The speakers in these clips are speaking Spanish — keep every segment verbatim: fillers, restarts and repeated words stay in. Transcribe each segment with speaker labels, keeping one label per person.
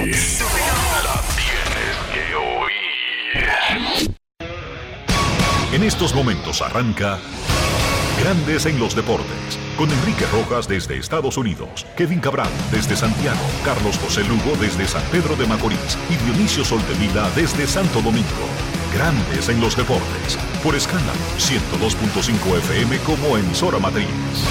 Speaker 1: La tienes que oír. En estos momentos arranca Grandes en los Deportes, con Enrique Rojas desde Estados Unidos, Kevin Cabral desde Santiago, Carlos José Lugo desde San Pedro de Macorís y Dionisio Soltevila desde Santo Domingo. Grandes en los Deportes, por Escándalo ciento dos punto cinco F M como emisora matriz.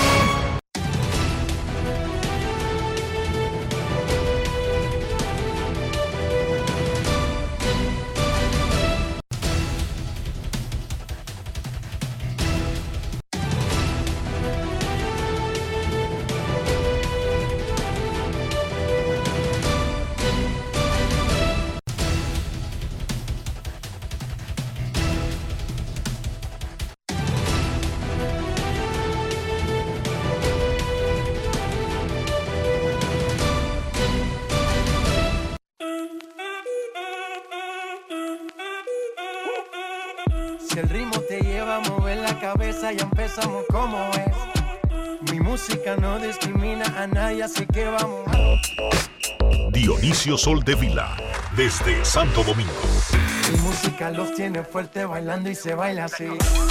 Speaker 2: Si el ritmo te lleva a mover la cabeza, ya empezamos como es. Mi música no discrimina a nadie, así que vamos.
Speaker 1: Dionisio Soltevila, desde Santo Domingo.
Speaker 2: Mi música los tiene fuerte bailando y se baila así.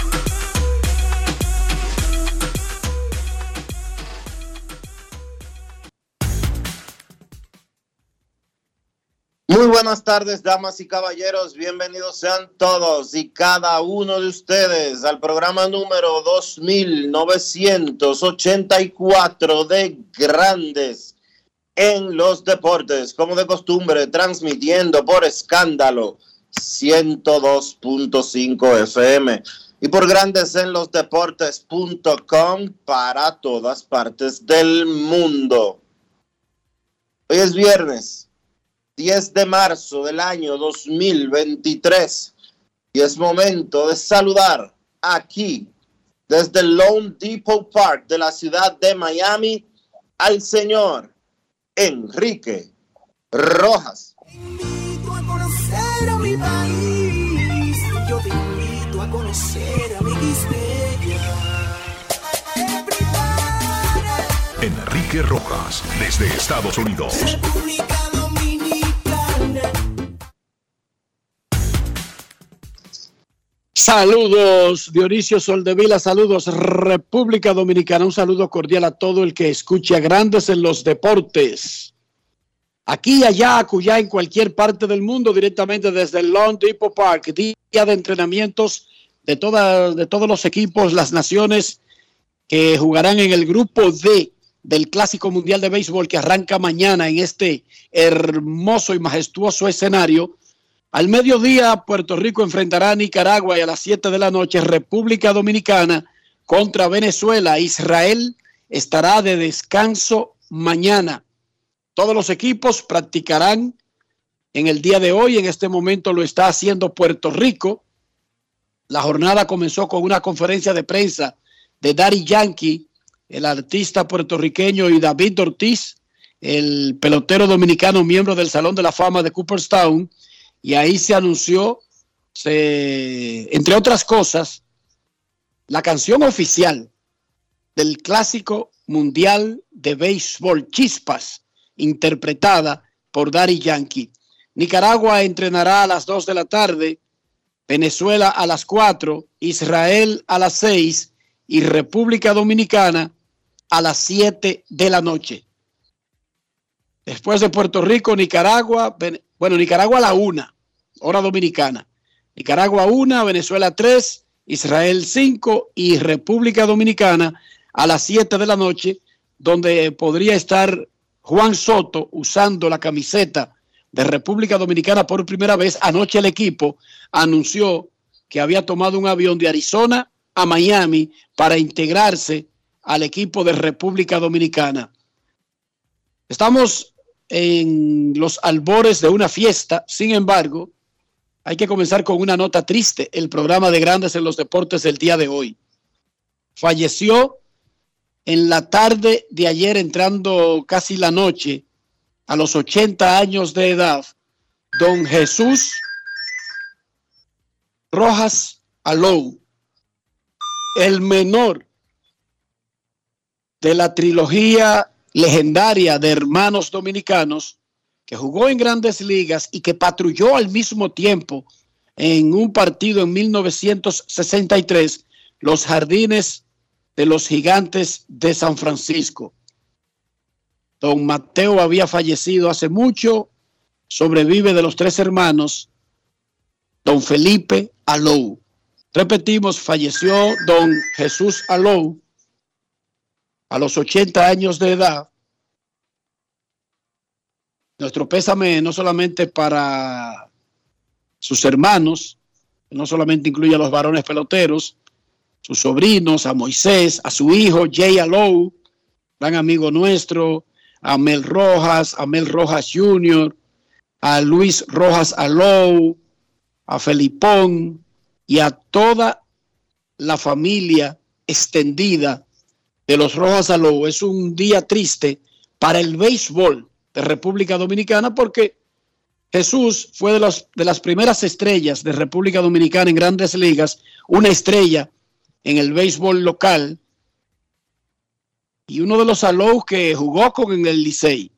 Speaker 3: Muy buenas tardes, damas y caballeros. Bienvenidos sean todos y cada uno de ustedes al programa número dos mil novecientos ochenta y cuatro de Grandes en los Deportes, como de costumbre, transmitiendo por Escándalo ciento dos punto cinco F M y por grandes en los deportes punto com para todas partes del mundo. Hoy es viernes diez de marzo del año dos mil veintitrés y es momento de saludar aquí desde el Lone Depot Park de la ciudad de Miami al señor Enrique Rojas.
Speaker 4: Te invito a conocer a mi país, yo te invito a conocer a mi Quispeya.
Speaker 1: Enrique Rojas, desde Estados Unidos.
Speaker 4: República Dominicana.
Speaker 5: Saludos, Dionisio Soldevila, saludos, República Dominicana, un saludo cordial a todo el que escucha Grandes en los Deportes. Aquí, allá, acullá, en cualquier parte del mundo, directamente desde el Lone Depot Park, día de entrenamientos de, toda, de todos los equipos, las naciones que jugarán en el grupo D del Clásico Mundial de Béisbol que arranca mañana en este hermoso y majestuoso escenario. Al mediodía, Puerto Rico enfrentará a Nicaragua y a las siete de la noche, República Dominicana contra Venezuela. Israel estará de descanso mañana. Todos los equipos practicarán en el día de hoy. En este momento lo está haciendo Puerto Rico. La jornada comenzó con una conferencia de prensa de Daddy Yankee, el artista puertorriqueño, y David Ortiz, el pelotero dominicano, miembro del Salón de la Fama de Cooperstown. Y ahí se anunció, se, entre otras cosas, la canción oficial del Clásico Mundial de Béisbol, Chispas, interpretada por Daddy Yankee. Nicaragua entrenará a las dos de la tarde, Venezuela a las cuatro, Israel a las seis y República Dominicana a las siete de la noche. Después de Puerto Rico, Nicaragua, bueno, Nicaragua a la una, hora dominicana. Nicaragua una, Venezuela tres, Israel cinco y República Dominicana a las siete de la noche, donde podría estar Juan Soto usando la camiseta de República Dominicana por primera vez. Anoche el equipo anunció que había tomado un avión de Arizona a Miami para integrarse al equipo de República Dominicana. Estamos en los albores de una fiesta, sin embargo, hay que comenzar con una nota triste. El programa de Grandes en los Deportes del día de hoy. Falleció en la tarde de ayer, entrando casi la noche, a los ochenta años de edad, don Jesús Rojas Alou, el menor de la trilogía legendaria de hermanos dominicanos que jugó en Grandes Ligas y que patrulló al mismo tiempo en un partido en mil novecientos sesenta y tres, los jardines de los Gigantes de San Francisco. Don Mateo había fallecido hace mucho, sobrevive de los tres hermanos, don Felipe Alou. Repetimos, falleció don Jesús Alou a los ochenta años de edad. Nuestro pésame no solamente para sus hermanos, no solamente incluye a los varones peloteros, sus sobrinos, a Moisés, a su hijo Jay Alou, gran amigo nuestro, a Mel Rojas, a Mel Rojas junior, a Luis Rojas Alou, a Felipón y a toda la familia extendida de los Rojas Alou. Es un día triste para el béisbol de República Dominicana porque Jesús fue de, los, de las primeras estrellas de República Dominicana en Grandes Ligas, una estrella en el béisbol local y uno de los Alou que jugó con en el Licey.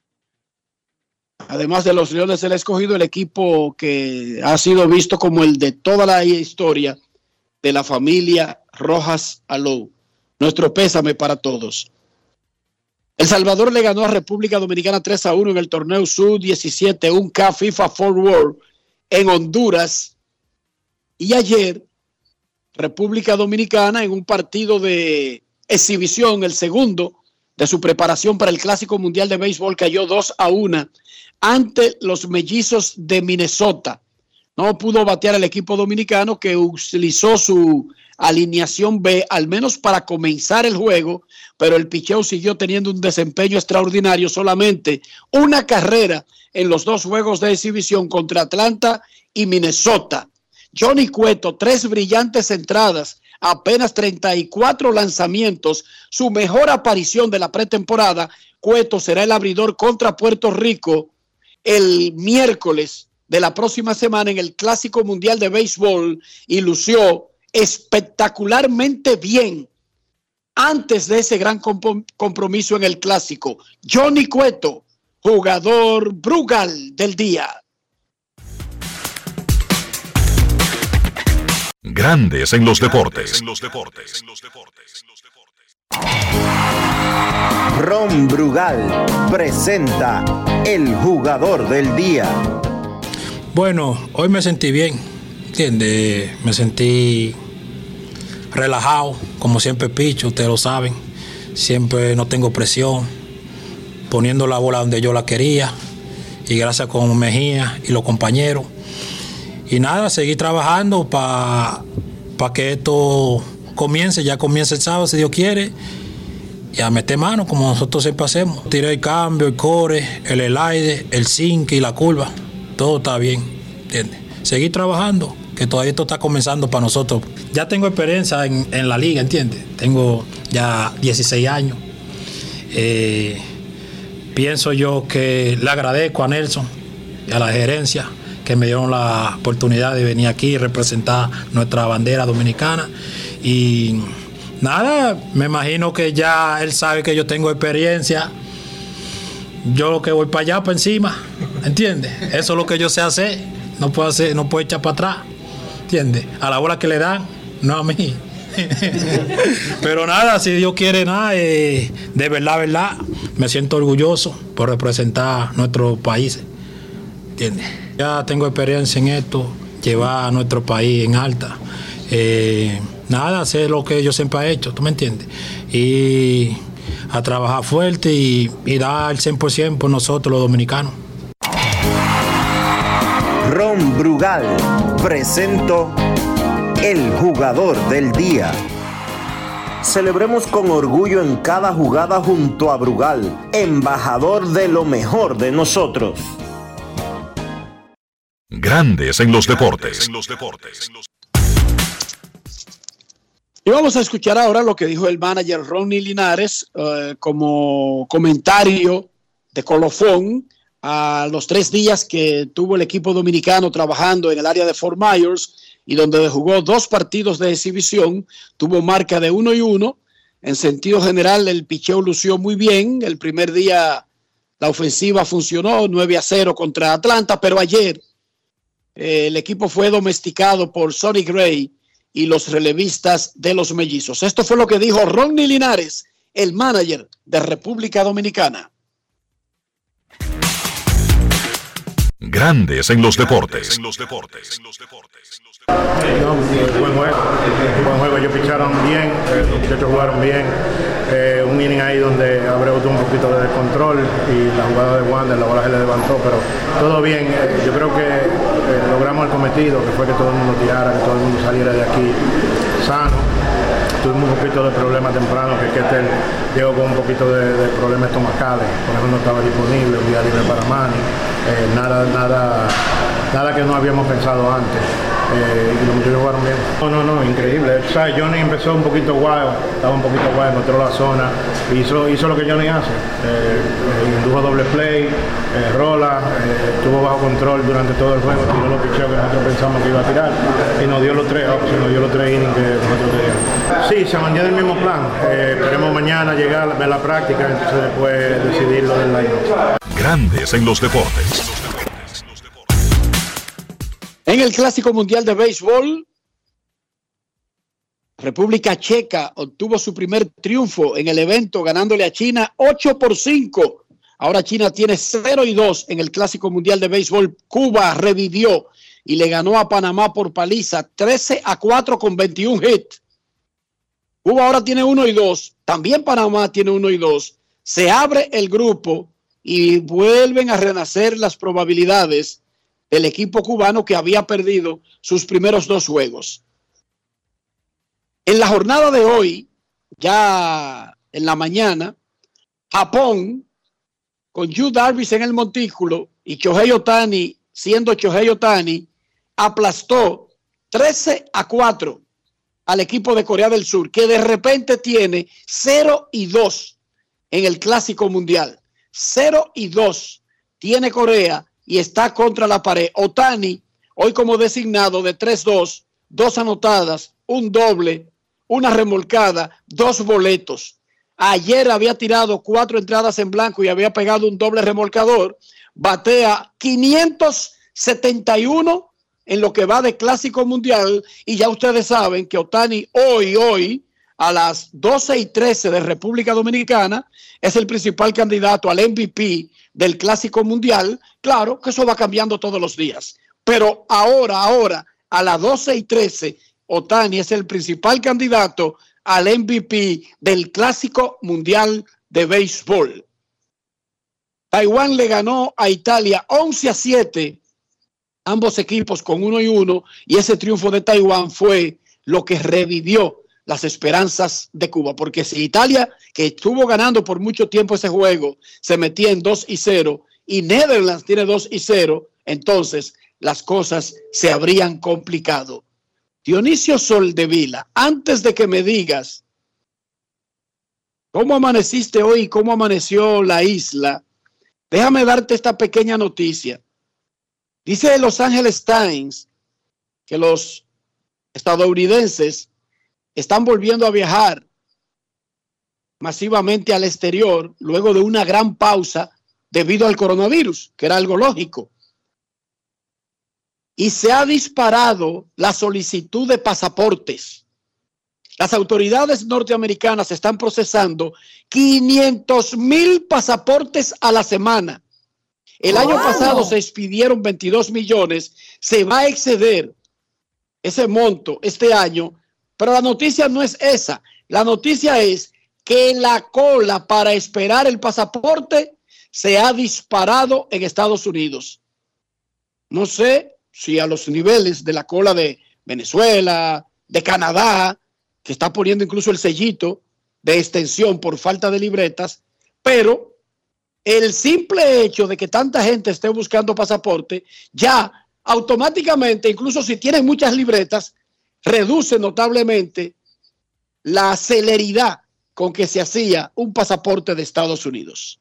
Speaker 5: Además de los Leones del Escogido, el equipo que ha sido visto como el de toda la historia de la familia Rojas Alou. Nuestro pésame para todos. El Salvador le ganó a República Dominicana tres a uno en el torneo sub diecisiete, un K FIFA Forward en Honduras. Y ayer, República Dominicana, en un partido de exhibición, el segundo de su preparación para el Clásico Mundial de Béisbol, cayó dos a uno ante los Mellizos de Minnesota. No pudo batear el equipo dominicano, que utilizó su alineación B, al menos para comenzar el juego, pero el picheo siguió teniendo un desempeño extraordinario, solamente una carrera en los dos juegos de exhibición contra Atlanta y Minnesota. Johnny Cueto, tres brillantes entradas, apenas treinta y cuatro lanzamientos, su mejor aparición de la pretemporada. Cueto será el abridor contra Puerto Rico el miércoles de la próxima semana en el Clásico Mundial de Béisbol y lució espectacularmente bien antes de ese gran comp- compromiso en el Clásico. Johnny Cueto, jugador Brugal del día.
Speaker 1: Grandes en los deportes.
Speaker 6: Ron Brugal presenta el jugador del día.
Speaker 7: Bueno, hoy me sentí bien, ¿entiendes? Me sentí relajado, como siempre picho, ustedes lo saben. Siempre no tengo presión, poniendo la bola donde yo la quería. Y gracias con Mejía y los compañeros. Y nada, seguir trabajando para pa que esto comience, ya comience el sábado, si Dios quiere. Y a meter mano, como nosotros siempre hacemos. Tiré el cambio, el core, el elide, el zinc y la curva. Todo está bien, ¿entiendes? Seguir trabajando, que todavía esto está comenzando para nosotros. Ya tengo experiencia en, en la liga, ¿entiendes? Tengo ya dieciséis años. Eh, pienso yo que le agradezco a Nelson y a la gerencia que me dieron la oportunidad de venir aquí y representar nuestra bandera dominicana. Y nada, me imagino que ya él sabe que yo tengo experiencia. Yo lo que voy para allá, para encima, ¿entiendes? Eso es lo que yo sé hacer. No puedo hacer, no puedo echar para atrás, ¿entiendes? A la bola que le dan, no a mí. Pero nada, si Dios quiere, nada, eh, de verdad, verdad, me siento orgulloso por representar nuestros países, ¿entiendes? Ya tengo experiencia en esto, llevar a nuestro país en alta. Eh, nada, hacer lo que yo siempre he hecho, ¿tú me entiendes? Y a trabajar fuerte y, y dar el cien por ciento por nosotros los dominicanos.
Speaker 6: Ron Brugal presentó el jugador del día. Celebremos con orgullo en cada jugada junto a Brugal, embajador de lo mejor de nosotros.
Speaker 1: Grandes en los deportes.
Speaker 5: Y vamos a escuchar ahora lo que dijo el manager Ronnie Linares uh, como comentario de colofón a los tres días que tuvo el equipo dominicano trabajando en el área de Fort Myers y donde jugó dos partidos de exhibición. Tuvo marca de uno y uno. En sentido general, el picheo lució muy bien. El primer día La ofensiva funcionó nueve a cero contra Atlanta, pero ayer eh, el equipo fue domesticado por Sonny Gray y los relevistas de los Mellizos. Esto fue lo que dijo Ronnie Linares, el manager de República Dominicana.
Speaker 1: Grandes en los deportes. En los deportes.
Speaker 8: No, buen juego, buen juego, ellos picharon bien, eh, los muchachos jugaron bien, eh, un inning ahí donde Abreu tuvo un poquito de descontrol y la jugada de Wander, la bola se le levantó, pero todo bien, eh, yo creo que eh, logramos el cometido, que fue que todo el mundo tirara, que todo el mundo saliera de aquí sano. Tuvimos un poquito de problema temprano, que Ketel llegó con un poquito de, de problemas estomacales, por eso no estaba disponible, un día libre para Manny, eh, nada, nada, nada que no habíamos pensado antes. Eh, y los muchachos jugaron bien. No, no, no, increíble. O sea, Johnny empezó un poquito guay, estaba un poquito guay, encontró la zona, hizo, hizo lo que Johnny hace. Eh, eh, indujo doble play, eh, rola, eh, estuvo bajo control durante todo el juego, tiró los picheos que nosotros pensamos que iba a tirar y nos dio los tres options, nos dio los tres innings que nosotros queríamos. Sí, se mantiene el mismo plan. Eh, esperemos mañana llegar a ver la práctica, entonces después decidir lo del line-up.
Speaker 1: Grandes en los deportes.
Speaker 5: En el Clásico Mundial de Béisbol, República Checa obtuvo su primer triunfo en el evento ganándole a China ocho por cinco. Ahora China tiene cero y dos en el Clásico Mundial de Béisbol. Cuba revivió y le ganó a Panamá por paliza trece a cuatro con veintiún hits. Cuba ahora tiene uno y dos. También Panamá tiene uno y dos. Se abre el grupo y vuelven a renacer las probabilidades del equipo cubano que había perdido sus primeros dos juegos. En la jornada de hoy, ya en la mañana, Japón, con Yu Darvish en el montículo y Shohei Ohtani siendo Shohei Ohtani, aplastó trece a cuatro al equipo de Corea del Sur, que de repente tiene cero y dos en el Clásico Mundial. cero y dos tiene Corea y está contra la pared. Ohtani, hoy como designado de tres dos, dos anotadas, un doble, una remolcada, dos boletos. Ayer había tirado cuatro entradas en blanco y había pegado un doble remolcador. Batea quinientos setenta y uno en lo que va de Clásico Mundial. Y ya ustedes saben que Ohtani hoy, hoy, a las doce y trece de República Dominicana, es el principal candidato al M V P del Clásico Mundial. Claro que eso va cambiando todos los días, pero ahora, ahora, a las doce y trece, Ohtani es el principal candidato al M V P del Clásico Mundial de Béisbol. Taiwán le ganó a Italia once a siete, ambos equipos con uno y uno, y ese triunfo de Taiwán fue lo que revivió las esperanzas de Cuba, porque si Italia, que estuvo ganando por mucho tiempo ese juego, se metía en dos y cero y Netherlands tiene dos y cero, entonces las cosas se habrían complicado. Dionisio Soldevila, antes de que me digas cómo amaneciste hoy, cómo amaneció la isla, déjame darte esta pequeña noticia. Dice Los Angeles Times que los estadounidenses están volviendo a viajar masivamente al exterior luego de una gran pausa debido al coronavirus, que era algo lógico. Y se ha disparado la solicitud de pasaportes. Las autoridades norteamericanas están procesando quinientos mil pasaportes a la semana. El año wow. pasado se expidieron veintidós millones. Se va a exceder ese monto este año. Pero la noticia no es esa. La noticia es que la cola para esperar el pasaporte se ha disparado en Estados Unidos. No sé si a los niveles de la cola de Venezuela, de Canadá, que está poniendo incluso el sellito de extensión por falta de libretas, pero el simple hecho de que tanta gente esté buscando pasaporte, ya automáticamente, incluso si tienen muchas libretas, reduce notablemente la celeridad con que se hacía un pasaporte de Estados Unidos.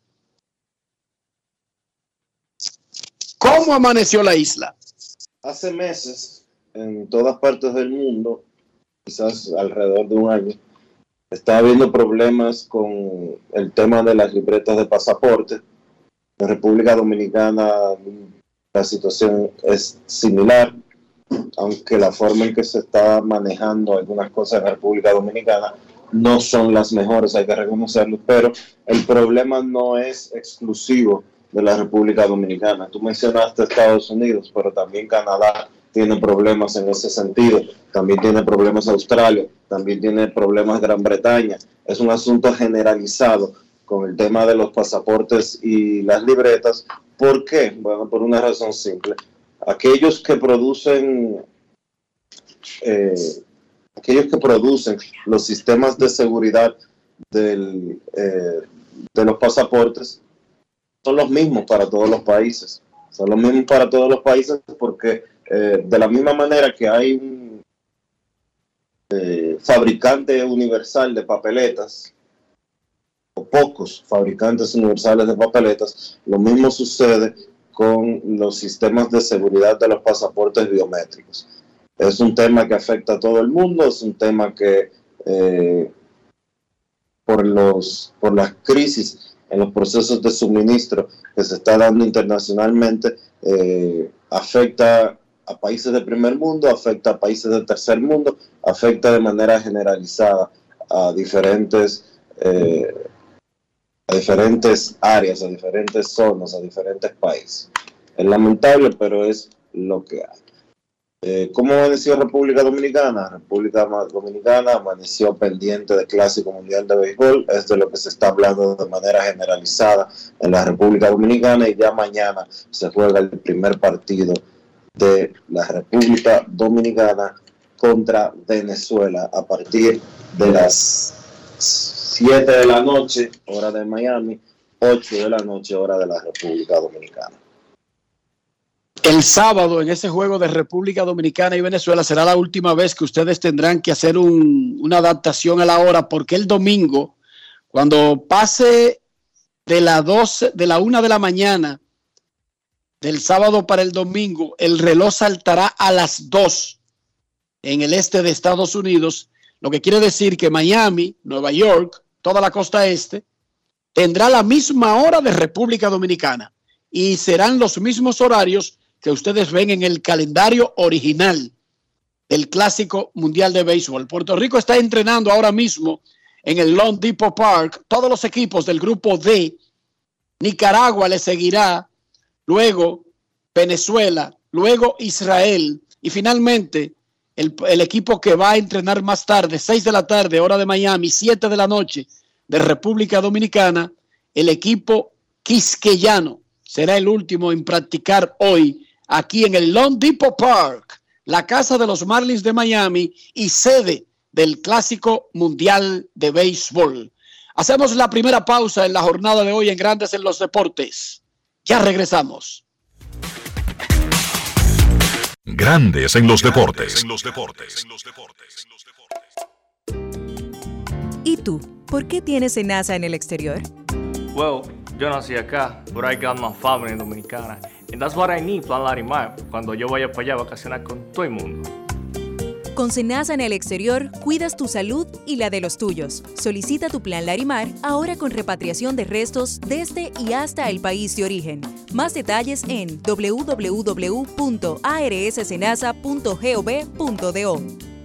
Speaker 5: ¿Cómo amaneció la isla?
Speaker 3: Hace meses, en todas partes del mundo, quizás alrededor de un año, estaba habiendo problemas con el tema de las libretas de pasaporte, En República Dominicana la situación es similar, aunque la forma en que se está manejando algunas cosas en la República Dominicana no son las mejores, hay que reconocerlo, pero el problema no es exclusivo de la República Dominicana. Tú mencionaste Estados Unidos, pero también Canadá tiene problemas en ese sentido, también tiene problemas Australia, también tiene problemas Gran Bretaña. Es un asunto generalizado con el tema de los pasaportes y las libretas. ¿Por qué? Bueno, por una razón simple. Aquellos que producen eh, aquellos que producen los sistemas de seguridad del, eh, de los pasaportes son los mismos para todos los países. Son los mismos para todos los países porque eh, de la misma manera que hay un eh, fabricante universal de papeletas, o pocos fabricantes universales de papeletas, lo mismo sucede con los sistemas de seguridad de los pasaportes biométricos. Es un tema que afecta a todo el mundo, es un tema que eh, por, los, por las crisis en los procesos de suministro que se está dando internacionalmente, eh, afecta a países de primer mundo, afecta a países de tercer mundo, afecta de manera generalizada a diferentes eh, a diferentes áreas, a diferentes zonas, a diferentes países. Es lamentable, pero es lo que hay. Eh, ¿Cómo amaneció República Dominicana? República Dominicana amaneció pendiente del Clásico Mundial de Béisbol, es de lo que se está hablando de manera generalizada en la República Dominicana, y ya mañana se juega el primer partido de la República Dominicana contra Venezuela a partir de las siete de la noche, hora de Miami, ocho de la noche, hora de la República Dominicana.
Speaker 5: El sábado, en ese juego de República Dominicana y Venezuela, será la última vez que ustedes tendrán que hacer un, una adaptación a la hora, porque el domingo, cuando pase de la doce, de la una de la mañana del sábado para el domingo, el reloj saltará a las dos en el este de Estados Unidos, lo que quiere decir que Miami, Nueva York, toda la costa este, tendrá la misma hora de República Dominicana y serán los mismos horarios que ustedes ven en el calendario original del Clásico Mundial de Béisbol. Puerto Rico está entrenando ahora mismo en el Lone Depot Park. Todos los equipos del grupo D. Nicaragua le seguirá, luego Venezuela, luego Israel y finalmente el, el equipo que va a entrenar más tarde, seis de la tarde, hora de Miami, siete de la noche de República Dominicana, el equipo quisqueyano será el último en practicar hoy aquí en el Lone Depot Park, la casa de los Marlins de Miami y sede del Clásico Mundial de Béisbol. Hacemos la primera pausa en la jornada de hoy en Grandes en los Deportes. Ya regresamos.
Speaker 1: Grandes en los Deportes.
Speaker 9: ¿Y tú? ¿Por qué tienes SENASA en el exterior?
Speaker 10: Well, yo nací acá, but I got my family dominicana. And that's what I need, Plan Larimar, cuando yo vaya para allá a vacacionar con todo el mundo.
Speaker 9: Con SENASA en el exterior, cuidas tu salud y la de los tuyos. Solicita tu Plan Larimar ahora con repatriación de restos desde y hasta el país de origen. Más detalles en doble u doble u doble u punto a r s senasa punto gov punto do.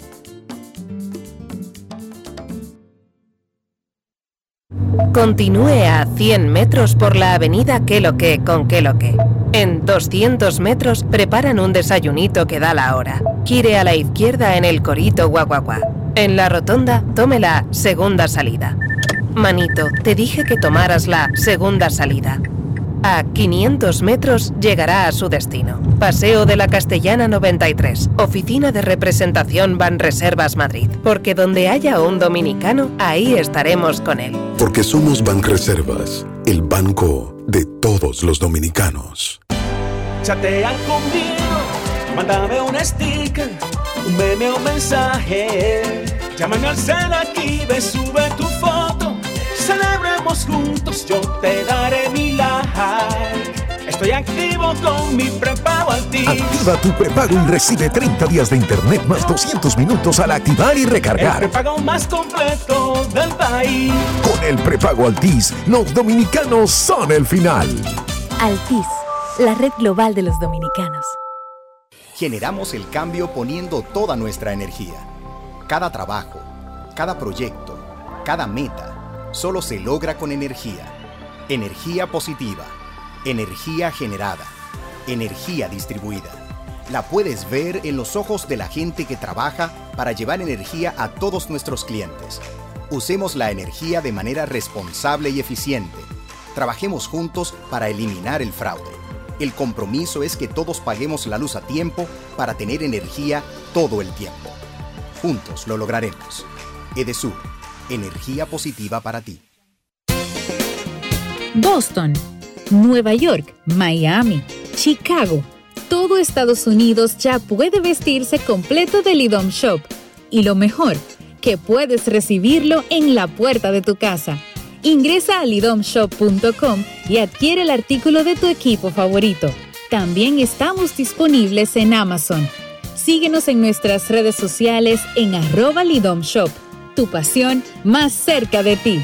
Speaker 11: Continúe a cien metros por la avenida Qué lo que con Qué lo que. En doscientos metros preparan un desayunito que da la hora. Gire a la izquierda en el Corito Guaguaguá. En la rotonda, tome la segunda salida. Manito, te dije que tomaras la segunda salida. A quinientos metros llegará a su destino. Paseo de la Castellana noventa y tres. Oficina de representación Banreservas Madrid. Porque donde haya un dominicano, ahí estaremos con él.
Speaker 12: Porque somos Banreservas, el banco de todos los dominicanos.
Speaker 4: Chatea conmigo, mándame un sticker, un meme o un mensaje. Llámame al cel aquí, ve, sube tu foto. Celebremos juntos, yo te daré mi like. Estoy activo con mi prepago Altis.
Speaker 13: Activa tu prepago y recibe treinta días de internet más doscientos minutos al activar y recargar.
Speaker 4: El prepago más completo del país.
Speaker 13: Con el prepago Altis, los dominicanos son el final.
Speaker 14: Altis, la red global de los dominicanos.
Speaker 15: Generamos el cambio poniendo toda nuestra energía. Cada trabajo, cada proyecto, cada meta, solo se logra con energía. Energía positiva, energía generada, energía distribuida. La puedes ver en los ojos de la gente que trabaja para llevar energía a todos nuestros clientes. Usemos la energía de manera responsable y eficiente. Trabajemos juntos para eliminar el fraude. El compromiso es que todos paguemos la luz a tiempo para tener energía todo el tiempo. Juntos lo lograremos. Edesur, energía positiva para ti.
Speaker 16: Boston, Nueva York, Miami, Chicago. Todo Estados Unidos ya puede vestirse completo del IDOM Shop. Y lo mejor, que puedes recibirlo en la puerta de tu casa. Ingresa a lidom shop punto com y adquiere el artículo de tu equipo favorito. También estamos disponibles en Amazon. Síguenos en nuestras redes sociales en arroba Lidom Shop. Tu pasión más cerca de ti.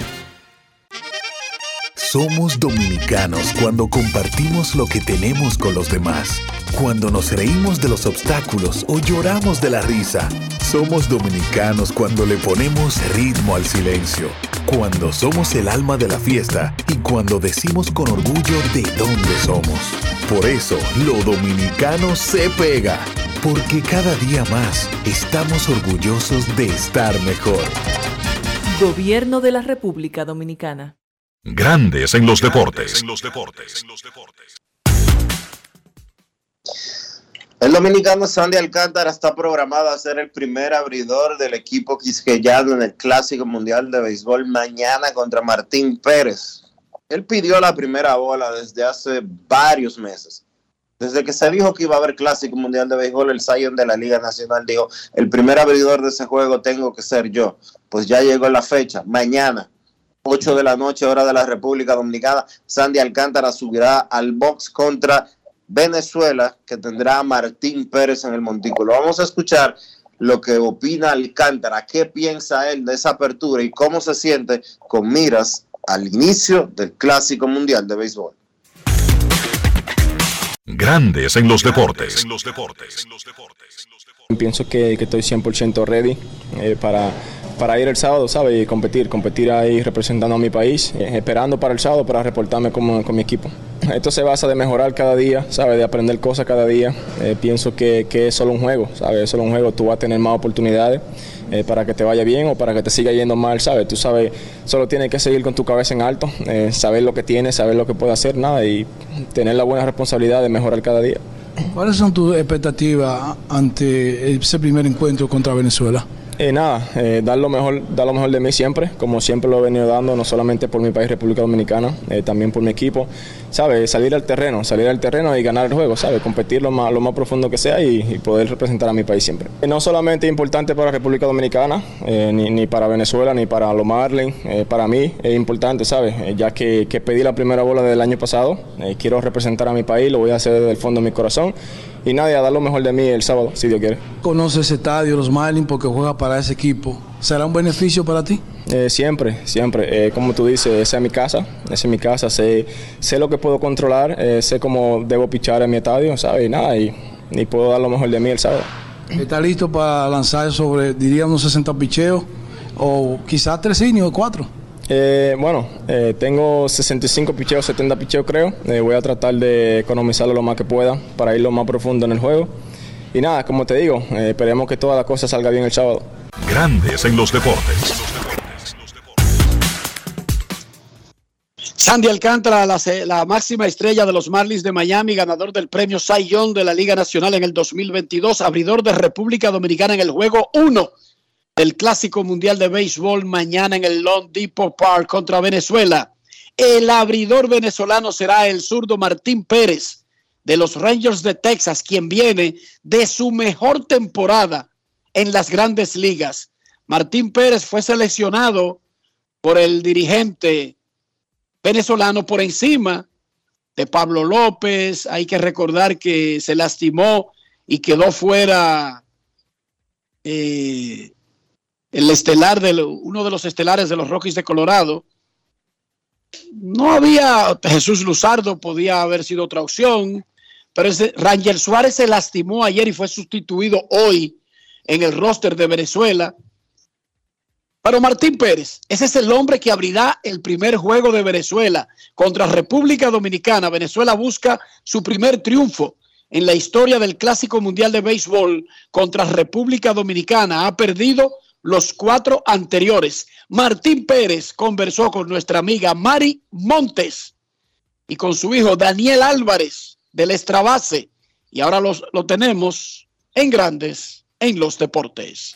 Speaker 13: Somos dominicanos cuando compartimos lo que tenemos con los demás. Cuando nos reímos de los obstáculos o lloramos de la risa. Somos dominicanos cuando le ponemos ritmo al silencio. Cuando somos el alma de la fiesta y cuando decimos con orgullo de dónde somos. Por eso, lo dominicano se pega. Porque cada día más estamos orgullosos de estar mejor.
Speaker 17: Gobierno de la República Dominicana.
Speaker 1: Grandes en los deportes.
Speaker 3: El dominicano Sandy Alcántara está programado a ser el primer abridor del equipo quisqueyano en el Clásico Mundial de Béisbol mañana contra Martín Pérez. Él pidió la primera bola desde hace varios meses. Desde que se dijo que iba a haber Clásico Mundial de Béisbol, el Zion de la Liga Nacional dijo, el primer abridor de ese juego tengo que ser yo. Pues ya llegó la fecha, mañana. ocho de la noche, hora de la República Dominicana, Sandy Alcántara subirá al box contra Venezuela, que tendrá a Martín Pérez en el montículo. Vamos a escuchar lo que opina Alcántara, qué piensa él de esa apertura y cómo se siente con miras al inicio del Clásico Mundial de Béisbol.
Speaker 1: Grandes en los deportes.
Speaker 18: Pienso que, que estoy cien por ciento ready eh, para... para ir el sábado, ¿sabes? Y competir, competir ahí representando a mi país, eh, esperando para el sábado para reportarme con, con mi equipo. Esto se basa de mejorar cada día, ¿sabes? De aprender cosas cada día. Eh, pienso que, que es solo un juego, ¿sabes? Es solo un juego, tú vas a tener más oportunidades eh, para que te vaya bien o para que te siga yendo mal, ¿sabes? Tú sabes, solo tienes que seguir con tu cabeza en alto, eh, saber lo que tienes, saber lo que puedes hacer, nada, y tener la buena responsabilidad de mejorar cada día.
Speaker 19: ¿Cuáles son tus expectativas ante ese primer encuentro contra Venezuela?
Speaker 18: Eh, nada, eh, dar lo mejor, dar lo mejor de mí siempre, como siempre lo he venido dando, no solamente por mi país, República Dominicana, eh, también por mi equipo, ¿sabes? Salir al terreno, salir al terreno y ganar el juego, ¿sabes? Competir lo más, lo más profundo que sea y, y poder representar a mi país siempre. Eh, no solamente es importante para República Dominicana, eh, ni, ni para Venezuela, ni para los Marlins, eh, para mí es importante, ¿sabes? Eh, ya que, que pedí la primera bola del año pasado, eh, quiero representar a mi país, lo voy a hacer desde el fondo de mi corazón. Y nada, a dar lo mejor de mí el sábado, si Dios quiere.
Speaker 19: ¿Conoce ese estadio, los Marlins, porque juega para ese equipo? ¿Será un beneficio para ti?
Speaker 18: Eh, siempre, siempre. Eh, como tú dices, esa es mi casa, esa es mi casa. Sé, sé lo que puedo controlar, eh, sé cómo debo pichar en mi estadio, ¿sabes? Y nada, y, y puedo dar lo mejor de mí el sábado.
Speaker 19: ¿Está listo para lanzar sobre, diría, unos sesenta picheos? O quizás tres innings o cuatro.
Speaker 18: Eh, bueno, eh, tengo sesenta y cinco picheos, setenta picheos creo. Eh, voy a tratar de economizarlo lo más que pueda para ir lo más profundo en el juego. Y nada, como te digo, eh, esperemos que toda la cosa salga bien el sábado.
Speaker 1: Grandes en los deportes.
Speaker 5: Sandy Alcántara, la, la máxima estrella de los Marlins de Miami, ganador del premio Cy Young de la Liga Nacional en el dos mil veintidós, abridor de República Dominicana en el juego uno del Clásico Mundial de Béisbol mañana en el Lone Depot Park contra Venezuela. El abridor venezolano será el zurdo Martín Pérez de los Rangers de Texas, quien viene de su mejor temporada en las grandes ligas. Martín Pérez fue seleccionado por el dirigente venezolano por encima de Pablo López. Hay que recordar que se lastimó y quedó fuera eh, el estelar de lo, uno de los estelares de los Rockies de Colorado. No había, Jesús Luzardo podía haber sido otra opción, pero ese, Rangel Suárez se lastimó ayer y fue sustituido hoy en el roster de Venezuela. Pero Martín Pérez, ese es el hombre que abrirá el primer juego de Venezuela contra República Dominicana. Venezuela busca su primer triunfo en la historia del Clásico Mundial de Béisbol contra República Dominicana. Ha perdido los cuatro anteriores. Martín Pérez conversó con nuestra amiga Mari Montes y con su hijo Daniel Álvarez del Extra Base. Y ahora los, lo tenemos en Grandes en los Deportes.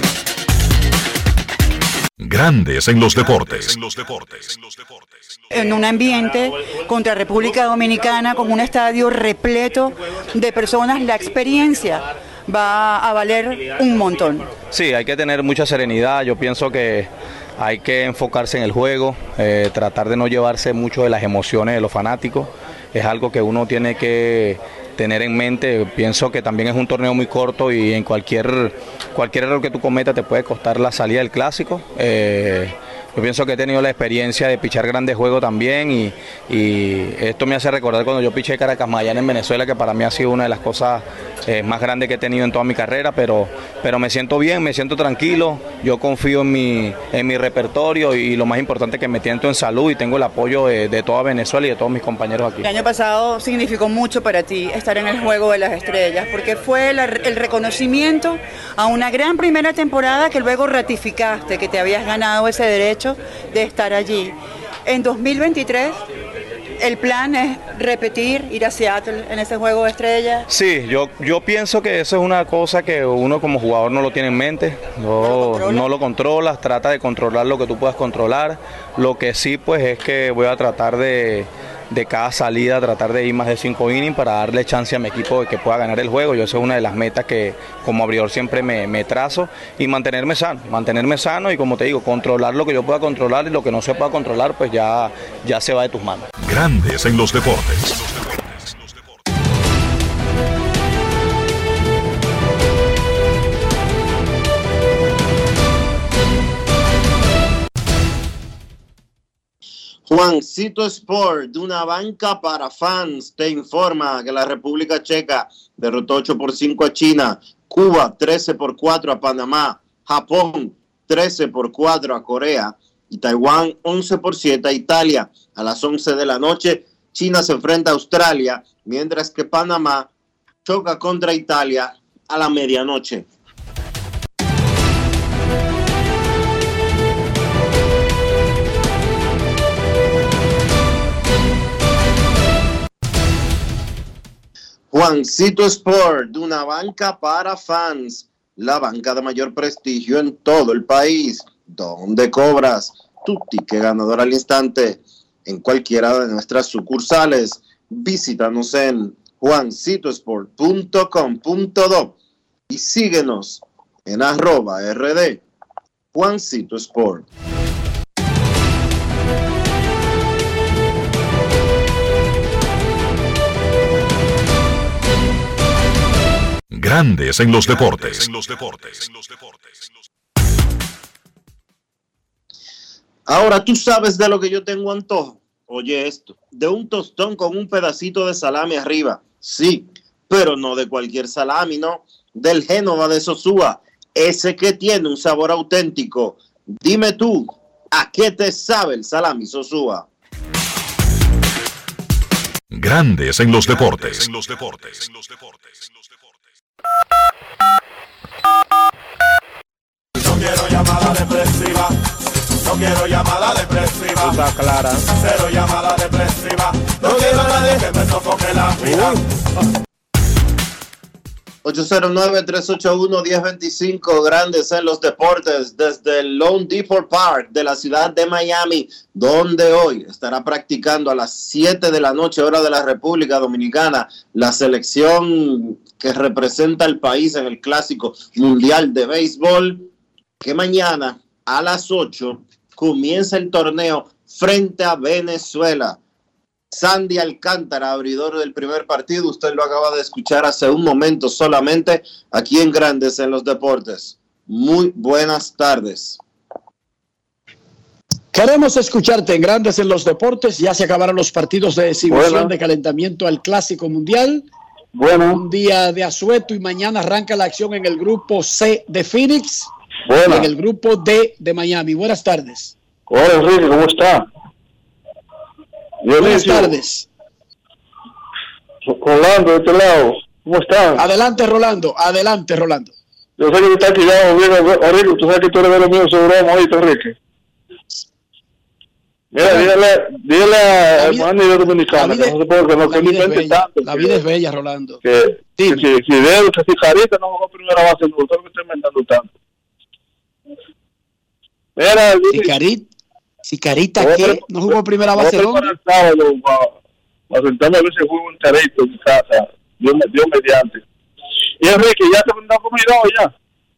Speaker 1: Grandes en los deportes.
Speaker 20: En un ambiente contra República Dominicana con un estadio repleto de personas, la experiencia va a valer un montón.
Speaker 21: Sí, hay que tener mucha serenidad. Yo pienso que hay que enfocarse en el juego, eh, tratar de no llevarse mucho de las emociones de los fanáticos. Es algo que uno tiene que tener en mente. Pienso que también es un torneo muy corto y en cualquier, cualquier error que tú cometas te puede costar la salida del clásico. Eh, yo pienso que he tenido la experiencia de pichar grandes juegos también y, y esto me hace recordar cuando yo piché Caracas Magallanes en Venezuela, que para mí ha sido una de las cosas eh, más grandes que he tenido en toda mi carrera, pero, pero me siento bien, me siento tranquilo, yo confío en mi, en mi repertorio y lo más importante es que me siento en salud y tengo el apoyo de, de toda Venezuela y de todos mis compañeros aquí.
Speaker 20: El año pasado significó mucho para ti estar en el Juego de las Estrellas, porque fue la, el reconocimiento a una gran primera temporada que luego ratificaste, que te habías ganado ese derecho de estar allí. En dos mil veintitrés el plan es repetir, ir a Seattle en ese Juego de Estrellas.
Speaker 21: Sí, yo, yo pienso que eso es una cosa que uno como jugador no lo tiene en mente, no, ¿No, lo no lo controlas, trata de controlar lo que tú puedas controlar. Lo que sí pues es que voy a tratar de de cada salida tratar de ir más de cinco innings para darle chance a mi equipo de que pueda ganar el juego. Yo eso es una de las metas que como abridor siempre me, me trazo y mantenerme sano, mantenerme sano y como te digo, controlar lo que yo pueda controlar y lo que no se pueda controlar pues ya, ya se va de tus manos.
Speaker 1: Grandes en los deportes.
Speaker 3: Juancito Sport, de una banca para fans, te informa que la República Checa derrotó ocho por cinco a China, Cuba trece por cuatro a Panamá, Japón trece por cuatro a Corea y Taiwán once por siete a Italia. A las once de la noche, China se enfrenta a Australia, mientras que Panamá choca contra Italia a la medianoche. Juancito Sport, de una banca para fans, la banca de mayor prestigio en todo el país, donde cobras tu ticket ganador al instante en cualquiera de nuestras sucursales. Visítanos en juancito sport punto com punto do y síguenos en arroba rd Juancito Sport.
Speaker 1: Grandes en los deportes.
Speaker 3: Ahora tú sabes de lo que yo tengo antojo. Oye esto, de un tostón con un pedacito de salami arriba. Sí, pero no de cualquier salami, no. Del Génova de Sosúa, ese que tiene un sabor auténtico. Dime tú, ¿a qué te sabe el salami Sosúa?
Speaker 1: Grandes en los deportes.
Speaker 22: No quiero llamada depresiva, no quiero llamada depresiva.
Speaker 18: Está clara.
Speaker 22: Cero llamada depresiva, no quiero a nadie que me sofoque la vida.
Speaker 3: ocho cero nueve, tres ocho uno, uno cero dos cinco, Grandes en los deportes, desde el Lone Depot Park de la ciudad de Miami, donde hoy estará practicando a las siete de la noche, hora de la República Dominicana, la selección que representa al país en el Clásico Mundial de Béisbol, que mañana a las ocho comienza el torneo frente a Venezuela. Sandy Alcántara, abridor del primer partido, usted lo acaba de escuchar hace un momento solamente aquí en Grandes en los Deportes. Muy buenas tardes.
Speaker 5: Queremos escucharte en Grandes en los Deportes. Ya se acabaron los partidos de exhibición
Speaker 2: Bueno.
Speaker 5: de calentamiento al Clásico Mundial.
Speaker 2: Bueno.
Speaker 5: Un día de asueto y mañana arranca la acción en el grupo C de Phoenix
Speaker 2: Bueno.
Speaker 5: y en el grupo D de Miami. Buenas tardes.
Speaker 2: Hola Enrique, ¿cómo está?
Speaker 5: Buenas
Speaker 2: Dionisio,
Speaker 5: tardes.
Speaker 2: Rolando, de este lado, ¿cómo están?
Speaker 5: Adelante, Rolando. Adelante, Rolando.
Speaker 2: Yo sé que tú estás quillado bien, Enrique, tú sabes que tú eres de los míos sobre broma, ¿oíste, Enrique? Mira, dígale, dígale a hermano y dominicana, que no se puede, que no que ni invente tanto.
Speaker 5: La vida es bella, Rolando.
Speaker 2: Que, que si, si Deo, que si Carita no jugó primera base, no, todo lo que está inventando tanto. Mira,
Speaker 5: si Carita, si Carita ¿qué? ¿No jugó primera base dónde?
Speaker 2: Para el sábado, para, para sentarme a ver si juego un carito en mi casa, Dios, Dios mediante. Y Enrique, ¿ya te han dado comida hoy ya?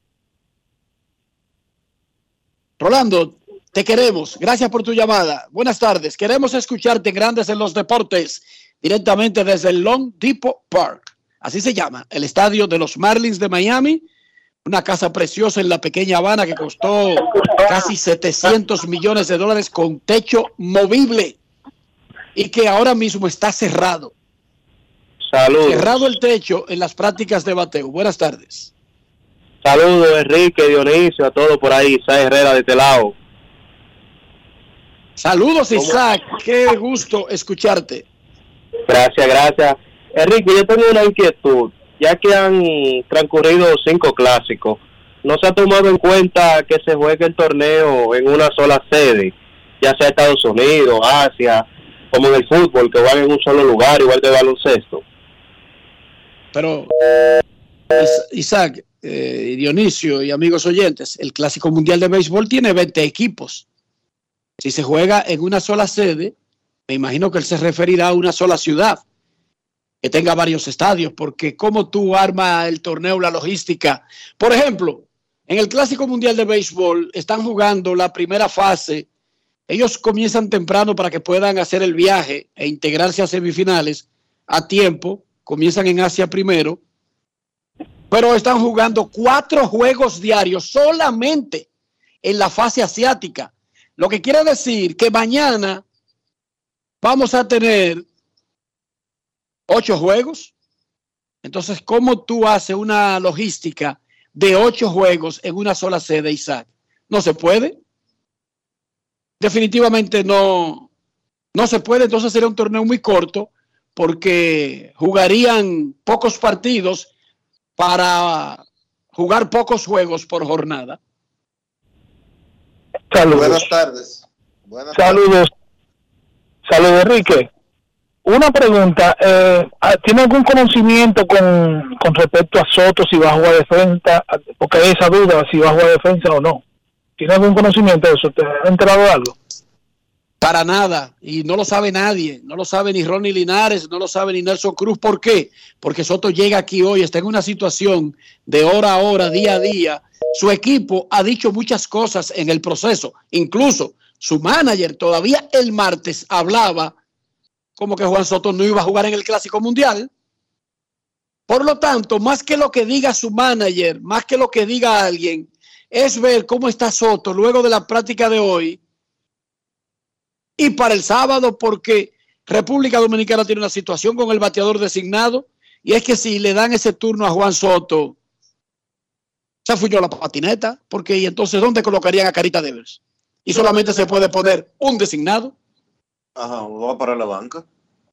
Speaker 5: Rolando, te queremos. Gracias por tu llamada. Buenas tardes. Queremos escucharte en Grandes en los Deportes, directamente desde el Long Depot Park. Así se llama, el estadio de los Marlins de Miami. Una casa preciosa en la pequeña Habana que costó casi setecientos millones de dólares con techo movible y que ahora mismo está cerrado.
Speaker 7: Saludos.
Speaker 5: Cerrado el techo en las prácticas de bateo. Buenas tardes.
Speaker 7: Saludos, Enrique, Dionisio, a todos por ahí. Isaac Herrera de este lado.
Speaker 5: Saludos, Isaac. Qué gusto escucharte.
Speaker 7: Gracias, gracias. Enrique, yo tengo una inquietud. Ya que han transcurrido cinco clásicos, ¿no se ha tomado en cuenta que se juegue el torneo en una sola sede? Ya sea Estados Unidos, Asia, como en el fútbol, que van en un solo lugar, igual que baloncesto.
Speaker 5: Pero, Isaac, eh, Dionisio y amigos oyentes, el Clásico Mundial de Béisbol tiene veinte equipos. Si se juega en una sola sede, me imagino que él se referirá a una sola ciudad, que tenga varios estadios, porque cómo tú armas el torneo, la logística. Por ejemplo, en el Clásico Mundial de Béisbol están jugando la primera fase. Ellos comienzan temprano para que puedan hacer el viaje e integrarse a semifinales a tiempo. Comienzan en Asia primero, pero están jugando cuatro juegos diarios solamente en la fase asiática. Lo que quiere decir que mañana vamos a tener ocho juegos. Entonces, ¿cómo tú haces una logística de ocho juegos en una sola sede, Isaac? No se puede. Definitivamente no, no se puede. Entonces sería un torneo muy corto porque jugarían pocos partidos para jugar pocos juegos por jornada.
Speaker 2: Saludos.
Speaker 3: Buenas tardes. Buenas
Speaker 2: Saludos. Saludos, Enrique. Una pregunta, eh, ¿tiene algún conocimiento con, con respecto a Soto, si va a jugar defensa? Porque hay esa duda, si va a jugar defensa o no. ¿Tiene algún conocimiento de eso? ¿Te has enterado de algo?
Speaker 5: Para nada, y no lo sabe nadie, no lo sabe ni Ronnie Linares, no lo sabe ni Nelson Cruz. ¿Por qué? Porque Soto llega aquí hoy, está en una situación de hora a hora, día a día. Su equipo ha dicho muchas cosas en el proceso, incluso su manager todavía el martes hablaba como que Juan Soto no iba a jugar en el Clásico Mundial. Por lo tanto, más que lo que diga su manager, más que lo que diga alguien, es ver cómo está Soto luego de la práctica de hoy y para el sábado, porque República Dominicana tiene una situación con el bateador designado, y es que si le dan ese turno a Juan Soto, se fuyó la patineta, porque y entonces ¿dónde colocarían a Carita Devers? Y solamente se puede poner un designado.
Speaker 3: Ajá, va para la banca.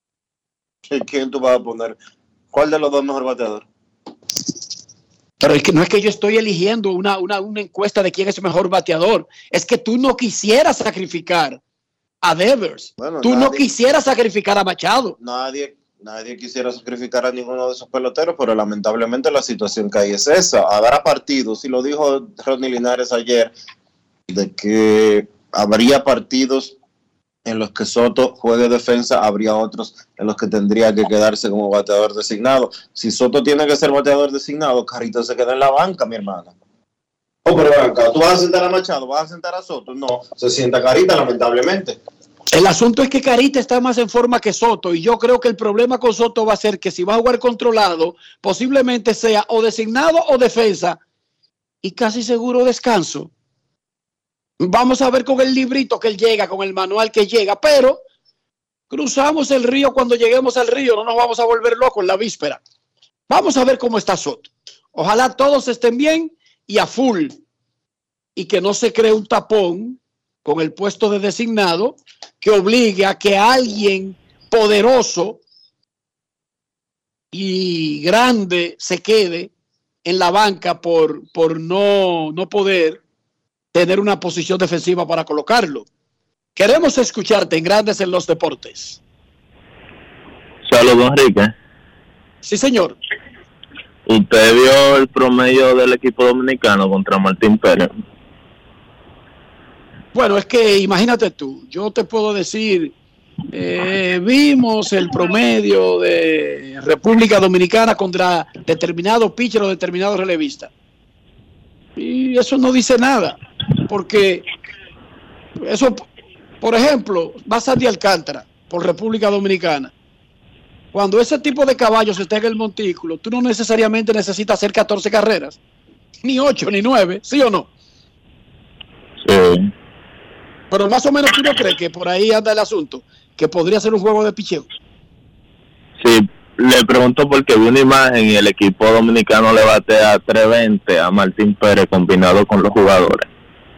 Speaker 3: ¿Quién tú vas a poner? ¿Cuál de los dos mejor bateador?
Speaker 5: Pero es que no es que yo estoy eligiendo una, una, una encuesta de quién es el mejor bateador. Es que tú no quisieras sacrificar a Devers. Bueno, tú nadie, no quisieras sacrificar a Machado.
Speaker 3: Nadie, nadie quisiera sacrificar a ninguno de esos peloteros, pero lamentablemente la situación que hay es esa. Habrá partidos, y lo dijo Ronnie Linares ayer, de que habría partidos en los que Soto juegue defensa, habría otros en los que tendría que quedarse como bateador designado. Si Soto tiene que ser bateador designado, Carita se queda en la banca, mi hermana. Oh, pero acá, ¿tú vas a sentar a Machado? ¿Vas a sentar a Soto? No, se sienta Carita, lamentablemente.
Speaker 5: El asunto es que Carita está más en forma que Soto, y yo creo que el problema con Soto va a ser que si va a jugar controlado, posiblemente sea o designado o defensa, y casi seguro descanso. Vamos a ver con el librito que él llega, con el manual que llega, pero cruzamos el río cuando lleguemos al río, no nos vamos a volver locos en la víspera. Vamos a ver cómo está Soto. Ojalá todos estén bien y a full, y que no se cree un tapón con el puesto de designado que obligue a que alguien poderoso y grande se quede en la banca por, por no, no poder tener una posición defensiva para colocarlo. Queremos escucharte en Grandes en los Deportes.
Speaker 6: Saludos, Enrique.
Speaker 5: Sí, señor.
Speaker 6: ¿Usted vio el promedio del equipo dominicano contra Martín Pérez?
Speaker 5: Bueno, es que imagínate tú, yo te puedo decir, eh, vimos el promedio de República Dominicana contra determinado pitcher o determinado relevista. Y eso no dice nada, porque eso, por ejemplo, va Sandy Alcántara por República Dominicana. Cuando ese tipo de caballos está en el montículo, tú no necesariamente necesitas hacer catorce carreras, ni ocho, ni nueve, ¿sí o no?
Speaker 6: Sí.
Speaker 5: Pero más o menos tú no crees que por ahí anda el asunto, que podría ser un juego de picheo.
Speaker 6: Sí, le pregunto porque vi una imagen y el equipo dominicano le batea tres veinte a Martín Pérez combinado con los jugadores.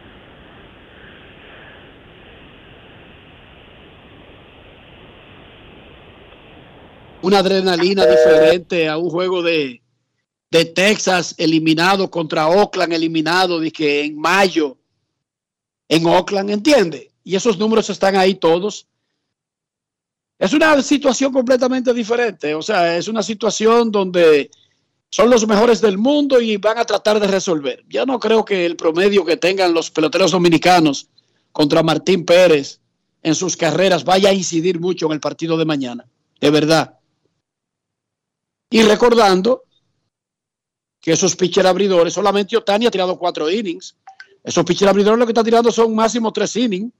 Speaker 5: Una adrenalina diferente a un juego de, de Texas eliminado contra Oakland eliminado de que en mayo en Oakland, ¿entiende? Y esos números están ahí todos. Es una situación completamente diferente, o sea, es una situación donde son los mejores del mundo y van a tratar de resolver. Yo no creo que el promedio que tengan los peloteros dominicanos contra Martín Pérez en sus carreras vaya a incidir mucho en el partido de mañana, de verdad. Y recordando que esos pitcher abridores, solamente Ohtani ha tirado cuatro innings. Esos pitcher abridores lo que está tirando son máximo tres innings.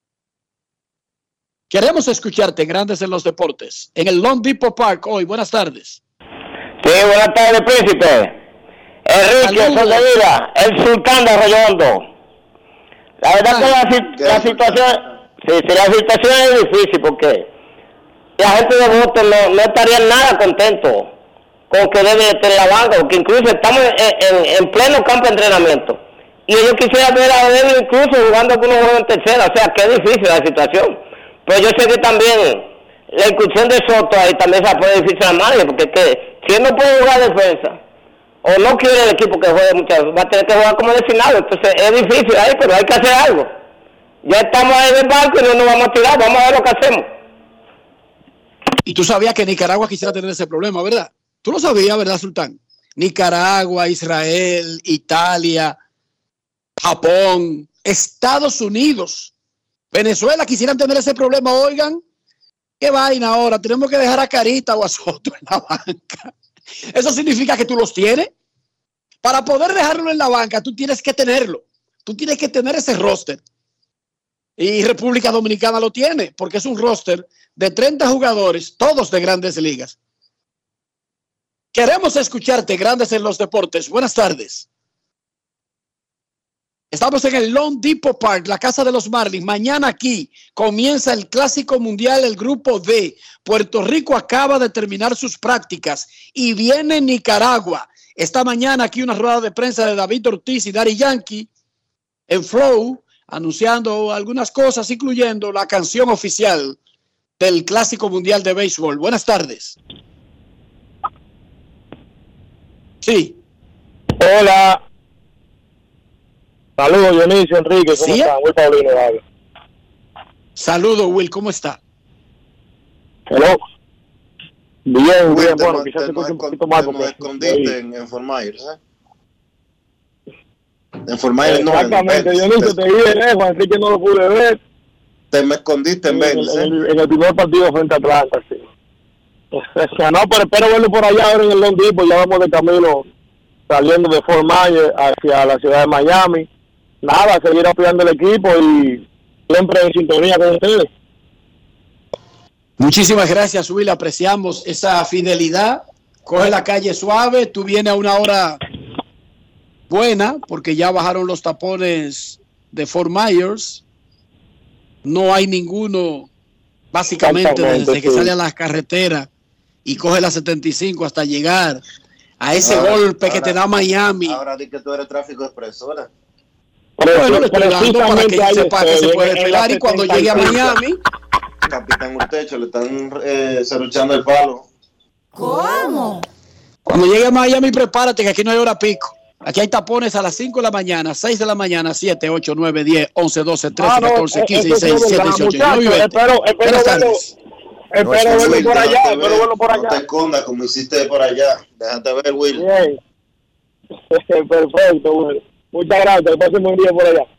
Speaker 5: Queremos escucharte en Grandes en los Deportes, en el Lone Depot Park hoy. Buenas tardes.
Speaker 8: Sí, buenas tardes, príncipe. Enrique Soldevila, el sultán de Arroyondo. La verdad Ay, que la, la situación, sí, sí, la situación es difícil porque la gente de Boston no, no estaría nada contento con que debe estar en la banca, porque incluso estamos en, en, en pleno campo de entrenamiento. Y ellos quisieran ver a Odell incluso jugando algunos juegos en tercera, o sea, qué difícil la situación. Pero yo sé que también la incursión de Soto ahí también se puede difícil a nadie, porque es que si él no puede jugar defensa, o no quiere el equipo que juegue muchas veces, va a tener que jugar como designado. Entonces es difícil ahí, pero hay que hacer algo. Ya estamos ahí en el barco y no nos vamos a tirar, vamos a ver lo que hacemos.
Speaker 5: Y tú sabías que Nicaragua quisiera tener ese problema, ¿verdad? Tú lo sabías, ¿verdad, Sultán? Nicaragua, Israel, Italia, Japón, Estados Unidos, Venezuela quisieran tener ese problema. Oigan, qué vaina ahora, tenemos que dejar a Carita o a Soto en la banca. Eso significa que tú los tienes. Para poder dejarlo en la banca, tú tienes que tenerlo. Tú tienes que tener ese roster. Y República Dominicana lo tiene, porque es un roster de treinta jugadores, todos de grandes ligas. Queremos escucharte, Grandes en los Deportes. Buenas tardes. Estamos en el Lone Depot Park, la casa de los Marlins. Mañana aquí comienza el Clásico Mundial, el Grupo D. Puerto Rico acaba de terminar sus prácticas y viene Nicaragua. Esta mañana aquí una rueda de prensa de David Ortiz y Daddy Yankee en Flow, anunciando algunas cosas, incluyendo la canción oficial del Clásico Mundial de Béisbol. Buenas tardes. Sí.
Speaker 6: Hola. Saludos, Dionisio, Enrique, ¿cómo
Speaker 5: ¿Sí?
Speaker 6: están? Will Paulino, habla.
Speaker 5: Saludos, Will, ¿cómo está?
Speaker 6: Hello. Bien, bien,
Speaker 3: Te,
Speaker 6: bueno,
Speaker 3: te,
Speaker 6: quizás
Speaker 3: te,
Speaker 6: se escuche un
Speaker 3: te,
Speaker 6: poquito más.
Speaker 3: te nos
Speaker 6: porque-
Speaker 3: escondiste en, en Fort Myers, ¿eh? En Fort Myers no.
Speaker 6: Exactamente,
Speaker 3: en,
Speaker 6: Dionisio, te vi de lejos, Enrique no lo pude ver.
Speaker 3: Te me escondiste en
Speaker 6: en,
Speaker 3: Venice,
Speaker 6: en,
Speaker 3: ¿eh?
Speaker 6: el, en el primer partido frente a Atlanta, sí. O sea, no, pero espero verlo por allá ahora en el Lone Depot, ya vamos de camino saliendo de Fort Myers hacia la ciudad de Miami. Nada, seguir apoyando el equipo y siempre en sintonía con ustedes.
Speaker 5: Muchísimas gracias, Will. Apreciamos esa fidelidad. Coge la calle suave. Tú vienes a una hora buena porque ya bajaron los tapones de Fort Myers. No hay ninguno, básicamente, desde que sale a las carreteras y coge la setenta y cinco hasta llegar a ese
Speaker 3: ahora,
Speaker 5: golpe que
Speaker 3: ahora,
Speaker 5: te da Miami.
Speaker 3: Ahora di que tú eres tráfico expreso, ¿verdad?
Speaker 5: Bueno, le estoy dando para que sepa que se puede pegar y cuando llegue a Miami.
Speaker 3: Capitán Urtecho, le están eh, cerruchando el palo.
Speaker 5: ¿Cómo? Cuando llegue a Miami, prepárate que aquí no hay hora pico. Aquí hay tapones a las cinco de la mañana, seis de la mañana, siete, ocho, nueve, diez, once, doce, trece,
Speaker 6: Ah, no,
Speaker 5: catorce, quince,
Speaker 6: eso
Speaker 5: dieciséis,
Speaker 6: es
Speaker 5: diecisiete,
Speaker 6: verdad,
Speaker 5: dieciocho, diecinueve y
Speaker 6: muchachos,
Speaker 5: veinte.
Speaker 6: espero- espero
Speaker 5: Buenas
Speaker 6: verlo-
Speaker 5: tardes.
Speaker 6: Espero
Speaker 3: No,
Speaker 6: verlo
Speaker 3: Will,
Speaker 6: por allá,
Speaker 3: déjate
Speaker 6: espero
Speaker 3: ver,
Speaker 6: verlo por allá.
Speaker 3: No te escondas como hiciste por allá. Déjate ver, Will.
Speaker 6: Bien. Perfecto, Will. Muchas gracias, que pasen buen día por allá.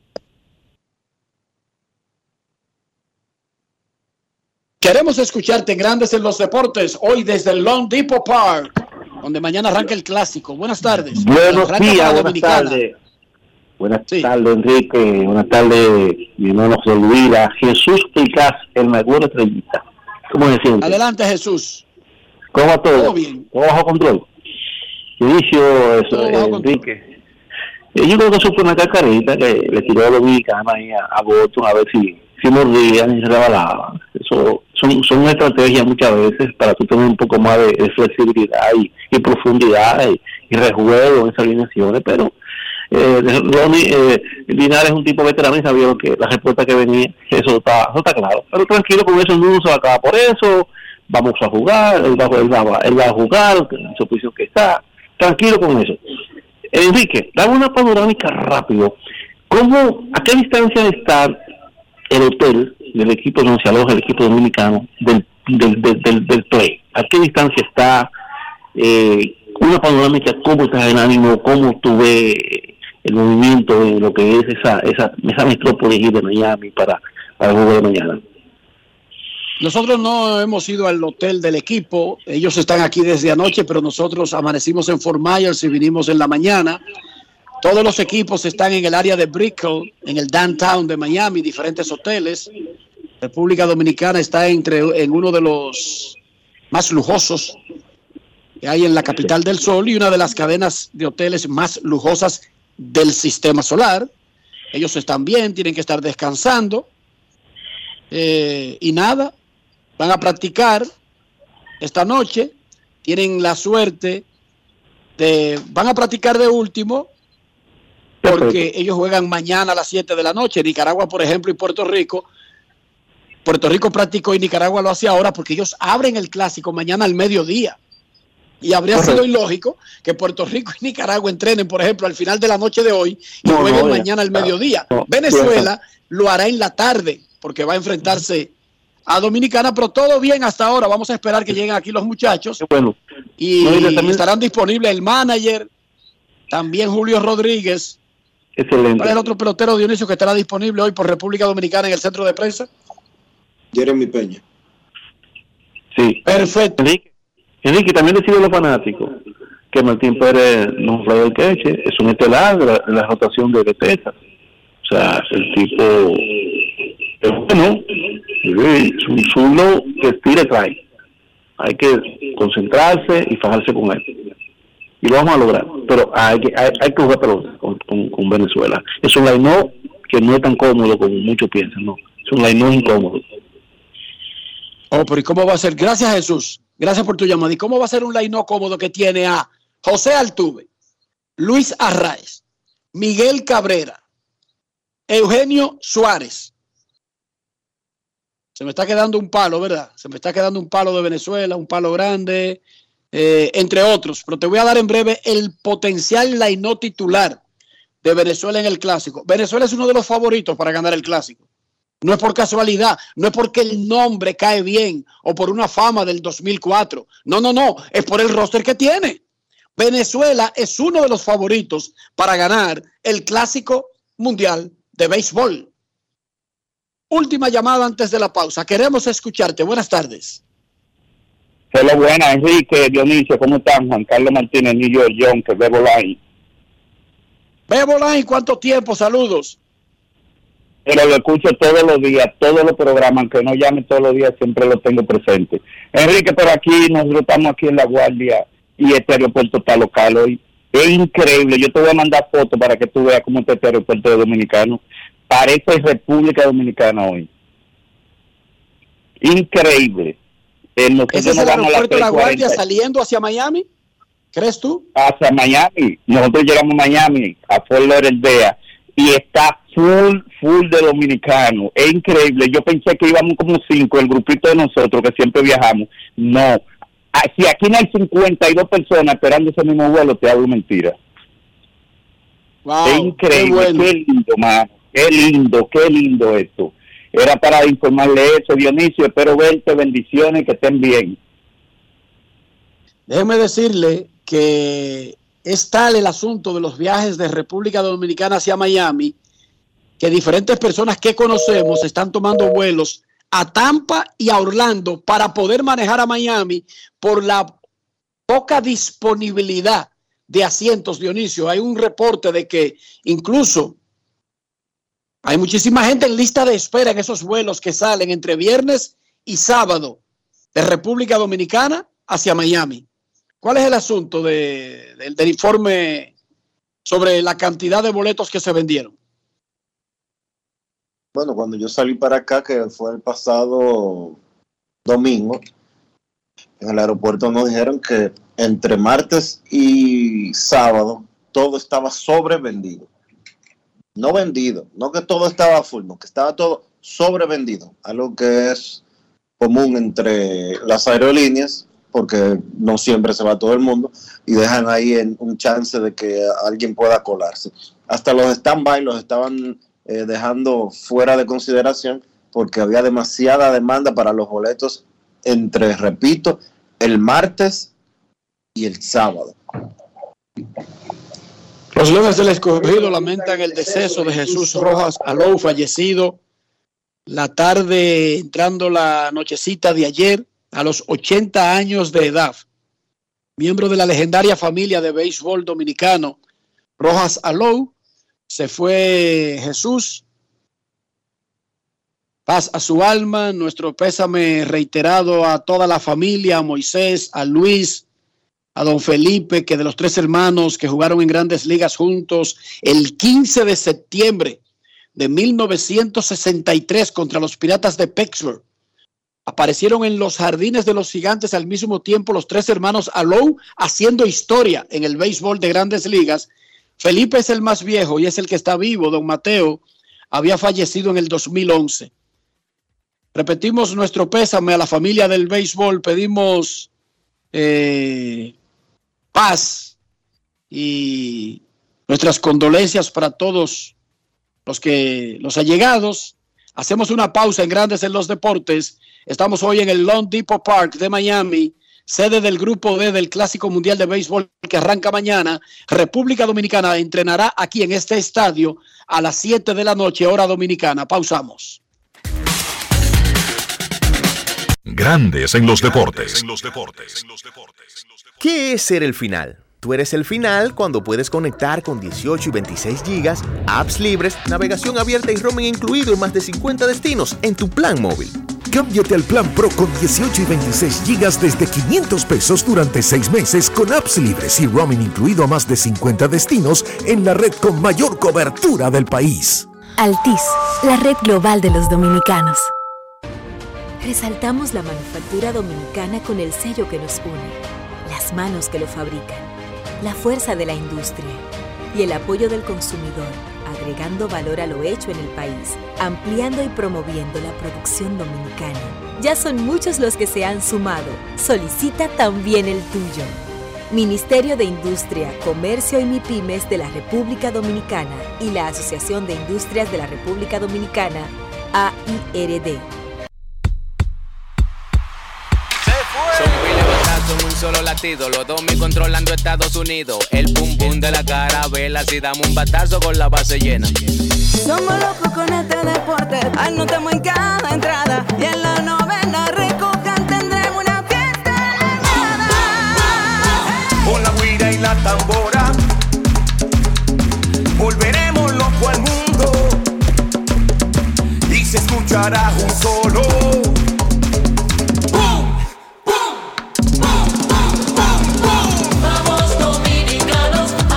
Speaker 5: Queremos escucharte en Grandes en los Deportes, hoy desde el Lone Depot Park, donde mañana arranca el Clásico. Buenas tardes.
Speaker 9: Buenos
Speaker 5: Arranca
Speaker 9: días,
Speaker 5: para
Speaker 9: buenas
Speaker 5: Dominicana.
Speaker 9: tardes. Buenas tardes, Enrique. Buenas tardes, mi hermano José Luis. Jesús Picás, el mejor estrellita. ¿Cómo se siente?
Speaker 5: Adelante, Jesús.
Speaker 9: ¿Cómo va todo?
Speaker 5: Todo bien.
Speaker 9: ¿Todo bajo control? Inicio, eso,
Speaker 5: Todo
Speaker 9: eh,
Speaker 5: bajo
Speaker 9: Enrique. Eh, yo creo que eso fue una cacarita que le tiró a los dominicanos ahí a, a Boston a ver si, si mordían y se rebalaban. Eso son, son estrategias muchas veces para tú tener un poco más de, de flexibilidad y, y profundidad y, y rejuego en esas alineaciones, pero eh, Ronnie eh, Linares es un tipo veterano y sabía lo que la respuesta que venía, eso está, eso está claro. Pero tranquilo, con eso no se va a acabar por eso, vamos a jugar, él va, él va, él va a jugar en su posición que está, tranquilo con eso. Enrique, dame una panorámica rápido. ¿Cómo, a qué distancia está el hotel del equipo de el equipo dominicano del, del, del, del, del play? ¿A qué distancia está? Eh, una panorámica, ¿cómo está el ánimo? ¿Cómo tú ves el movimiento de lo que es esa esa esa metrópolis de Miami para, para el juego de mañana?
Speaker 5: Nosotros no hemos ido al hotel del equipo, ellos están aquí desde anoche, pero nosotros amanecimos en Fort Myers y vinimos en la mañana. Todos los equipos están en el área de Brickell, en el downtown de Miami, diferentes hoteles. República Dominicana está entre en uno de los más lujosos que hay en la capital del sol y una de las cadenas de hoteles más lujosas del sistema solar. Ellos están bien, tienen que estar descansando eh, y nada. Van a practicar esta noche, tienen la suerte de, van a practicar de último, porque ellos juegan mañana a las siete de la noche, Nicaragua, por ejemplo, y Puerto Rico. Puerto Rico practicó y Nicaragua lo hace ahora porque ellos abren el clásico mañana al mediodía. Y habría Correcto. sido ilógico que Puerto Rico y Nicaragua entrenen, por ejemplo, al final de la noche de hoy y no, jueguen no, mañana al mediodía. No, Venezuela lo hará en la tarde porque va a enfrentarse a Dominicana, pero todo bien hasta ahora. Vamos a esperar que lleguen aquí los muchachos.
Speaker 9: Bueno,
Speaker 5: y no, estarán disponibles el manager, también Julio Rodríguez.
Speaker 9: Excelente.
Speaker 5: ¿Cuál es el otro pelotero, Dionisio, que estará disponible hoy por República Dominicana en el centro de prensa?
Speaker 3: Jeremy Peña.
Speaker 9: Sí.
Speaker 5: Perfecto.
Speaker 9: Enrique, Enrique también decide a los fanáticos que Martín Pérez no es un que eche, es un estelar de la, de la rotación de Texas. O sea, el tipo es bueno, es un zulo que tira y trae. Hay que concentrarse y fajarse con él. Y lo vamos a lograr. Pero hay que, hay, hay que jugar pelota con, con, con Venezuela. Es un line-up que no es tan cómodo como muchos piensan, no. Es un line-up incómodo.
Speaker 5: Oh, pero ¿y cómo va a ser? Gracias, Jesús. Gracias por tu llamada. ¿Y cómo va a ser un line-up cómodo que tiene a José Altuve, Luis Arraez, Miguel Cabrera, Eugenio Suárez? Se me está quedando un palo, ¿verdad? Se me está quedando un palo de Venezuela, un palo grande, eh, entre otros. Pero te voy a dar en breve el potencial line-up titular de Venezuela en el Clásico. Venezuela es uno de los favoritos para ganar el Clásico. No es por casualidad, no es porque el nombre cae bien o por una fama del dos mil cuatro. No, no, no, es por el roster que tiene. Venezuela es uno de los favoritos para ganar el Clásico Mundial de Béisbol. Última llamada antes de la pausa. Queremos escucharte. Buenas tardes.
Speaker 10: Hola, buenas, Enrique, Dionisio, ¿cómo están? Juan Carlos Martínez, New York, John, que Bebo Line.
Speaker 5: Bebo Line, ¿cuánto tiempo? Saludos.
Speaker 10: Pero lo escucho todos los días, todos los programas, aunque no llame todos los días, siempre lo tengo presente. Enrique, pero aquí nosotros estamos aquí en La Guardia y este aeropuerto está local hoy. Es increíble. Yo te voy a mandar fotos para que tú veas cómo está este aeropuerto dominicano. Parece República Dominicana hoy. Increíble. Eh,
Speaker 5: ¿Ese es el aeropuerto de La Guardia saliendo hacia Miami? ¿Crees tú?
Speaker 10: Hacia Miami. Nosotros llegamos a Miami, a Fort Lauderdale, y está full, full de dominicanos. Es increíble. Yo pensé que íbamos como cinco, el grupito de nosotros que siempre viajamos. No. Si aquí no hay cincuenta y dos personas esperando ese mismo vuelo, te hablo mentira.
Speaker 5: Wow,
Speaker 10: es increíble.
Speaker 5: Qué, bueno.
Speaker 10: Qué lindo, man. Qué lindo, qué lindo esto. Era para informarle eso, Dionisio. Espero verte, bendiciones, que estén bien.
Speaker 5: Déjeme decirle que es tal el asunto de los viajes de República Dominicana hacia Miami que diferentes personas que conocemos están tomando vuelos a Tampa y a Orlando para poder manejar a Miami por la poca disponibilidad de asientos, Dionisio. Hay un reporte de que incluso hay muchísima gente en lista de espera en esos vuelos que salen entre viernes y sábado de República Dominicana hacia Miami. ¿Cuál es el asunto de, de, del informe sobre la cantidad de boletos que se vendieron?
Speaker 3: Bueno, cuando yo salí para acá, que fue el pasado domingo, en el aeropuerto nos dijeron que entre martes y sábado todo estaba sobrevendido. No vendido, no que todo estaba full, no, que estaba todo sobrevendido, algo que es común entre las aerolíneas, porque no siempre se va todo el mundo y dejan ahí en un chance de que alguien pueda colarse. Hasta los stand-by los estaban eh, dejando fuera de consideración porque había demasiada demanda para los boletos entre, repito, el martes y el sábado.
Speaker 5: Los Leones del Escogido lamentan el deceso de Jesús Rojas Alou, fallecido la tarde, entrando la nochecita de ayer, a los ochenta años de edad. Miembro de la legendaria familia de béisbol dominicano Rojas Alou, se fue Jesús. Paz a su alma, nuestro pésame reiterado a toda la familia, a Moisés, a Luis, a don Felipe, que de los tres hermanos que jugaron en Grandes Ligas juntos el quince de septiembre de mil novecientos sesenta y tres contra los Piratas de Pittsburgh. Aparecieron en los jardines de los Gigantes al mismo tiempo los tres hermanos Alou, haciendo historia en el béisbol de Grandes Ligas. Felipe es el más viejo y es el que está vivo. Don Mateo había fallecido en el dos mil once. Repetimos nuestro pésame a la familia del béisbol. Pedimos eh, paz y nuestras condolencias para todos los que los allegados. Hacemos una pausa en Grandes en los Deportes. Estamos hoy en el Lone Depot Park de Miami, sede del Grupo D del Clásico Mundial de Béisbol que arranca mañana. República Dominicana entrenará aquí en este estadio a las siete de la noche, hora dominicana. Pausamos.
Speaker 1: Grandes en los deportes.
Speaker 11: ¿Qué es ser el final? Tú eres el final cuando puedes conectar con dieciocho y veintiséis gigas, apps libres, navegación abierta y roaming incluido en más de cincuenta destinos en tu plan móvil.
Speaker 12: Cámbiate al plan Pro con dieciocho y veintiséis gigas desde quinientos pesos durante seis meses con apps libres y roaming incluido a más de cincuenta destinos en la red con mayor cobertura del país.
Speaker 14: Altis, la red global de los dominicanos. Resaltamos la manufactura dominicana con el sello que nos une, las manos que lo fabrican, la fuerza de la industria y el apoyo del consumidor, agregando valor a lo hecho en el país, ampliando y promoviendo la producción dominicana. Ya son muchos los que se han sumado. Solicita también el tuyo. Ministerio de Industria, Comercio y MIPYMES de la República Dominicana y la Asociación de Industrias de la República Dominicana, A I R D.
Speaker 23: Son miles batazos en un solo latido, los dos mil controlando Estados Unidos. El pum pum de la carabela, si damos un batazo con la base llena.
Speaker 24: Somos locos con este deporte, anotamos en cada entrada y en la novena recojan tendremos una fiesta elevada.
Speaker 22: Con la guira y la tambora volveremos loco al mundo y se escuchará un solo.
Speaker 24: Vamos dominicanos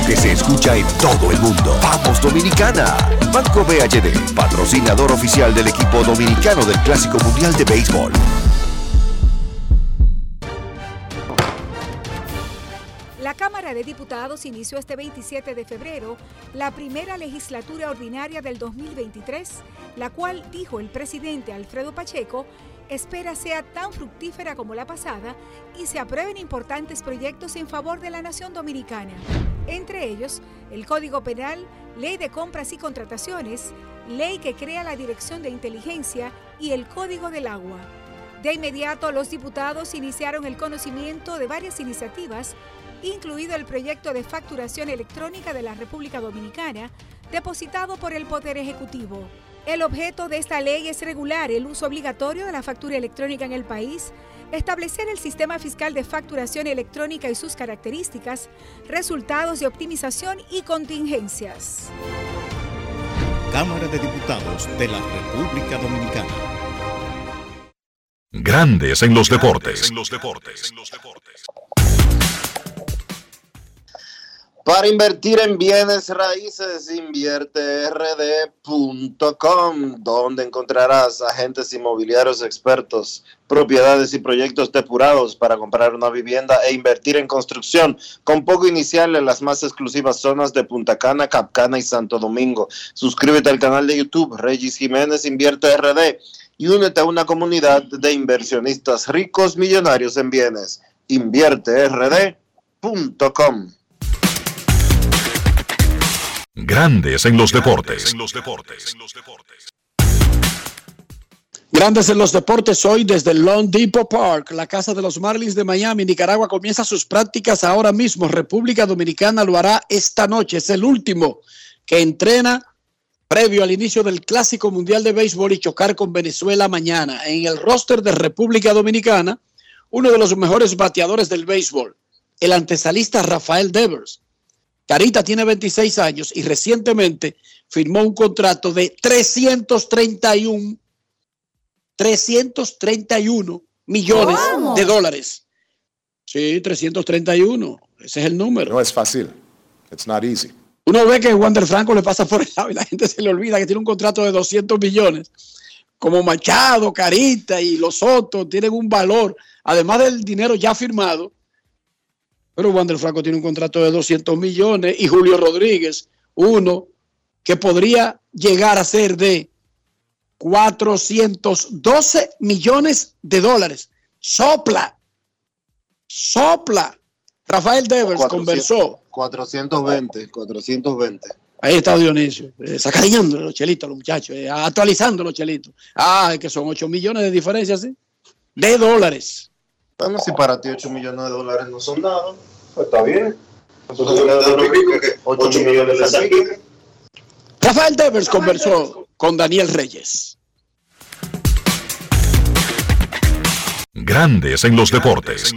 Speaker 4: que se escucha en todo el mundo. ¡Vamos Dominicana! Banco B H D, patrocinador oficial del equipo dominicano del Clásico Mundial de Béisbol.
Speaker 13: La Cámara de Diputados inició este veintisiete de febrero la primera legislatura ordinaria del dos mil veintitrés, la cual, dijo el presidente Alfredo Pacheco, espera sea tan fructífera como la pasada y se aprueben importantes proyectos en favor de la nación dominicana. Entre ellos, el Código Penal, Ley de Compras y Contrataciones, Ley que crea la Dirección de Inteligencia y el Código del Agua. De inmediato, los diputados iniciaron el conocimiento de varias iniciativas, incluido el proyecto de facturación electrónica de la República Dominicana, depositado por el Poder Ejecutivo. El objeto de esta ley es regular el uso obligatorio de la factura electrónica en el país, establecer el sistema fiscal de facturación electrónica y sus características, resultados de optimización y contingencias.
Speaker 15: Cámara de Diputados de la República Dominicana.
Speaker 1: Grandes en los deportes. En los deportes.
Speaker 3: Para invertir en bienes raíces, invierte r d punto com, donde encontrarás agentes inmobiliarios expertos, propiedades y proyectos depurados para comprar una vivienda e invertir en construcción, con poco inicial en las más exclusivas zonas de Punta Cana, Capcana y Santo Domingo. Suscríbete al canal de YouTube Regis Jiménez Invierte R D y únete a una comunidad de inversionistas ricos millonarios en bienes. invierte r d punto com.
Speaker 1: Grandes en los deportes.
Speaker 5: Grandes en los deportes hoy desde el Lone Depot Park, la casa de los Marlins de Miami, Nicaragua, comienza sus prácticas ahora mismo. República Dominicana lo hará esta noche. Es el último que entrena previo al inicio del Clásico Mundial de Béisbol y chocar con Venezuela mañana. En el roster de República Dominicana, uno de los mejores bateadores del béisbol, el antesalista Rafael Devers. Carita tiene veintiséis años y recientemente firmó un contrato de trescientos treinta y uno millones ¿Cómo? de dólares. Sí, trescientos treinta y uno. Ese es el número.
Speaker 16: No es fácil. It's not easy.
Speaker 5: Uno ve que Wander Franco le pasa por el lado y la gente se le olvida que tiene un contrato de doscientos millones. Como Machado, Carita y los otros tienen un valor, además del dinero ya firmado. Pero Wander Franco tiene un contrato de doscientos millones y Julio Rodríguez, uno que podría llegar a ser de cuatrocientos doce millones de dólares. Sopla, sopla. Rafael Devers conversó.
Speaker 3: cuatrocientos veinte, cuatrocientos veinte.
Speaker 5: Ahí está Dionisio, eh, sacariñando los chelitos a los muchachos, eh, actualizando los chelitos. Ah, es que son ocho millones de diferencia, ¿sí? De dólares.
Speaker 3: Bueno, si para ti ocho millones de dólares no son nada, pues está bien. ocho millones de dólares.
Speaker 5: Rafael Devers conversó con Daniel Reyes.
Speaker 1: Grandes en los deportes.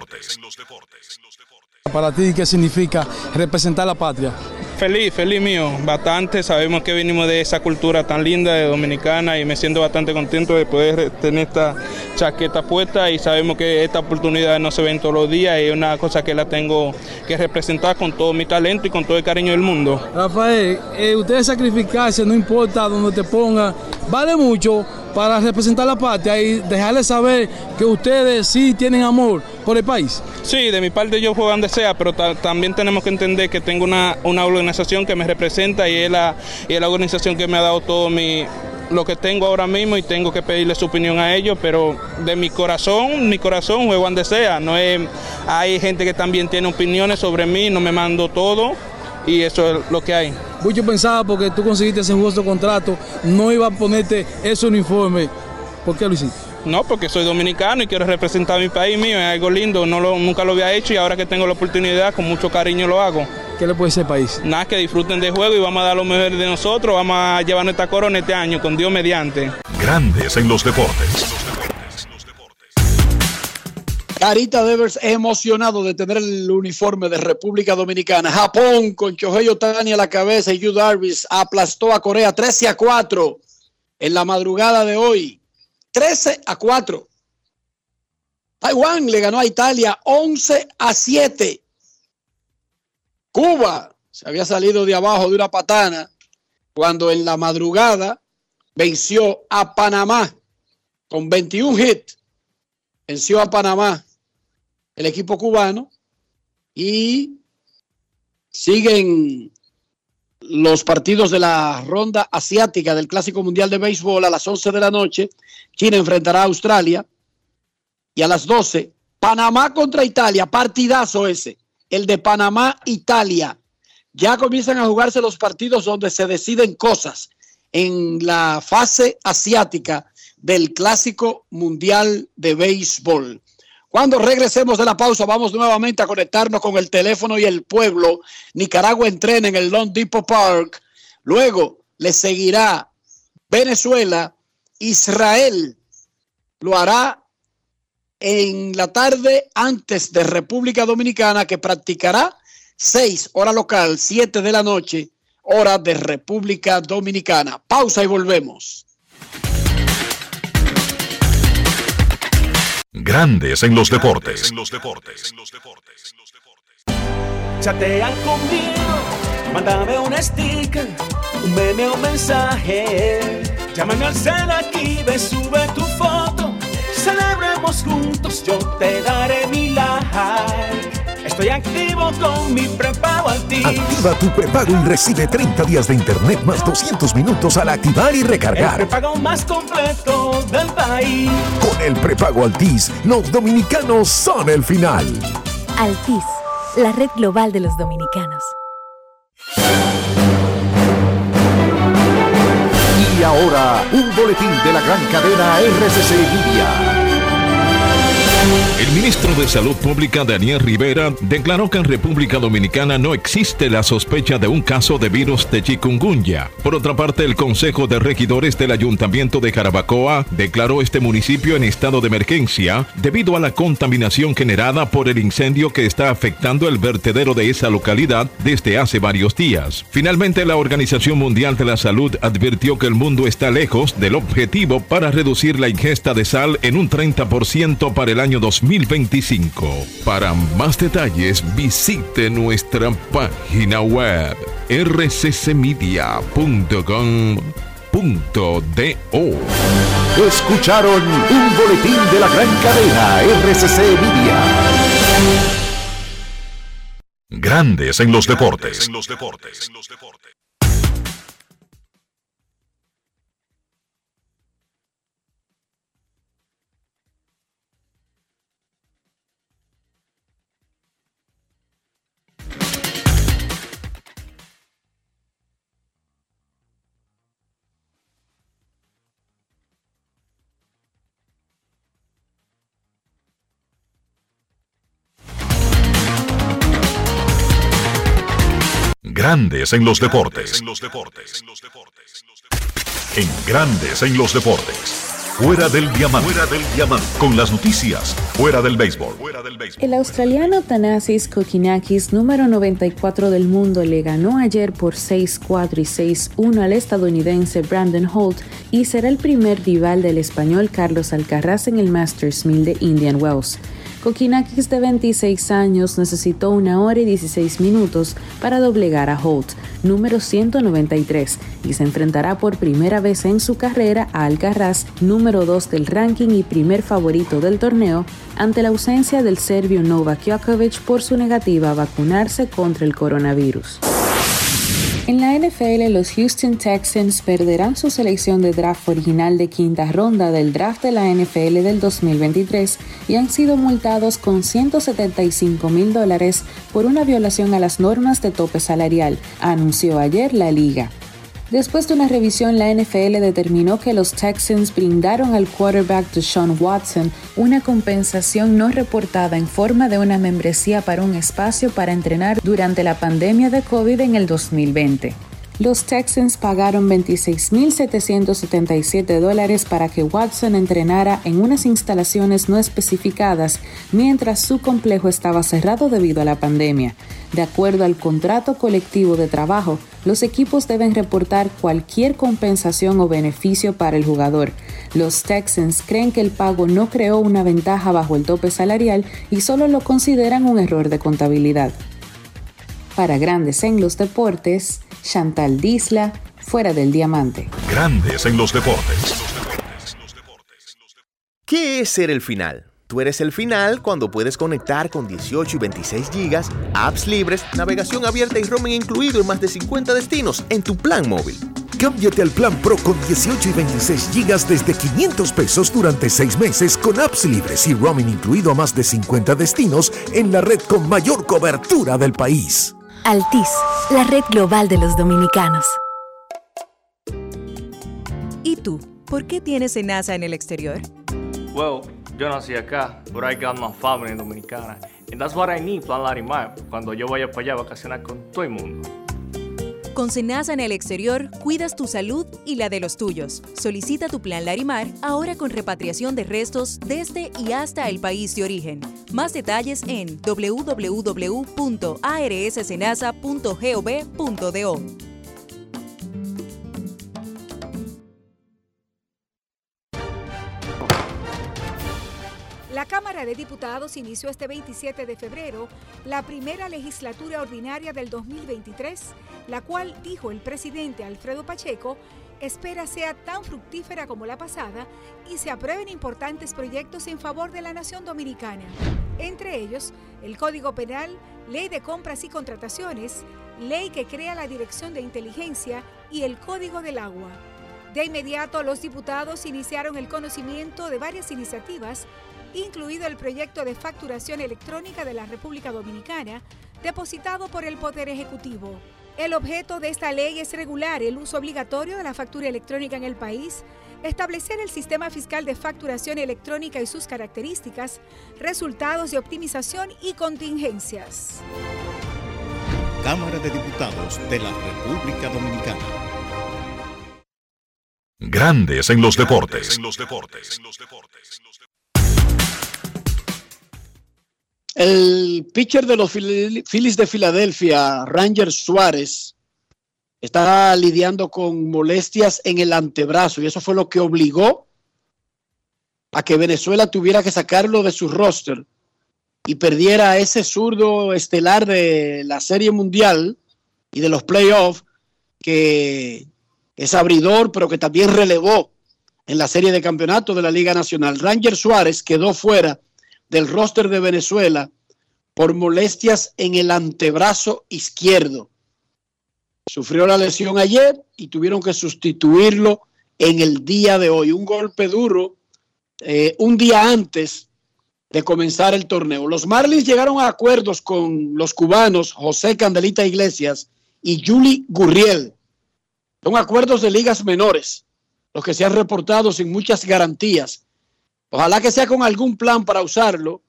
Speaker 19: Para ti, ¿qué significa representar la patria?
Speaker 25: Feliz, feliz mío, bastante. Sabemos que venimos de esa cultura tan linda de dominicana y me siento bastante contento de poder tener esta chaqueta puesta y sabemos que esta oportunidad no se ven todos los días y es una cosa que la tengo que representar con todo mi talento y con todo el cariño del mundo.
Speaker 19: Rafael, eh, ustedes sacrificarse, no importa donde te pongan, vale mucho para representar la patria y dejarles saber que ustedes sí tienen amor por el país.
Speaker 25: Sí, de mi parte yo juego donde sea, pero ta también tenemos que entender que tengo una, una organización que me representa y es, la, y es la organización que me ha dado todo mi, lo que tengo ahora mismo y tengo que pedirle su opinión a ellos, pero de mi corazón, mi corazón juego donde sea. No es, hay gente que también tiene opiniones sobre mí, no me mando todo y eso es lo que hay.
Speaker 19: Mucho pensaba porque tú conseguiste ese jugoso contrato, no iba a ponerte ese uniforme. ¿Por qué lo hiciste?
Speaker 25: No, porque soy dominicano y quiero representar a mi país mío, es algo lindo, no lo, nunca lo había hecho y ahora que tengo la oportunidad, con mucho cariño lo hago.
Speaker 19: ¿Qué le puede decir al país?
Speaker 25: Nada, que disfruten del juego y vamos a dar lo mejor de nosotros, vamos a llevar nuestra corona este año, con Dios mediante.
Speaker 1: Grandes en los deportes.
Speaker 5: Carita Devers emocionado de tener el uniforme de República Dominicana. Japón con Shohei Ohtani a la cabeza y Yu Darvish aplastó a Corea trece a cuatro en la madrugada de hoy. trece a cuatro. Taiwán le ganó a Italia once a siete. Cuba se había salido de abajo de una patana cuando en la madrugada venció a Panamá con veintiún hits. Venció a Panamá el equipo cubano y siguen los partidos de la ronda asiática del Clásico Mundial de Béisbol. A las once de la noche, China enfrentará a Australia. Y a las doce, Panamá contra Italia. Partidazo ese, el de Panamá-Italia. Ya comienzan a jugarse los partidos donde se deciden cosas en la fase asiática del Clásico Mundial de Béisbol. Cuando regresemos de la pausa, vamos nuevamente a conectarnos con el teléfono y el pueblo. Nicaragua entrena en el Lone Depot Park. Luego le seguirá Venezuela. Israel lo hará en la tarde antes de República Dominicana, que practicará seis hora local, siete de la noche, hora de República Dominicana. Pausa y volvemos.
Speaker 1: Grandes en los deportes.
Speaker 7: Chatean conmigo, mándame un sticker, un meme o un mensaje. Llámame al cel aquí, ve, sube tu foto. Celebremos juntos, yo te daré mi like. Estoy activo con mi prepago Altis.
Speaker 12: Activa tu prepago y recibe treinta días de internet más doscientos minutos al activar y recargar.
Speaker 7: El prepago más completo del país.
Speaker 12: Con el prepago Altis, los dominicanos son el final.
Speaker 14: Altis, la red global de los dominicanos.
Speaker 4: Y ahora, un boletín de la gran cadena R C C Media.
Speaker 17: El ministro de Salud Pública, Daniel Rivera, declaró que en República Dominicana no existe la sospecha de un caso de virus de chikungunya. Por otra parte, el Consejo de Regidores del Ayuntamiento de Jarabacoa declaró este municipio en estado de emergencia debido a la contaminación generada por el incendio que está afectando el vertedero de esa localidad desde hace varios días. Finalmente, la Organización Mundial de la Salud advirtió que el mundo está lejos del objetivo para reducir la ingesta de sal en un treinta por ciento para el año dos mil veinticinco. Para más detalles, visite nuestra página web r c c media punto com punto do.
Speaker 4: Escucharon un boletín de la gran cadena R C C Media.
Speaker 1: Grandes en los deportes. Grandes en los deportes. En Grandes en los deportes. Fuera del diamante. Fuera del diamante. Con las noticias. Fuera del béisbol.
Speaker 18: El australiano Thanasis Kokkinakis, número noventa y cuatro del mundo, le ganó ayer por seis cuatro y seis uno al estadounidense Brandon Holt y será el primer rival del español Carlos Alcaraz en el Masters mil de Indian Wells. Kokkinakis, de veintiséis años, necesitó una hora y dieciséis minutos para doblegar a Holt, número ciento noventa y tres, y se enfrentará por primera vez en su carrera a Alcaraz, número dos del ranking y primer favorito del torneo, ante la ausencia del serbio Novak Djokovic por su negativa a vacunarse contra el coronavirus. En la N F L, los Houston Texans perderán su selección de draft original de quinta ronda del draft de la N F L del dos mil veintitrés y han sido multados con ciento setenta y cinco mil dólares por una violación a las normas de tope salarial, anunció ayer la liga. Después de una revisión, la N F L determinó que los Texans brindaron al quarterback Deshaun Watson una compensación no reportada en forma de una membresía para un espacio para entrenar durante la pandemia de COVID en el dos mil veinte. Los Texans pagaron veintiséis mil setecientos setenta y siete dólares para que Watson entrenara en unas instalaciones no especificadas mientras su complejo estaba cerrado debido a la pandemia. De acuerdo al contrato colectivo de trabajo, los equipos deben reportar cualquier compensación o beneficio para el jugador. Los Texans creen que el pago no creó una ventaja bajo el tope salarial y solo lo consideran un error de contabilidad. Para Grandes en los Deportes, Chantal Disla, Fuera del Diamante.
Speaker 1: Grandes en los deportes.
Speaker 11: ¿Qué es ser el final? Tú eres el final cuando puedes conectar con dieciocho y veintiséis gigas, apps libres, navegación abierta y roaming incluido en más de cincuenta destinos en tu plan móvil.
Speaker 12: Cámbiate al plan Pro con dieciocho y veintiséis gigas desde quinientos pesos durante seis meses con apps libres y roaming incluido a más de cincuenta destinos en la red con mayor cobertura del país.
Speaker 14: Altis, la red global de los dominicanos.
Speaker 2: ¿Y tú? ¿Por qué tienes SENASA en el exterior?
Speaker 6: Well, yo nací acá, but I got my family dominicana. And that's what I need, Plan Larimar, cuando yo vaya para allá a vacacionar con todo el mundo.
Speaker 2: Con SENASA en el exterior, cuidas tu salud y la de los tuyos. Solicita tu Plan Larimar ahora con repatriación de restos desde y hasta el país de origen. Más detalles en doble u doble u doble u punto a r s senasa punto gov punto do.
Speaker 13: La Cámara de Diputados inició este veintisiete de febrero la primera legislatura ordinaria del dos mil veintitrés, la cual, dijo el presidente Alfredo Pacheco, espera sea tan fructífera como la pasada y se aprueben importantes proyectos en favor de la nación dominicana. Entre ellos, el Código Penal, Ley de Compras y Contrataciones, Ley que crea la Dirección de Inteligencia y el Código del Agua. De inmediato, los diputados iniciaron el conocimiento de varias iniciativas, incluido el proyecto de facturación electrónica de la República Dominicana, depositado por el Poder Ejecutivo. El objeto de esta ley es regular el uso obligatorio de la factura electrónica en el país, establecer el sistema fiscal de facturación electrónica y sus características, resultados de optimización y contingencias.
Speaker 15: Cámara de Diputados de la República Dominicana.
Speaker 1: Grandes en los deportes. En los deportes.
Speaker 5: El pitcher de los Phillies de Filadelfia, Ranger Suárez, está lidiando con molestias en el antebrazo y eso fue lo que obligó a que Venezuela tuviera que sacarlo de su roster y perdiera a ese zurdo estelar de la Serie Mundial y de los playoffs, que es abridor pero que también relevó en la Serie de Campeonato de la Liga Nacional. Ranger Suárez quedó fuera del roster de Venezuela por molestias en el antebrazo izquierdo. Sufrió la lesión ayer y tuvieron que sustituirlo en el día de hoy. Un golpe duro eh, un día antes de comenzar el torneo. Los Marlins llegaron a acuerdos con los cubanos José Candelita Iglesias y Yuli Gurriel. Son acuerdos de ligas menores, los que se han reportado sin muchas garantías. Ojalá que sea con algún plan para usarlo,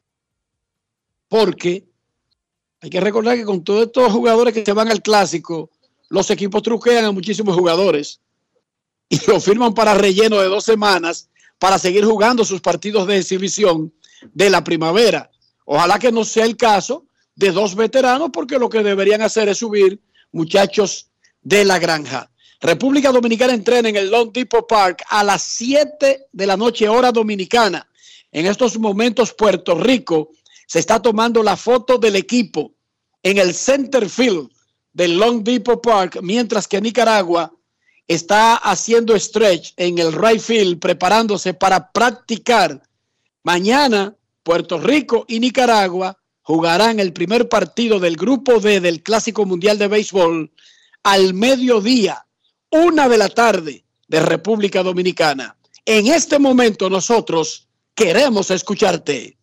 Speaker 5: porque hay que recordar que con todos estos jugadores que se van al clásico, los equipos truquean a muchísimos jugadores y lo firman para relleno de dos semanas para seguir jugando sus partidos de exhibición de la primavera. Ojalá que no sea el caso de dos veteranos, porque lo que deberían hacer es subir muchachos de la granja. República Dominicana entrena en el Long Depot Park a las siete de la noche, hora dominicana. En estos momentos, Puerto Rico se está tomando la foto del equipo en el center field del Long Depot Park, mientras que Nicaragua está haciendo stretch en el right field, preparándose para practicar. Mañana, Puerto Rico y Nicaragua jugarán el primer partido del Grupo D del Clásico Mundial de Béisbol al mediodía, una de la tarde de República Dominicana. En este momento nosotros queremos escucharte.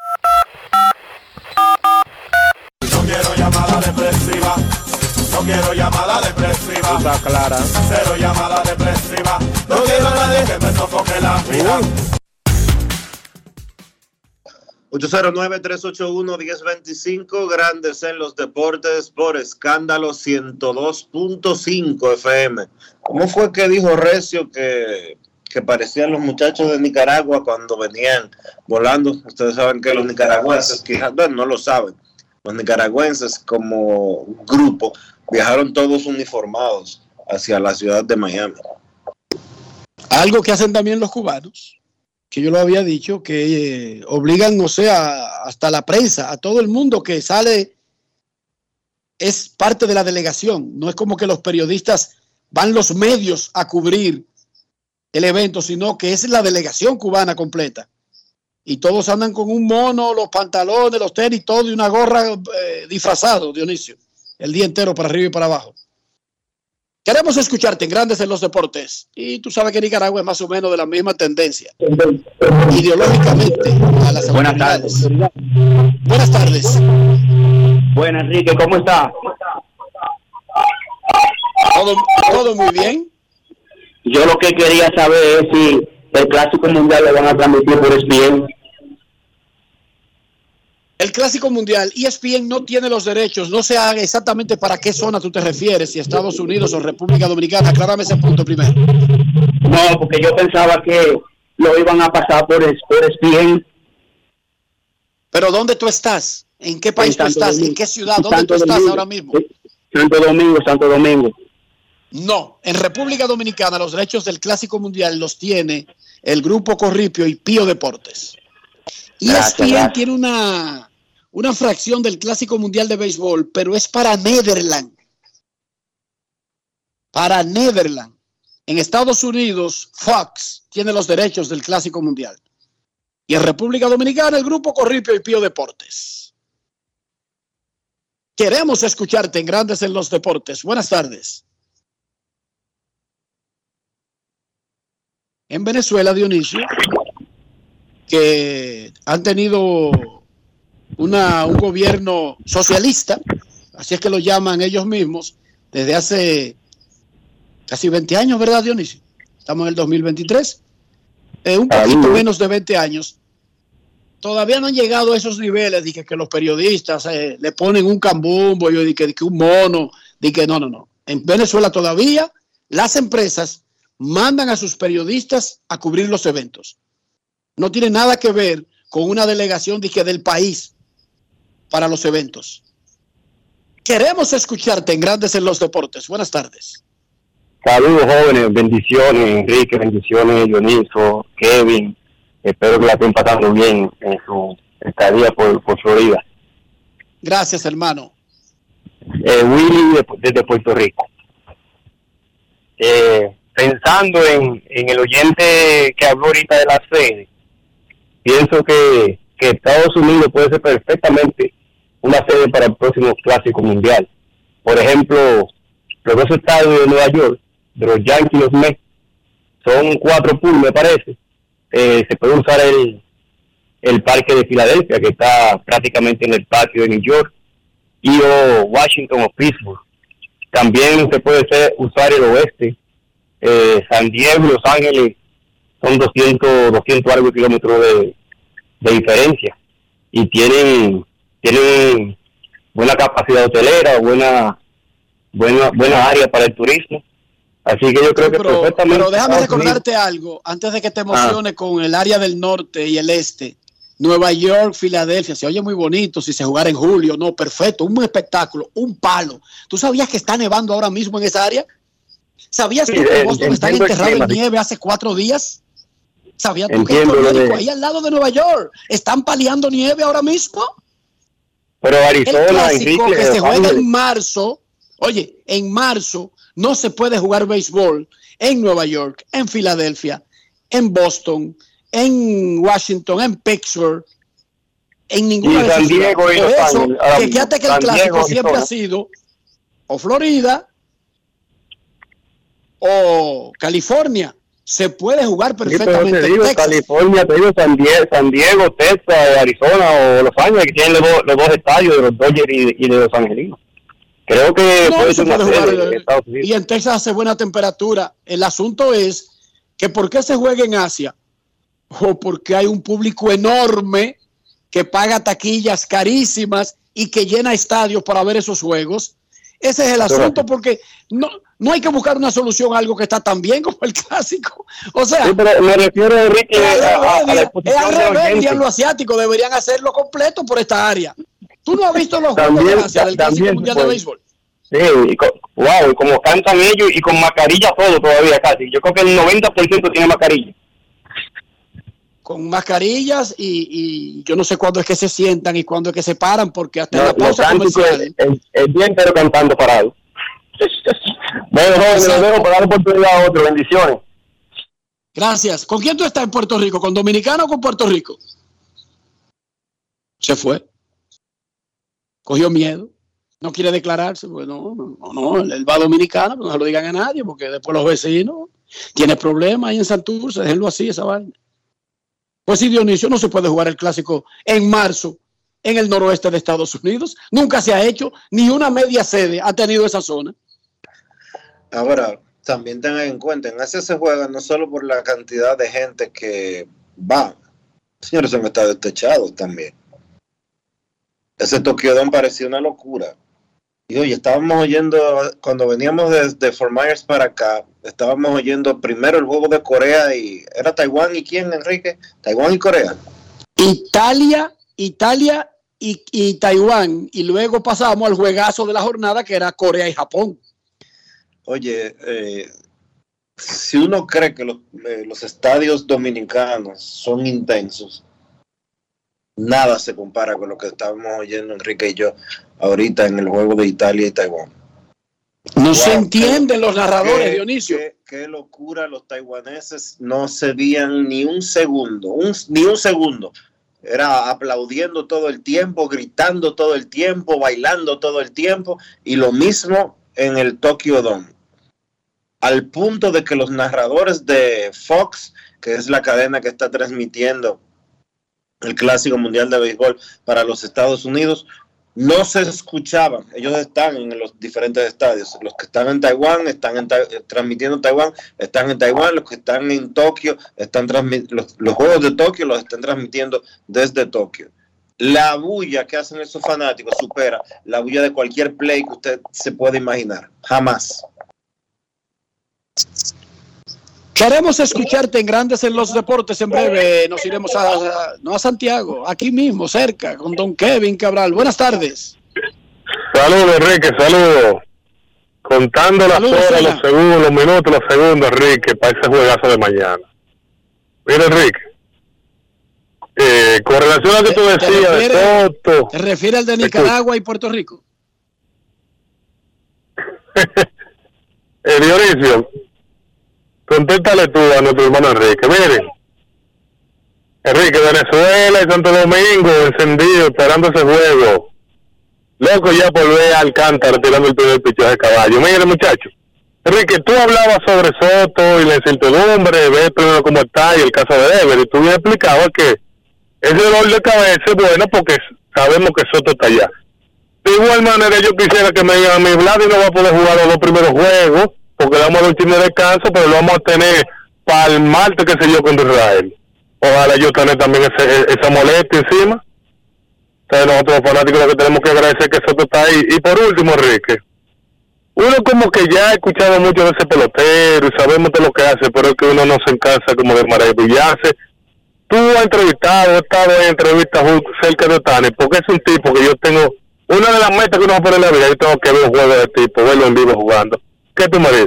Speaker 22: No quiero llamada depresiva, no quiero llamada depresiva.
Speaker 11: Está clara.
Speaker 22: Cero llamada depresiva, no quiero a nadie que me sofoque la vida.
Speaker 3: ocho cero nueve, tres ocho uno, uno cero dos cinco, Grandes en los Deportes por Escándalo ciento dos punto cinco F M. ¿Cómo fue que dijo Recio que, que parecían los muchachos de Nicaragua cuando venían volando? Ustedes saben que los nicaragüenses, que, bueno, no lo saben, los nicaragüenses como grupo viajaron todos uniformados hacia la ciudad de Miami.
Speaker 5: Algo que hacen también los cubanos, que yo lo había dicho, que eh, obligan, o sea, hasta la prensa, a todo el mundo que sale es parte de la delegación. No es como que los periodistas van los medios a cubrir el evento, sino que es la delegación cubana completa. Y todos andan con un mono, los pantalones, los tenis, todo y una gorra eh, disfrazado, Dionisio, el día entero para arriba y para abajo. Queremos escucharte en Grandes en los Deportes. Y tú sabes que Nicaragua es más o menos de la misma tendencia, ideológicamente, a las
Speaker 8: Buenas tardes.
Speaker 5: Buenas tardes.
Speaker 8: Buenas, Enrique, ¿cómo está?
Speaker 5: Todo, todo muy bien.
Speaker 8: Yo lo que quería saber es si el Clásico Mundial lo van a transmitir por E S P N.
Speaker 5: El Clásico Mundial, E S P N no tiene los derechos, no sé exactamente para qué zona tú te refieres, si Estados Unidos o República Dominicana. Aclárame ese punto primero.
Speaker 8: No, porque yo pensaba que lo iban a pasar por, por E S P N.
Speaker 5: ¿Pero dónde tú estás? ¿En qué país tú estás?
Speaker 8: Domingo.
Speaker 5: ¿En qué ciudad? ¿Dónde
Speaker 8: Santo
Speaker 5: tú estás
Speaker 8: Domingo.
Speaker 5: ahora mismo?
Speaker 8: Santo Domingo, Santo Domingo.
Speaker 5: No, en República Dominicana los derechos del Clásico Mundial los tiene el Grupo Corripio y Pío Deportes. E S P N tiene una, una fracción del Clásico Mundial de Béisbol, pero es para Netherlands. Para Netherlands. En Estados Unidos, Fox tiene los derechos del Clásico Mundial. Y en República Dominicana, el Grupo Corripio y Pío Deportes. Queremos escucharte en Grandes en los Deportes. Buenas tardes. En Venezuela, Dionisio, que han tenido una, un gobierno socialista, así es que lo llaman ellos mismos, desde hace casi veinte años, ¿verdad, Dionisio? Estamos en el dos mil veintitrés, eh, un poquito menos de veinte años. Todavía no han llegado a esos niveles de que, que los periodistas eh, le ponen un cambumbo, y de que, de que un mono, de que no, no, no. En Venezuela todavía las empresas mandan a sus periodistas a cubrir los eventos. No tiene nada que ver con una delegación de que del país para los eventos. Queremos escucharte en Grandes en los Deportes. Buenas tardes.
Speaker 8: Saludos, jóvenes, bendiciones, Enrique, bendiciones, Dioniso, Kevin. Espero que la estén pasando bien en su estadía por, por Florida.
Speaker 5: Gracias, hermano.
Speaker 8: Eh, Willy, de, desde Puerto Rico. Eh, pensando en, en el oyente que habló ahorita de la sede, pienso que, que Estados Unidos puede ser perfectamente una sede para el próximo Clásico Mundial. Por ejemplo, los dos estadios de Nueva York, de los Yankees y los Mets, son cuatro pools, me parece. Eh, se puede usar el, el parque de Filadelfia, que está prácticamente en el patio de New York, y o Washington o Pittsburgh. También se puede ser, usar el oeste. Eh, San Diego y Los Ángeles son doscientos, doscientos algo kilómetros de, de diferencia, y tienen tienen buena capacidad hotelera, buena buena buena área para el turismo. Así que yo creo que
Speaker 5: pero,
Speaker 8: perfectamente.
Speaker 5: Pero déjame recordarte Unidos. algo, antes de que te emociones ah. con el área del norte y el este. Nueva York, Filadelfia, se oye muy bonito si se jugara en julio, no, perfecto, un espectáculo, un palo. ¿Tú sabías que está nevando ahora mismo en esa área? ¿Sabías sí, tú que Boston está enterrado en nieve hace cuatro días? ¿Sabías tú Entiendo, que es ahí al lado de Nueva York están paliando nieve ahora mismo?
Speaker 8: Pero Arizona,
Speaker 5: el clásico
Speaker 8: Enrique,
Speaker 5: que se juega en marzo, oye, en marzo no se puede jugar béisbol en Nueva York, en Filadelfia, en Boston, en Washington, en Pittsburgh, en ninguna de esas ciudades. Por eso, fíjate que el clásico siempre ha sido o Florida o California. Se puede jugar perfectamente.
Speaker 8: Sí, te digo,
Speaker 5: en Texas.
Speaker 8: California, te digo San Diego, San Diego, Texas, Arizona o Los Ángeles, que tienen los dos, los dos estadios de los Dodgers y, y de los Angelinos. Creo que
Speaker 5: no,
Speaker 8: puede ser una
Speaker 5: puede
Speaker 8: serie
Speaker 5: jugar,
Speaker 8: en Estados Unidos.
Speaker 5: Y en Texas hace buena temperatura. El asunto es que ¿por qué se juega en Asia? O porque hay un público enorme que paga taquillas carísimas y que llena estadios para ver esos juegos. Ese es el asunto, porque no, no hay que buscar una solución a algo que está tan bien como el clásico. O sea,
Speaker 8: sí, pero me refiero, Enrique,
Speaker 5: es
Speaker 8: a, a, a la
Speaker 5: es al revés, y lo asiático deberían hacerlo completo por esta área. ¿Tú no has visto los
Speaker 8: también,
Speaker 5: juegos de Asia del
Speaker 8: también,
Speaker 5: Clásico Mundial
Speaker 8: pues,
Speaker 5: de Béisbol?
Speaker 8: Sí, y con, wow, y como cantan ellos y con mascarilla todo todavía casi. Yo creo que el noventa por ciento tiene mascarilla.
Speaker 5: con mascarillas y, y yo no sé cuándo es que se sientan y cuándo es que se paran, porque hasta no, la pausa comercial...
Speaker 8: El, el, el día entero cantando parado. Bueno, no, me lo dejo para dar oportunidad a otro. Bendiciones.
Speaker 5: Gracias. ¿Con quién tú estás en Puerto Rico? ¿Con Dominicano o con Puerto Rico? Se fue. Cogió miedo. No quiere declararse. Pues no, no, no. Él va a Dominicana, pero no se lo digan a nadie, porque después los vecinos tienen problemas ahí en Santurce. Déjenlo así, esa vaina. Pues sí, Dionisio, no se puede jugar el clásico en marzo en el noroeste de Estados Unidos. Nunca se ha hecho, ni una media sede ha tenido esa zona.
Speaker 3: Ahora, también tengan en cuenta, en Asia se juega no solo por la cantidad de gente que va. Señores, son estadios techados también. Ese Tokyo Dome parecía una locura. Y oye, estábamos oyendo, cuando veníamos desde Fort Myers para acá, estábamos oyendo primero el juego de Corea y... ¿Era Taiwán y quién, Enrique? Taiwán y Corea.
Speaker 5: Italia, Italia y, y Taiwán. Y luego pasamos al juegazo de la jornada que era Corea y Japón.
Speaker 3: Oye, eh, si uno cree que los, eh, los estadios dominicanos son intensos, nada se compara con lo que estábamos oyendo Enrique y yo ahorita en el juego de Italia y Taiwán.
Speaker 5: No wow, se entienden los narradores, qué, Dionisio.
Speaker 3: Qué, qué locura, los taiwaneses no cedían ni un segundo, un, ni un segundo. Era aplaudiendo todo el tiempo, gritando todo el tiempo, bailando todo el tiempo, y lo mismo en el Tokyo Dome. Al punto de que los narradores de Fox, que es la cadena que está transmitiendo el Clásico Mundial de Béisbol para los Estados Unidos, no se escuchaban. Ellos están en los diferentes estadios. Los que están en Taiwán están en ta transmitiendo en Taiwán, están en Taiwán. Los que están en Tokio, están los, los juegos de Tokio los están transmitiendo desde Tokio. La bulla que hacen esos fanáticos supera la bulla de cualquier play que usted se pueda imaginar. Jamás.
Speaker 5: Queremos escucharte en Grandes en los Deportes. En breve nos iremos a, a, no a Santiago, aquí mismo, cerca, con don Kevin Cabral. Buenas tardes.
Speaker 9: Saludos, Enrique, saludos. Contando las saludos, horas, los segundos, los minutos, los segundos, Enrique, para ese juegazo de mañana. Mira, Enrique, eh, con relación a lo que tú decías,
Speaker 5: ¿Te refieres,
Speaker 9: de Toto,
Speaker 5: ¿te refieres al de Nicaragua y Puerto Rico?
Speaker 9: eh, Dionisio, contéstale tú a nuestro hermano Enrique. Miren, Enrique, Venezuela y Santo Domingo encendido, esperando ese juego. Loco ya por ver a Alcántara tirando el primer picho de caballo. Miren, muchachos, Enrique, tú hablabas sobre Soto y la incertidumbre, ver primero cómo está y el caso de Dever, y tú me explicabas que ese dolor de cabeza es bueno porque sabemos que Soto está allá. De igual manera, yo quisiera que me digan a mi Vladi no va a poder jugar los dos primeros juegos, porque le vamos a dar un chisme de descanso, pero lo vamos a tener para el martes, qué sé yo, contra Israel. Ojalá yo tener también ese, esa molestia encima. Entonces nosotros los fanáticos lo que tenemos que agradecer que Soto está ahí. Y por último, Enrique, uno como que ya ha escuchado mucho de ese pelotero y sabemos de lo que hace, pero es que uno no se encansa como de maravillarse. Tú has entrevistado, has estado en entrevistas cerca de Otani, porque es un tipo que yo tengo, una de las metas que uno va a poner en la vida, yo tengo que ver un juego de tipo, verlo en vivo jugando. ¿Qué tú me dices?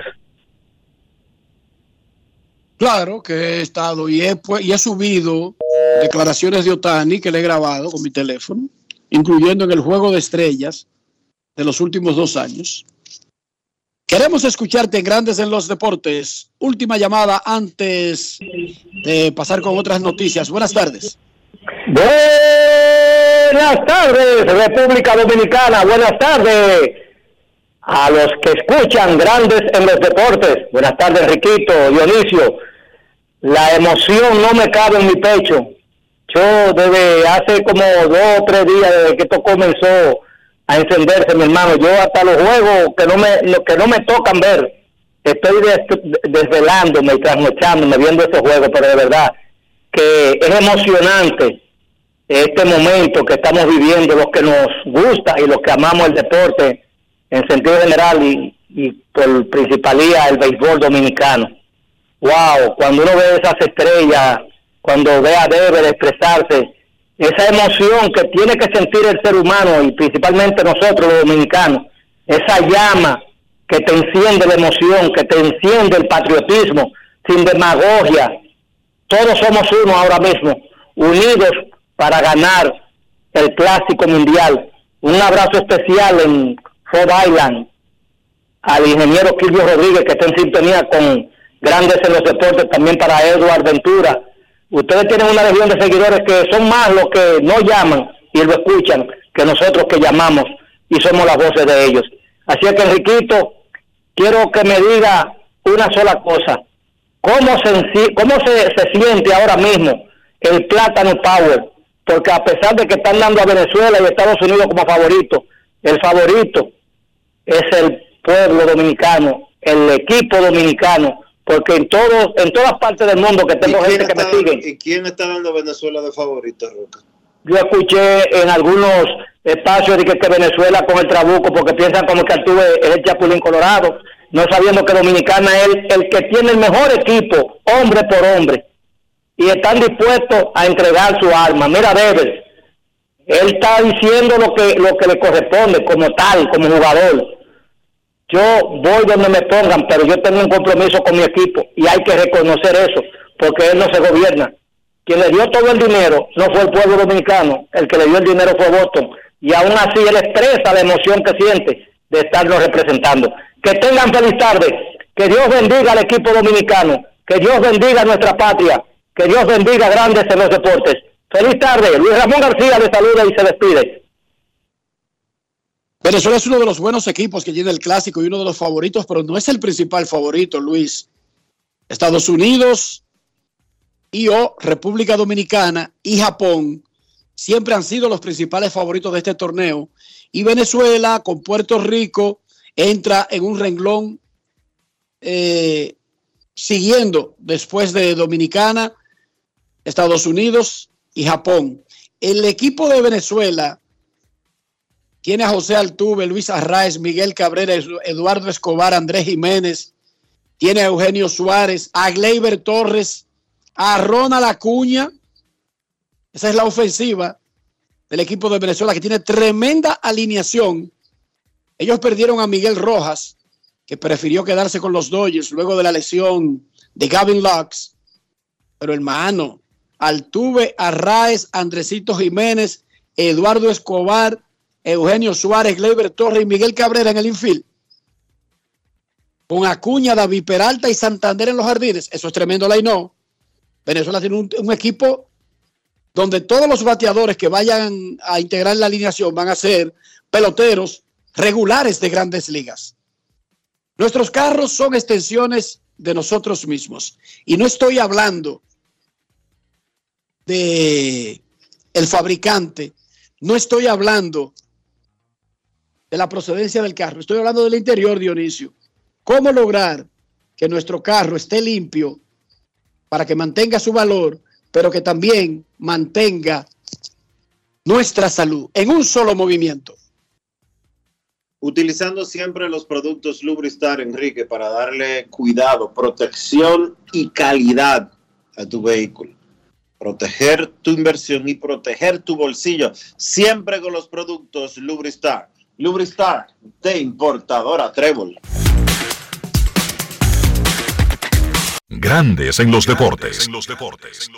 Speaker 5: Claro que he estado y he, pues, y he subido declaraciones de Otani que le he grabado con mi teléfono, incluyendo en el Juego de Estrellas de los últimos dos años. Queremos escucharte en Grandes en los Deportes. Última llamada antes de pasar con otras noticias. Buenas tardes.
Speaker 8: Buenas tardes, República Dominicana. Buenas tardes a los que escuchan Grandes en los Deportes. Buenas tardes, Riquito, Dionisio. La emoción no me cabe en mi pecho. Yo desde hace como dos o tres días desde que esto comenzó a encenderse, mi hermano, yo hasta los juegos que no me lo que no me tocan ver, estoy des, desvelándome y trasnochándome viendo esos juegos, pero de verdad que es emocionante este momento que estamos viviendo, los que nos gusta y los que amamos el deporte en sentido general y, y por principalía el béisbol dominicano. Wow, cuando uno ve esas estrellas, cuando ve a Dever expresarse, esa emoción que tiene que sentir el ser humano y principalmente nosotros los dominicanos, esa llama que te enciende la emoción, que te enciende el patriotismo, sin demagogia,
Speaker 10: todos somos uno ahora mismo, unidos para ganar el Clásico Mundial. Un abrazo especial en Rhode Island al ingeniero Quilvio Rodríguez, que está en sintonía con Grandes en los Deportes, también para Edward Ventura. Ustedes tienen una legión de seguidores que son más los que no llaman y lo escuchan que nosotros que llamamos y somos las voces de ellos. Así es que, Enriquito, quiero que me diga una sola cosa. ¿Cómo se, cómo se, se siente ahora mismo el Plátano Power? Porque a pesar de que están dando a Venezuela y Estados Unidos como favorito, el favorito es el pueblo dominicano, el equipo dominicano, porque en todo, en todas partes del mundo que tengo gente que me sigue.
Speaker 3: ¿Y quién está dando a Venezuela de favorito, Roca?
Speaker 10: Yo escuché en algunos espacios de que, que Venezuela con el trabuco, porque piensan como que Altuve es el Chapulín Colorado, no sabiendo que Dominicana es el, el que tiene el mejor equipo, hombre por hombre, y están dispuestos a entregar su alma. Mira, Devers, él está diciendo lo que lo que le corresponde como tal, como jugador. Yo voy donde me pongan, pero yo tengo un compromiso con mi equipo y hay que reconocer eso, porque él no se gobierna. Quien le dio todo el dinero no fue el pueblo dominicano, el que le dio el dinero fue Boston, y aún así él expresa la emoción que siente de estarnos representando. Que tengan feliz tarde, que Dios bendiga al equipo dominicano, que Dios bendiga a nuestra patria, que Dios bendiga a Grandes en los Deportes. Feliz tarde, Luis Ramón García le saluda y se despide.
Speaker 5: Venezuela es uno de los buenos equipos que tiene el Clásico y uno de los favoritos, pero no es el principal favorito, Luis. Estados Unidos y o República Dominicana y Japón siempre han sido los principales favoritos de este torneo, y Venezuela con Puerto Rico entra en un renglón eh, siguiendo después de Dominicana, Estados Unidos y Japón. El equipo de Venezuela tiene a José Altuve, Luis Arraez, Miguel Cabrera, Eduardo Escobar, Andrés Jiménez, tiene a Eugenio Suárez, a Gleyber Torres, a Ronald Acuña. Esa es la ofensiva del equipo de Venezuela, que tiene tremenda alineación. Ellos perdieron a Miguel Rojas, que prefirió quedarse con los Dodgers luego de la lesión de Gavin Lux. Pero hermano, Altuve, Arraez, Andresito Jiménez, Eduardo Escobar, Eugenio Suárez, Gleyber Torres y Miguel Cabrera en el infield, con Acuña, David Peralta y Santander en los jardines. Eso es tremendo line-up. Venezuela tiene un, un equipo donde todos los bateadores que vayan a integrar la alineación van a ser peloteros regulares de Grandes Ligas. Nuestros carros son extensiones de nosotros mismos. Y no estoy hablando de el fabricante, no estoy hablando de la procedencia del carro, estoy hablando del interior, Dionisio. ¿Cómo lograr que nuestro carro esté limpio para que mantenga su valor, pero que también mantenga nuestra salud en un solo movimiento?
Speaker 3: Utilizando siempre los productos Lubristar, Enrique, para darle cuidado, protección y calidad a tu vehículo. Proteger tu inversión y proteger tu bolsillo, siempre con los productos Lubristar. Lubristar, de importadora Trébol.
Speaker 1: Grandes en los deportes. En los deportes.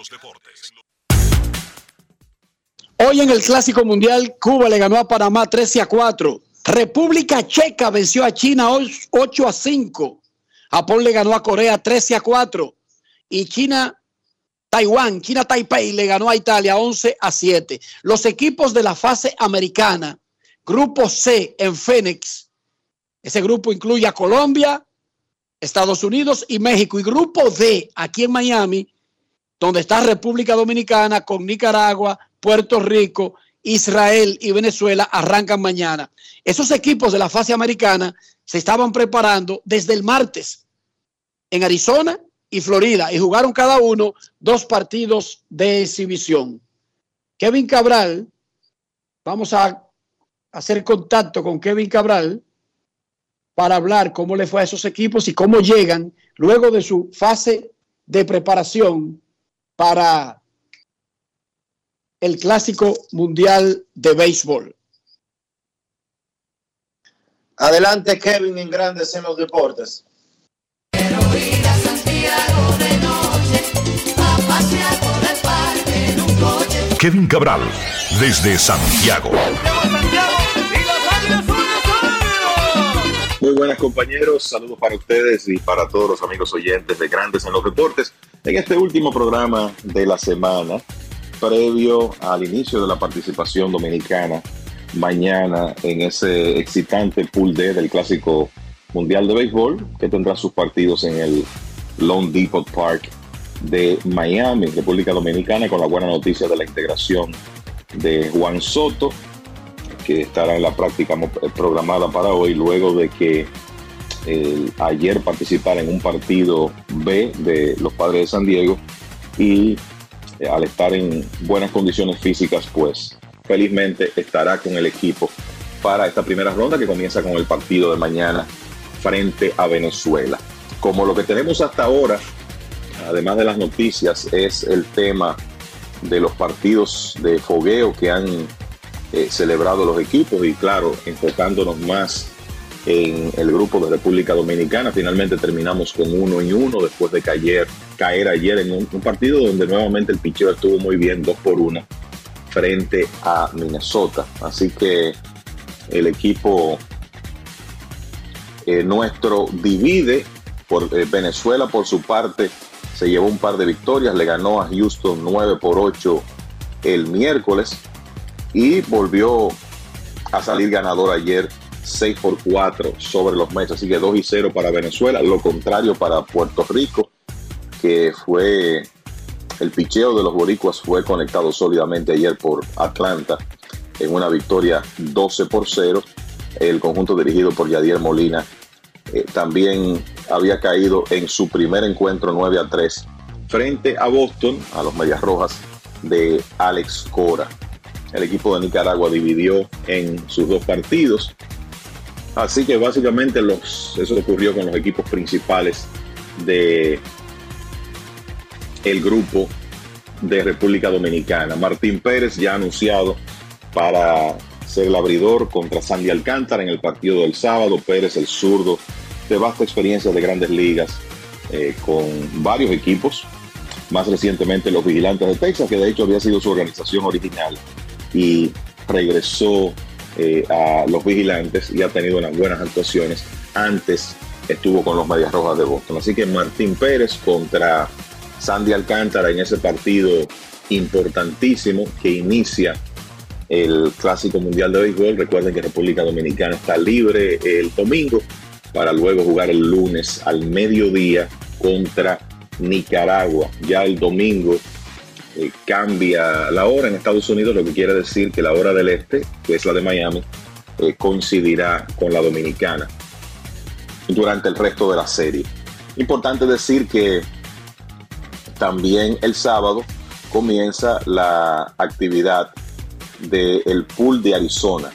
Speaker 5: Hoy en el Clásico Mundial, Cuba le ganó a Panamá trece a cuatro. República Checa venció a China ocho a cinco. Japón le ganó a Corea trece a cuatro. Y China, Taiwán, China Taipei le ganó a Italia once a siete. Los equipos de la fase americana, Grupo C en Phoenix, ese grupo incluye a Colombia, Estados Unidos y México. Y Grupo D, aquí en Miami, donde está República Dominicana con Nicaragua, Puerto Rico, Israel y Venezuela, arrancan mañana. Esos equipos de la fase americana se estaban preparando desde el martes en Arizona y Florida y jugaron cada uno dos partidos de exhibición. Kevin Cabral, vamos a hacer contacto con Kevin Cabral para hablar cómo le fue a esos equipos y cómo llegan luego de su fase de preparación para el Clásico Mundial de Béisbol.
Speaker 3: Adelante, Kevin, en Grandes en los Deportes.
Speaker 20: Quiero ir a Santiago de noche a
Speaker 16: pasear por el parque en un coche.
Speaker 1: Kevin Cabral, desde Santiago.
Speaker 20: Muy buenas compañeros, saludos para ustedes y para todos los amigos oyentes de Grandes en los Deportes. En este último programa de la semana, previo al inicio de la participación dominicana mañana en ese excitante Pool D del Clásico Mundial de Béisbol, que tendrá sus partidos en el Lone Depot Park de Miami, República Dominicana, con la buena noticia de la integración de Juan Soto, que estará en la práctica programada para hoy, luego de que eh, ayer participara en un partido B de los Padres de San Diego y eh, al estar en buenas condiciones físicas, pues felizmente estará con el equipo para esta primera ronda que comienza con el partido de mañana frente a Venezuela. Como lo que tenemos hasta ahora, además de las noticias, es el tema de los partidos de fogueo que han Eh, celebrado los equipos y claro, enfocándonos más en el grupo de República Dominicana. Finalmente terminamos con uno y uno después de caer, caer ayer en un, un partido donde nuevamente el picheo estuvo muy bien, dos por una frente a Minnesota. Así que el equipo eh, nuestro divide. Por eh, Venezuela, por su parte, se llevó un par de victorias, le ganó a Houston nueve por ocho el miércoles y volvió a salir ganador ayer seis por cuatro sobre los Mets, así que dos y cero para Venezuela. Lo contrario para Puerto Rico, que fue el picheo de los boricuas fue conectado sólidamente ayer por Atlanta en una victoria doce por cero. El conjunto dirigido por Yadier Molina eh, también había caído en su primer encuentro nueve a tres frente a Boston, a los Medias Rojas de Alex Cora. El equipo de Nicaragua dividió en sus dos partidos. Así que básicamente los, eso ocurrió con los equipos principales de el grupo de República Dominicana. Martín Pérez ya anunciado para ser el abridor contra Sandy Alcántara en el partido del sábado. Pérez, el zurdo, de vasta experiencia de Grandes Ligas eh, con varios equipos. Más recientemente los Vigilantes de Texas, que de hecho había sido su organización original, y regresó eh, a los Vigilantes y ha tenido unas buenas actuaciones. Antes estuvo con los Medias Rojas de Boston. Así que Martín Pérez contra Sandy Alcántara en ese partido importantísimo que inicia el Clásico Mundial de Béisbol. Recuerden que República Dominicana está libre el domingo para luego jugar el lunes al mediodía contra Nicaragua. Ya el domingo Eh, cambia la hora en Estados Unidos, lo que quiere decir que la hora del este, que es la de Miami, eh, coincidirá con la dominicana durante el resto de la serie. Importante decir que también el sábado comienza la actividad del Pool de Arizona,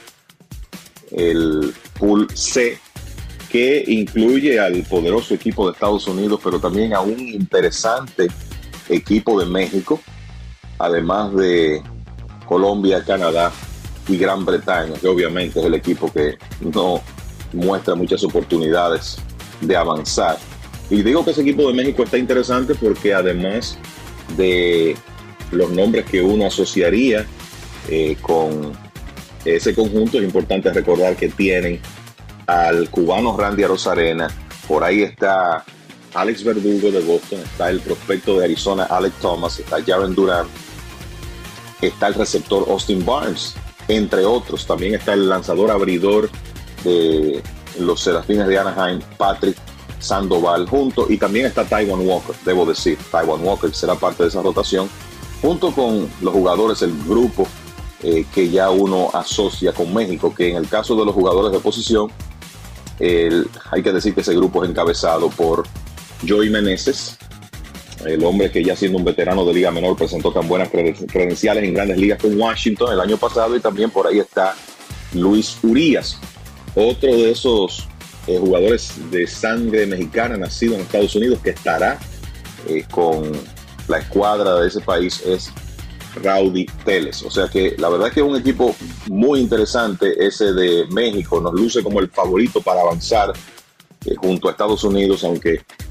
Speaker 20: el Pool C, que incluye al poderoso equipo de Estados Unidos, pero también a un interesante equipo de México, además de Colombia, Canadá y Gran Bretaña, que obviamente es el equipo que no muestra muchas oportunidades de avanzar. Y digo que ese equipo de México está interesante porque además de los nombres que uno asociaría eh, con ese conjunto, es importante recordar que tienen al cubano Randy Arozarena, por ahí está Alex Verdugo de Boston, está el prospecto de Arizona Alec Thomas, está Jarren Duran, está el receptor Austin Barnes, entre otros. También está el lanzador abridor de los Serafines de Anaheim, Patrick Sandoval, junto, y también está Taijuan Walker, debo decir, Taijuan Walker será parte de esa rotación, junto con los jugadores, el grupo eh, que ya uno asocia con México, que en el caso de los jugadores de posición, el, hay que decir que ese grupo es encabezado por Joey Meneses, el hombre que ya siendo un veterano de Liga Menor presentó tan buenas credenciales en Grandes Ligas con Washington el año pasado, y también por ahí está Luis Urías, otro de esos eh, jugadores de sangre mexicana nacido en Estados Unidos que estará eh, con la escuadra de ese país, es Rowdy Tellez. O sea que la verdad es que es un equipo muy interesante ese de México, nos luce como el favorito para avanzar eh, junto a Estados Unidos, aunque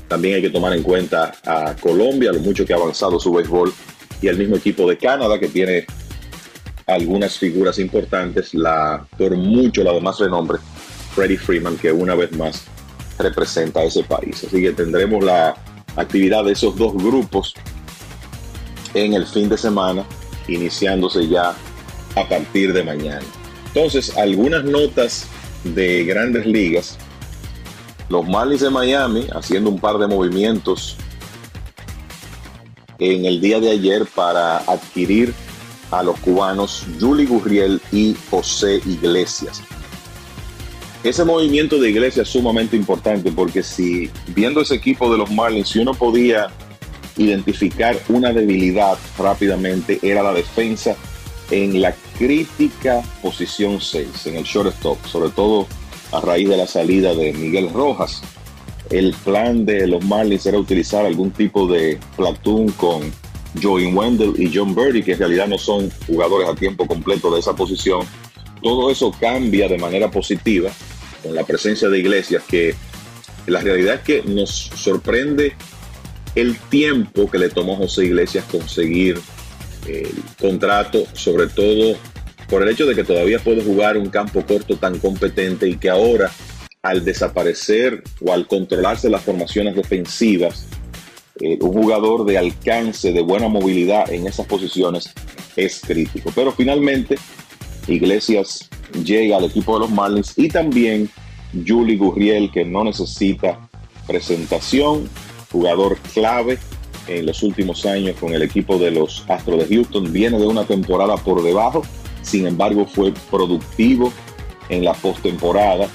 Speaker 20: También hay que tomar en cuenta a Colombia, lo mucho que ha avanzado su béisbol, y el mismo equipo de Canadá, que tiene algunas figuras importantes, la por mucho la de más renombre, Freddie Freeman, que una vez más representa a ese país. Así que tendremos la actividad de esos dos grupos en el fin de semana, iniciándose ya a partir de mañana. Entonces, algunas notas de Grandes Ligas. Los Marlins de Miami haciendo un par de movimientos en el día de ayer para adquirir a los cubanos Yuli Gurriel y José Iglesias. Ese movimiento de Iglesias es sumamente importante porque si viendo ese equipo de los Marlins, si uno podía identificar una debilidad rápidamente, era la defensa en la crítica posición seis, en el shortstop, sobre todo a raíz de la salida de Miguel Rojas. El plan de los Marlins era utilizar algún tipo de platoon con Joey Wendell y John Birdie, que en realidad no son jugadores a tiempo completo de esa posición. Todo eso cambia de manera positiva con la presencia de Iglesias, que la realidad es que nos sorprende el tiempo que le tomó a José Iglesias conseguir el contrato, sobre todo por el hecho de que todavía puede jugar un campo corto tan competente y que ahora, al desaparecer o al controlarse las formaciones defensivas, eh, un jugador de alcance, de buena movilidad en esas posiciones es crítico. Pero finalmente Iglesias llega al equipo de los Marlins, y también Yuli Gurriel, que no necesita presentación, jugador clave en los últimos años con el equipo de los Astros de Houston, viene de una temporada por debajo, sin embargo fue productivo en la postemporada,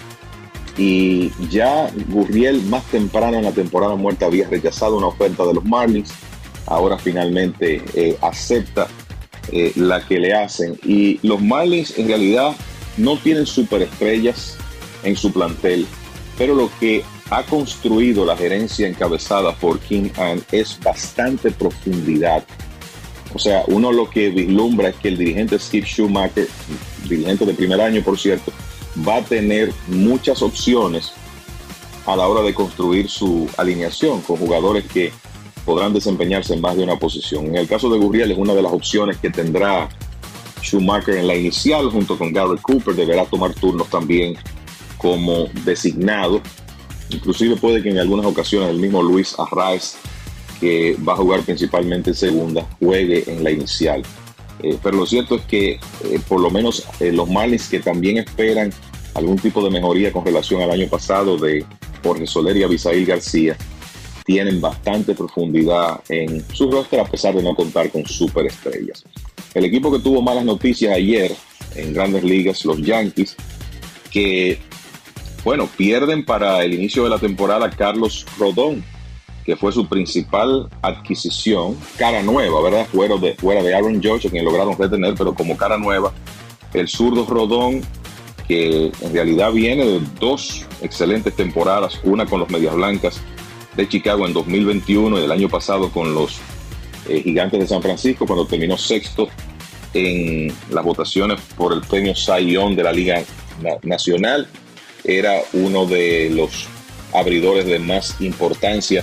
Speaker 20: y ya Gurriel más temprano en la temporada muerta había rechazado una oferta de los Marlins, ahora finalmente eh, acepta eh, la que le hacen, y los Marlins en realidad no tienen superestrellas en su plantel, pero lo que ha construido la gerencia encabezada por Kim Hahn es bastante profundidad. O sea, uno lo que vislumbra es que el dirigente Skip Schumaker, dirigente de primer año por cierto, va a tener muchas opciones a la hora de construir su alineación con jugadores que podrán desempeñarse en más de una posición. En el caso de Gurriel es una de las opciones que tendrá Schumaker en la inicial junto con Garrett Cooper, deberá tomar turnos también como designado. Inclusive puede que en algunas ocasiones el mismo Luis Arraez, que va a jugar principalmente en segunda, juegue en la inicial. Eh, pero lo cierto es que eh, por lo menos eh, los Marlins, que también esperan algún tipo de mejoría con relación al año pasado de Jorge Soler y Abisail García, tienen bastante profundidad en su roster a pesar de no contar con superestrellas. El equipo que tuvo malas noticias ayer en Grandes Ligas, los Yankees, que bueno, pierden para el inicio de la temporada a Carlos Rodón, que fue su principal adquisición, cara nueva, ¿verdad? Fuera de, fuera de Aaron Judge, a quien lograron retener, pero como cara nueva, el zurdo Rodón, que en realidad viene de dos excelentes temporadas, una con los Medias Blancas de Chicago en dos mil veintiuno y el año pasado con los eh, Gigantes de San Francisco, cuando terminó sexto en las votaciones por el premio Cy Young de la Liga Nacional. Era uno de los abridores de más importancia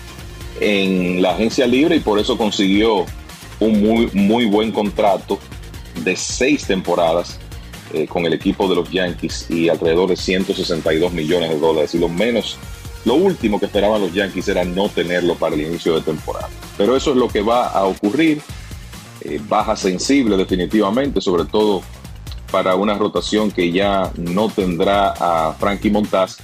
Speaker 20: en la agencia libre y por eso consiguió un muy, muy buen contrato de seis temporadas eh, con el equipo de los Yankees y alrededor de ciento sesenta y dos millones de dólares. Y lo menos, lo último que esperaban los Yankees era no tenerlo para el inicio de temporada. Pero eso es lo que va a ocurrir. Eh, baja sensible definitivamente, sobre todo para una rotación que ya no tendrá a Frankie Montas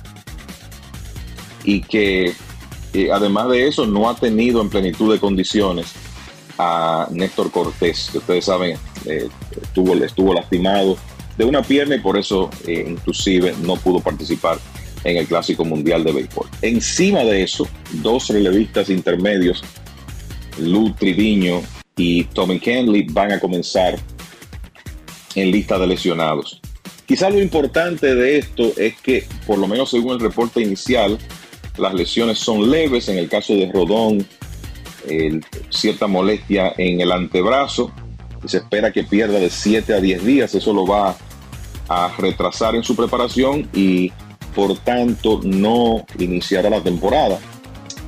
Speaker 20: y que eh, además de eso no ha tenido en plenitud de condiciones a Néstor Cortés, que ustedes saben eh, estuvo, estuvo lastimado de una pierna y por eso eh, inclusive no pudo participar en el Clásico Mundial de Béisbol. Encima de eso, dos relevistas intermedios, Lou Triviño y Tommy Kenley, van a comenzar en lista de lesionados. Quizá lo importante de esto es que, por lo menos según el reporte inicial, las lesiones son leves. En el caso de Rodón, eh, cierta molestia en el antebrazo, y se espera que pierda de siete a diez días. Eso lo va a retrasar en su preparación y por tanto no iniciará la temporada.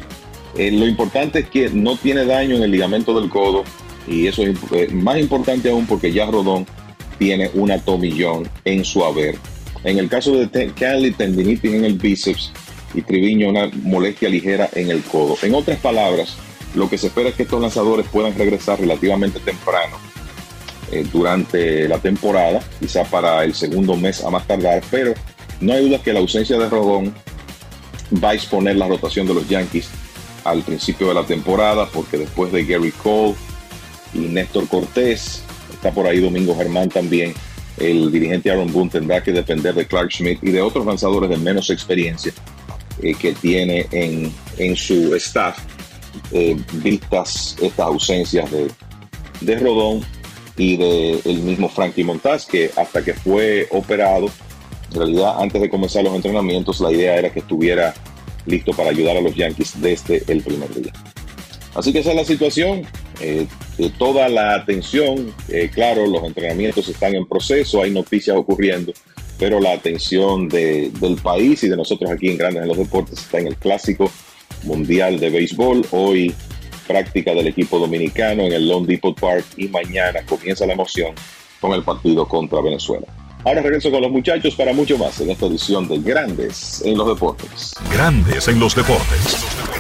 Speaker 20: Eh, lo importante es que no tiene daño en el ligamento del codo y eso es eh, más importante aún porque ya Rodón tiene una tomillón en su haber. En el caso de te- Cantley, tendinitis en el bíceps y Triviño una molestia ligera en el codo. En otras palabras, lo que se espera es que estos lanzadores puedan regresar relativamente temprano eh, durante la temporada, quizá para el segundo mes a más tardar, pero no hay duda que la ausencia de Rodón va a exponer la rotación de los Yankees al principio de la temporada, porque después de Gary Cole y Néstor Cortés, está por ahí Domingo Germán también, el dirigente Aaron Boone tendrá que depender de Clark Schmidt y de otros lanzadores de menos experiencia eh, que tiene en, en su staff, eh, vistas estas ausencias de, de Rodón y de el mismo Frankie Montas, que hasta que fue operado, en realidad antes de comenzar los entrenamientos, la idea era que estuviera listo para ayudar a los Yankees desde el primer día. Así que esa es la situación, eh, de toda la atención, eh, claro, los entrenamientos están en proceso, hay noticias ocurriendo, pero la atención de, del país y de nosotros aquí en Grandes en los Deportes está en el Clásico Mundial de Béisbol. Hoy práctica del equipo dominicano en el Lone Depot Park y mañana comienza la emoción con el partido contra Venezuela. Ahora regreso con los muchachos para mucho más en esta edición de Grandes en los Deportes.
Speaker 1: Grandes en los Deportes.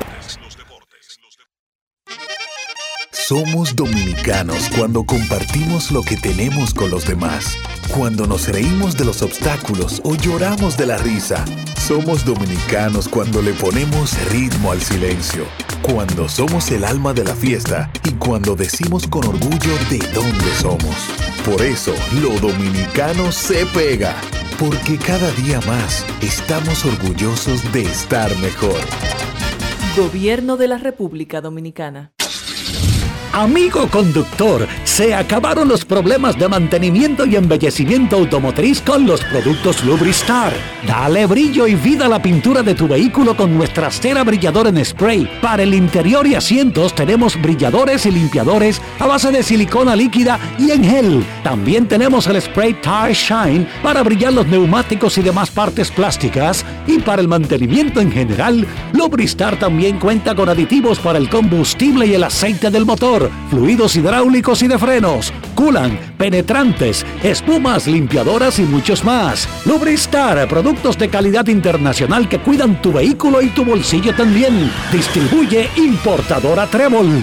Speaker 12: Somos dominicanos cuando compartimos lo que tenemos con los demás. Cuando nos reímos de los obstáculos o lloramos de la risa. Somos dominicanos cuando le ponemos ritmo al silencio. Cuando somos el alma de la fiesta y cuando decimos con orgullo de dónde somos. Por eso, lo dominicano se pega. Porque cada día más estamos orgullosos de estar mejor.
Speaker 19: Gobierno de la República Dominicana.
Speaker 21: Amigo conductor, se acabaron los problemas de mantenimiento y embellecimiento automotriz con los productos Lubristar. Dale brillo y vida a la pintura de tu vehículo con nuestra cera brilladora en spray. Para el interior y asientos tenemos brilladores y limpiadores a base de silicona líquida y en gel. También tenemos el spray Tire Shine para brillar los neumáticos y demás partes plásticas. Y para el mantenimiento en general, Lubristar también cuenta con aditivos para el combustible y el aceite del motor, fluidos hidráulicos y de frenos, culan, penetrantes, espumas, limpiadoras y muchos más. Lubristar, productos de calidad internacional que cuidan tu vehículo y tu bolsillo también. Distribuye importadora Trébol.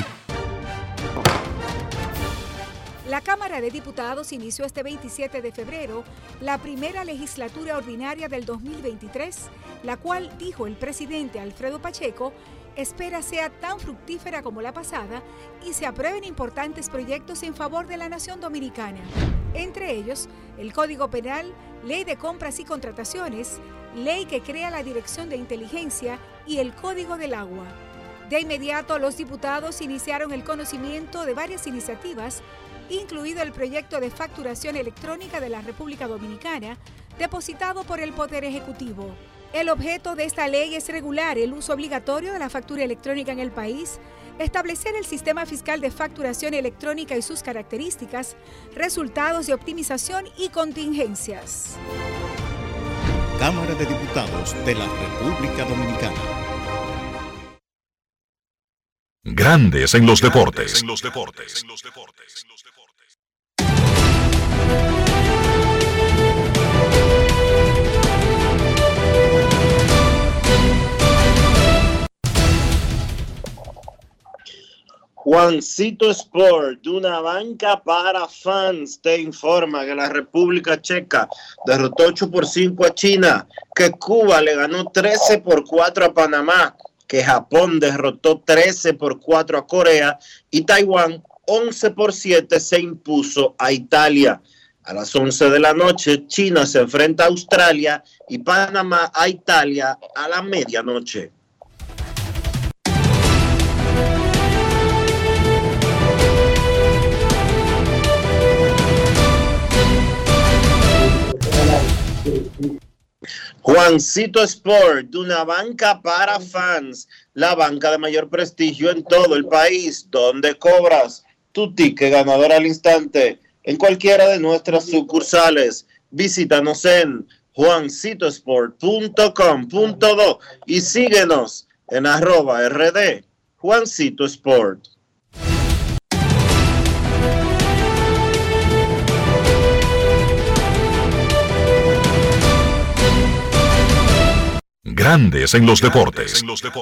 Speaker 13: La Cámara de Diputados inició este veintisiete de febrero la primera legislatura ordinaria del dos mil veintitrés, la cual, dijo el presidente Alfredo Pacheco, espera sea tan fructífera como la pasada y se aprueben importantes proyectos en favor de la nación dominicana. Entre ellos, el Código Penal, Ley de Compras y Contrataciones, Ley que crea la Dirección de Inteligencia y el Código del Agua. De inmediato, los diputados iniciaron el conocimiento de varias iniciativas, incluido el proyecto de facturación electrónica de la República Dominicana, depositado por el Poder Ejecutivo. El objeto de esta ley es regular el uso obligatorio de la factura electrónica en el país, establecer el sistema fiscal de facturación electrónica y sus características, resultados de optimización y contingencias.
Speaker 15: Cámara de Diputados de la República Dominicana.
Speaker 1: Grandes en los deportes. En los deportes.
Speaker 3: Juancito Sport, de una banca para fans, te informa que la República Checa derrotó ocho por cinco a China, que Cuba le ganó trece por cuatro a Panamá, que Japón derrotó trece por cuatro a Corea y Taiwán once por siete se impuso a Italia. A las once de la noche, China se enfrenta a Australia y Panamá a Italia a la medianoche. Juancito Sport, de una banca para fans, la banca de mayor prestigio en todo el país, donde cobras tu ticket ganador al instante en cualquiera de nuestras sucursales. Visítanos en juancitosport punto com punto do y síguenos en arroba rd Juancito Sport.
Speaker 1: Grandes en los deportes.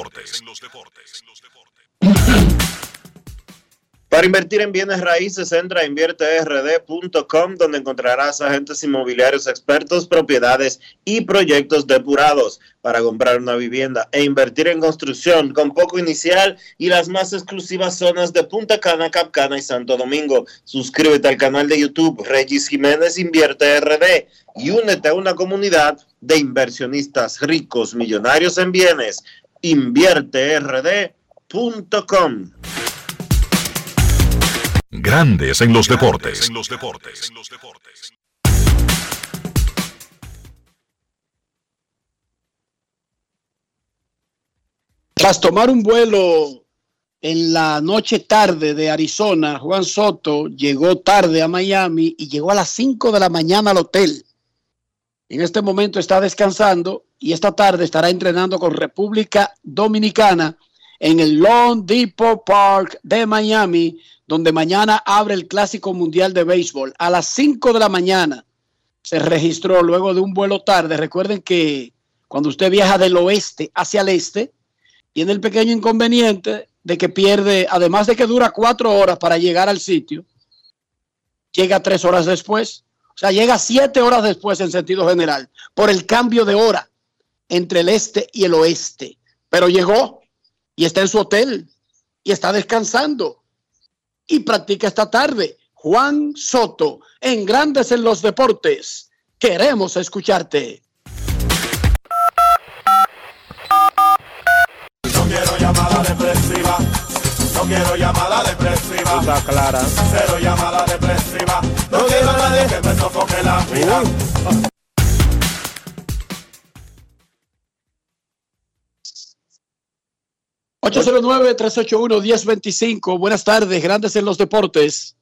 Speaker 3: Para invertir en bienes raíces, entra a invierte r d punto com, donde encontrarás agentes inmobiliarios expertos, propiedades y proyectos depurados para comprar una vivienda e invertir en construcción con poco inicial y las más exclusivas zonas de Punta Cana, Capcana y Santo Domingo. Suscríbete al canal de YouTube Regis Jiménez Invierte R D y únete a una comunidad de inversionistas ricos, millonarios en bienes. invierte r d punto com.
Speaker 1: Grandes en los deportes.
Speaker 5: Tras tomar un vuelo en la noche tarde de Arizona, Juan Soto llegó tarde a Miami y llegó a las cinco de la mañana al hotel. En este momento está descansando y esta tarde estará entrenando con República Dominicana en el Lone Depot Park de Miami, donde mañana abre el Clásico Mundial de Béisbol. A las cinco de la mañana se registró luego de un vuelo tarde. Recuerden que cuando usted viaja del oeste hacia el este, tiene el pequeño inconveniente de que pierde, además de que dura cuatro horas para llegar al sitio, llega tres horas después. O sea, llega siete horas después en sentido general, por el cambio de hora entre el este y el oeste. Pero llegó y está en su hotel y está descansando y practica esta tarde. Juan Soto, en Grandes en los Deportes. Queremos escucharte.
Speaker 22: No quiero llamada depresiva. No quiero llamada depresiva.
Speaker 7: Está clara.
Speaker 22: Cero llamada depresiva. No quiero a nadie que me sofoque la vida.
Speaker 5: ocho cero nueve, tres ocho uno, uno cero dos cinco. Buenas tardes, Grandes en los Deportes.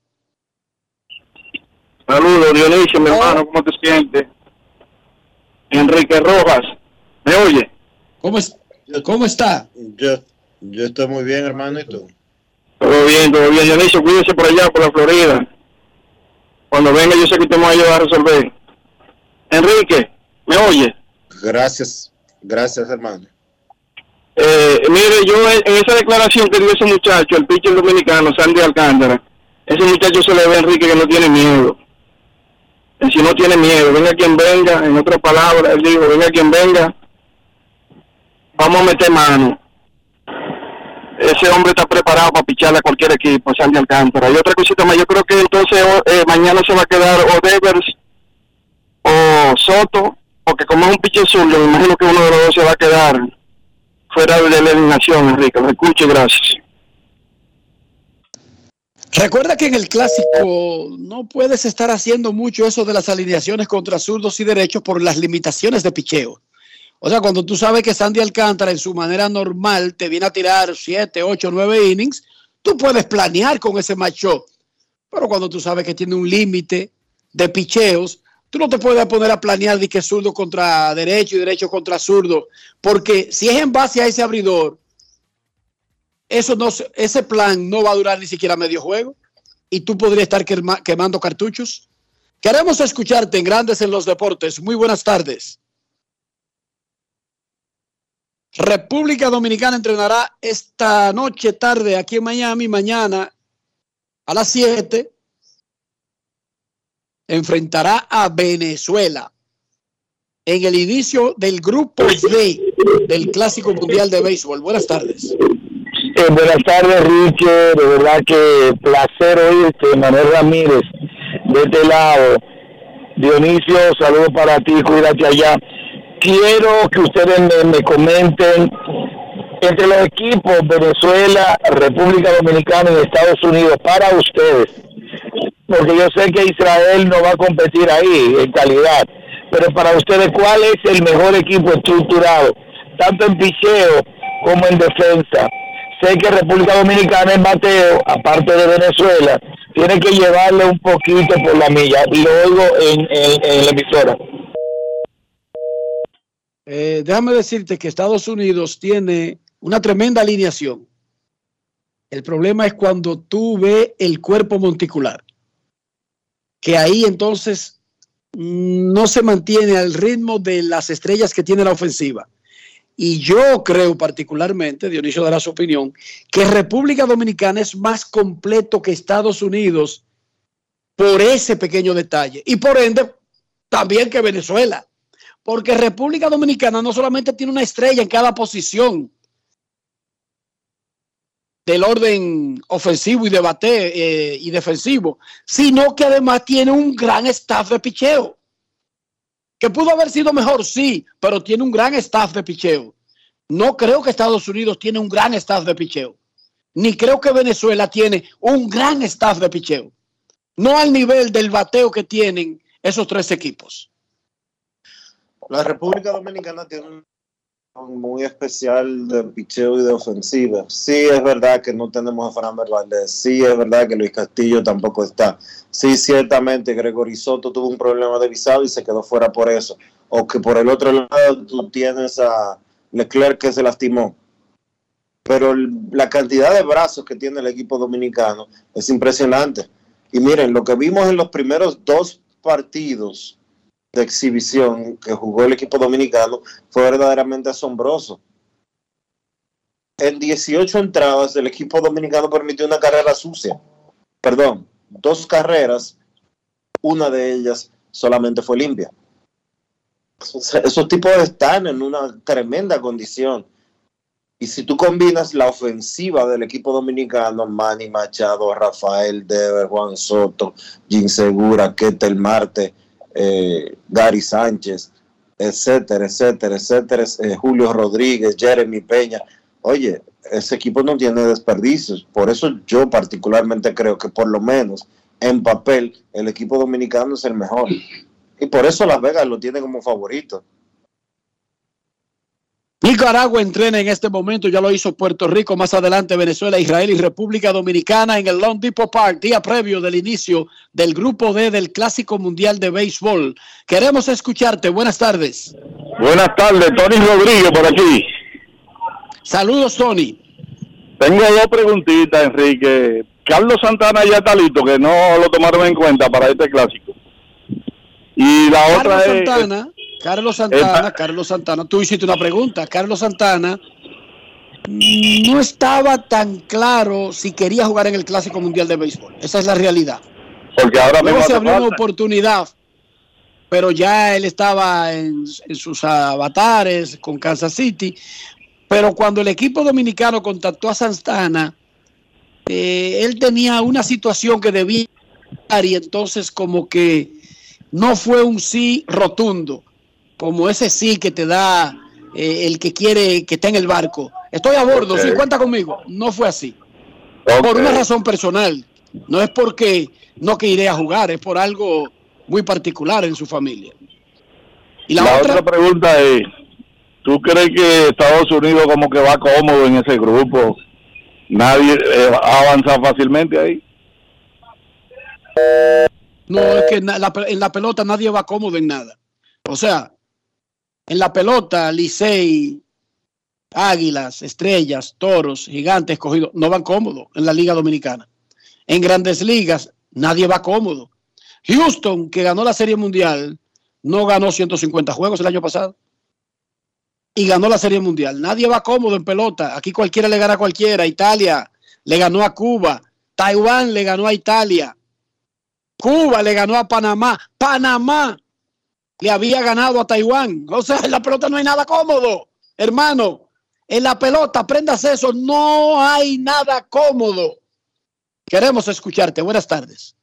Speaker 17: Saludos, Dionisio, mi hermano, ¿cómo te sientes? Enrique Rojas, ¿me oye?
Speaker 5: ¿Cómo, es, cómo está?
Speaker 3: Yo, yo estoy muy bien, hermano, ¿y tú?
Speaker 17: Todo bien, todo bien. Dionisio, cuídese por allá, por la Florida. Cuando venga, yo sé que usted me va a ayudar a resolver. Enrique, ¿me oye?
Speaker 3: Gracias, gracias, hermano.
Speaker 17: Eh, mire, yo en esa declaración que dio ese muchacho, el pitcher dominicano, Sandy Alcántara, ese muchacho se le ve a Enrique que no tiene miedo. Y si no tiene miedo, venga quien venga, en otras palabras, él dijo, venga quien venga, vamos a meter mano. Ese hombre está preparado para picharle a cualquier equipo, Sandy Alcántara. Y otra cosita más, yo creo que entonces eh, mañana se va a quedar o Devers o Soto, porque como es un pitcher zurdo, me imagino que uno de los dos se va a quedar fuera de la eliminación, Enrique. Me escuche, gracias.
Speaker 5: Recuerda que en el Clásico no puedes estar haciendo mucho eso de las alineaciones contra zurdos y derechos por las limitaciones de picheo. O sea, cuando tú sabes que Sandy Alcántara en su manera normal te viene a tirar siete, ocho, nueve innings, tú puedes planear con ese matchup. Pero cuando tú sabes que tiene un límite de picheos, tú no te puedes poner a planear de que zurdo contra derecho y derecho contra zurdo, porque si es en base a ese abridor, eso no, ese plan no va a durar ni siquiera medio juego y tú podrías estar quema, quemando cartuchos. Queremos escucharte en Grandes en los Deportes. Muy buenas tardes. República Dominicana entrenará esta noche tarde aquí en Miami, mañana a las siete. Enfrentará a Venezuela en el inicio del grupo D del Clásico Mundial de Béisbol. Buenas tardes.
Speaker 10: Eh, buenas tardes, Richard. De verdad que placer oírte. Manuel Ramírez, de este lado. Dionisio, saludos para ti, cuídate allá. Quiero que ustedes me, me comenten entre los equipos Venezuela, República Dominicana y Estados Unidos, para ustedes, porque yo sé que Israel no va a competir ahí en calidad, pero para ustedes, ¿cuál es el mejor equipo estructurado, tanto en picheo como en defensa? Sé que República Dominicana en bateo, aparte de Venezuela, tiene que llevarle un poquito por la milla, y lo oigo en, en, en la emisora.
Speaker 5: Eh, déjame decirte que Estados Unidos tiene una tremenda alineación El problema es cuando tú ves el cuerpo monticular, que ahí entonces no se mantiene al ritmo de las estrellas que tiene la ofensiva. Y yo creo particularmente, Dionisio dará su opinión, que República Dominicana es más completo que Estados Unidos por ese pequeño detalle. Y por ende, también que Venezuela. Porque República Dominicana no solamente tiene una estrella en cada posición del orden ofensivo y de bate eh, y defensivo, sino que además tiene un gran staff de picheo. Que pudo haber sido mejor, sí, pero tiene un gran staff de picheo. No creo que Estados Unidos tiene un gran staff de picheo. Ni creo que Venezuela tiene un gran staff de picheo. No al nivel del bateo que tienen esos tres equipos.
Speaker 3: La República Dominicana tiene un muy especial de picheo y de ofensiva. Sí, es verdad que no tenemos a Fran Valdez. Sí, es verdad que Luis Castillo tampoco está. Sí, ciertamente Gregory Soto tuvo un problema de visado y se quedó fuera por eso. O que por el otro lado tú tienes a Leclerc que se lastimó. Pero la cantidad de brazos que tiene el equipo dominicano es impresionante. Y miren, lo que vimos en los primeros dos partidos de exhibición que jugó el equipo dominicano fue verdaderamente asombroso. En dieciocho entradas el equipo dominicano permitió una carrera sucia, perdón, dos carreras, una de ellas solamente fue limpia. Esos tipos están en una tremenda condición, y si tú combinas la ofensiva del equipo dominicano, Manny Machado, Rafael Devers, Juan Soto, Jim Segura, Ketel Marte, Eh, Gary Sánchez, etcétera, etcétera, etcétera, eh, Julio Rodríguez, Jeremy Peña, oye, ese equipo no tiene desperdicios. Por eso yo particularmente creo que por lo menos en papel el equipo dominicano es el mejor, y por eso Las Vegas lo tiene como favorito.
Speaker 5: Nicaragua entrena en este momento, ya lo hizo Puerto Rico, más adelante Venezuela, Israel y República Dominicana en el Lone Depot Park, día previo del inicio del Grupo D del Clásico Mundial de Béisbol. Queremos escucharte, buenas tardes.
Speaker 17: Buenas tardes, Tony Rodríguez por aquí.
Speaker 5: Saludos, Tony.
Speaker 17: Tengo dos preguntitas, Enrique. Carlos Santana ya está listo, que no lo tomaron en cuenta para este clásico. Y la
Speaker 5: Carlos
Speaker 17: otra es...
Speaker 5: Santana, Carlos Santana, Carlos Santana, tú hiciste una pregunta. Carlos Santana no estaba tan claro si quería jugar en el Clásico Mundial de Béisbol. Esa es la realidad.
Speaker 17: Porque ahora
Speaker 5: Luego
Speaker 17: mismo
Speaker 5: se abrió
Speaker 17: falta.
Speaker 5: una oportunidad, pero ya él estaba en, en sus avatares con Kansas City. Pero cuando el equipo dominicano contactó a Santana, eh, él tenía una situación que debía dar, y entonces como que no fue un sí rotundo, como ese sí que te da eh, el que quiere que está en el barco. Estoy a bordo,
Speaker 17: Okay.
Speaker 5: si cuenta conmigo. No fue así.
Speaker 17: Okay.
Speaker 5: Por una razón personal. No es porque no que iré a jugar, es por algo muy particular en su familia. Y la,
Speaker 17: La
Speaker 5: otra,
Speaker 17: otra pregunta es, ¿tú crees que Estados Unidos como que va cómodo en ese grupo? ¿Nadie eh, ha avanzado fácilmente ahí?
Speaker 5: no es que na- la, en la pelota nadie va cómodo en nada. O sea, en la pelota, Licey, Águilas, Estrellas, Toros, Gigantes, Escogidos, no van cómodos en la Liga Dominicana. En Grandes Ligas, nadie va cómodo. Houston, que ganó la Serie Mundial, no ganó ciento cincuenta juegos el año pasado. Y ganó la Serie Mundial. Nadie va cómodo en pelota. Aquí cualquiera le gana a cualquiera. Italia le ganó a Cuba. Taiwán le ganó a Italia. Cuba le ganó a Panamá. Panamá le había ganado a Taiwán. O sea, en la pelota no hay nada cómodo, hermano. En la pelota, aprendas eso, no hay nada cómodo. Queremos escucharte. Buenas tardes.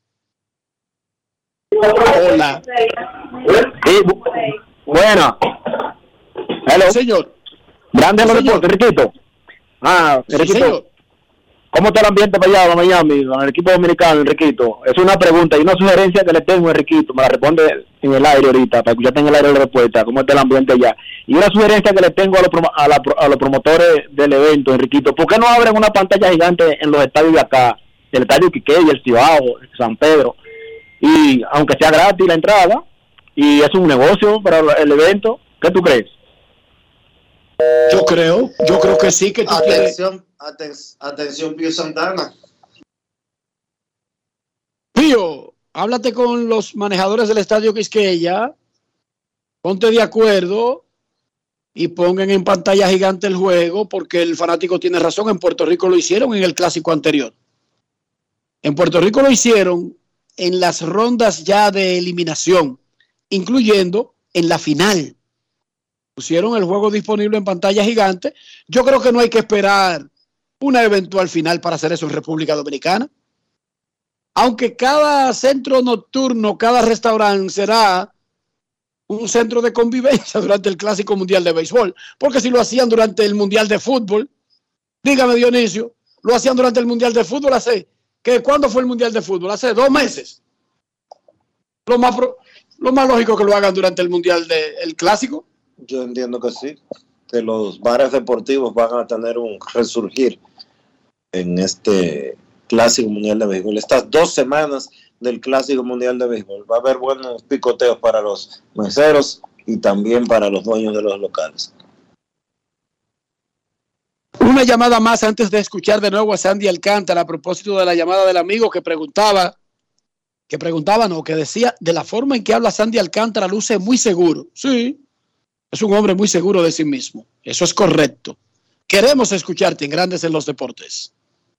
Speaker 5: Hola.
Speaker 17: Sí, bu- buena. Hello.
Speaker 5: Señor.
Speaker 17: Grande los
Speaker 5: Señor.
Speaker 17: deportes, Enriquito. Ah,
Speaker 5: Sí,
Speaker 17: Enriquito.
Speaker 5: señor.
Speaker 17: ¿Cómo está el ambiente para allá, Miami, con el equipo dominicano, Enriquito? Es una pregunta y una sugerencia que le tengo, Enriquito. Me la responde en el aire ahorita, para que ya tenga el aire de respuesta. ¿Cómo está el ambiente allá? Y una sugerencia que le tengo a los, promo- a, la- a los promotores del evento, Enriquito. ¿Por qué no abren una pantalla gigante en los estadios de acá? El estadio Quiqueya, el Cibao, San Pedro. Y aunque sea gratis la entrada, y es un negocio para el evento, ¿qué tú crees?
Speaker 5: Yo creo, yo creo que sí, que tú
Speaker 3: atención, tienes... aten, atención, Pío Santana.
Speaker 5: Pío, háblate con los manejadores del Estadio Quisqueya, ponte de acuerdo y pongan en pantalla gigante el juego, porque el fanático tiene razón. En Puerto Rico lo hicieron en el clásico anterior. En Puerto Rico lo hicieron en las rondas ya de eliminación, incluyendo en la final. Pusieron el juego disponible en pantalla gigante. Yo creo que no hay que esperar una eventual final para hacer eso en República Dominicana. Aunque cada centro nocturno, cada restaurante será un centro de convivencia durante el Clásico Mundial de Béisbol. Porque si lo hacían durante el Mundial de Fútbol, dígame Dionisio, lo hacían durante el Mundial de Fútbol hace, ¿qué? ¿Cuándo fue el Mundial de Fútbol? Hace dos meses. Lo más, pro, lo más lógico que lo hagan durante el Mundial del Clásico.
Speaker 3: Yo entiendo que sí, que los bares deportivos van a tener un resurgir en este Clásico Mundial de Béisbol. Estas dos semanas del Clásico Mundial de Béisbol va a haber buenos picoteos para los meseros y también para los dueños de los locales.
Speaker 5: Una llamada más antes de escuchar de nuevo a Sandy Alcántara a propósito de la llamada del amigo que preguntaba, que preguntaba, no, que decía, de la forma en que habla Sandy Alcántara luce muy seguro. Sí. Es un hombre muy seguro de sí mismo. Eso es correcto. Queremos escucharte en Grandes en los Deportes.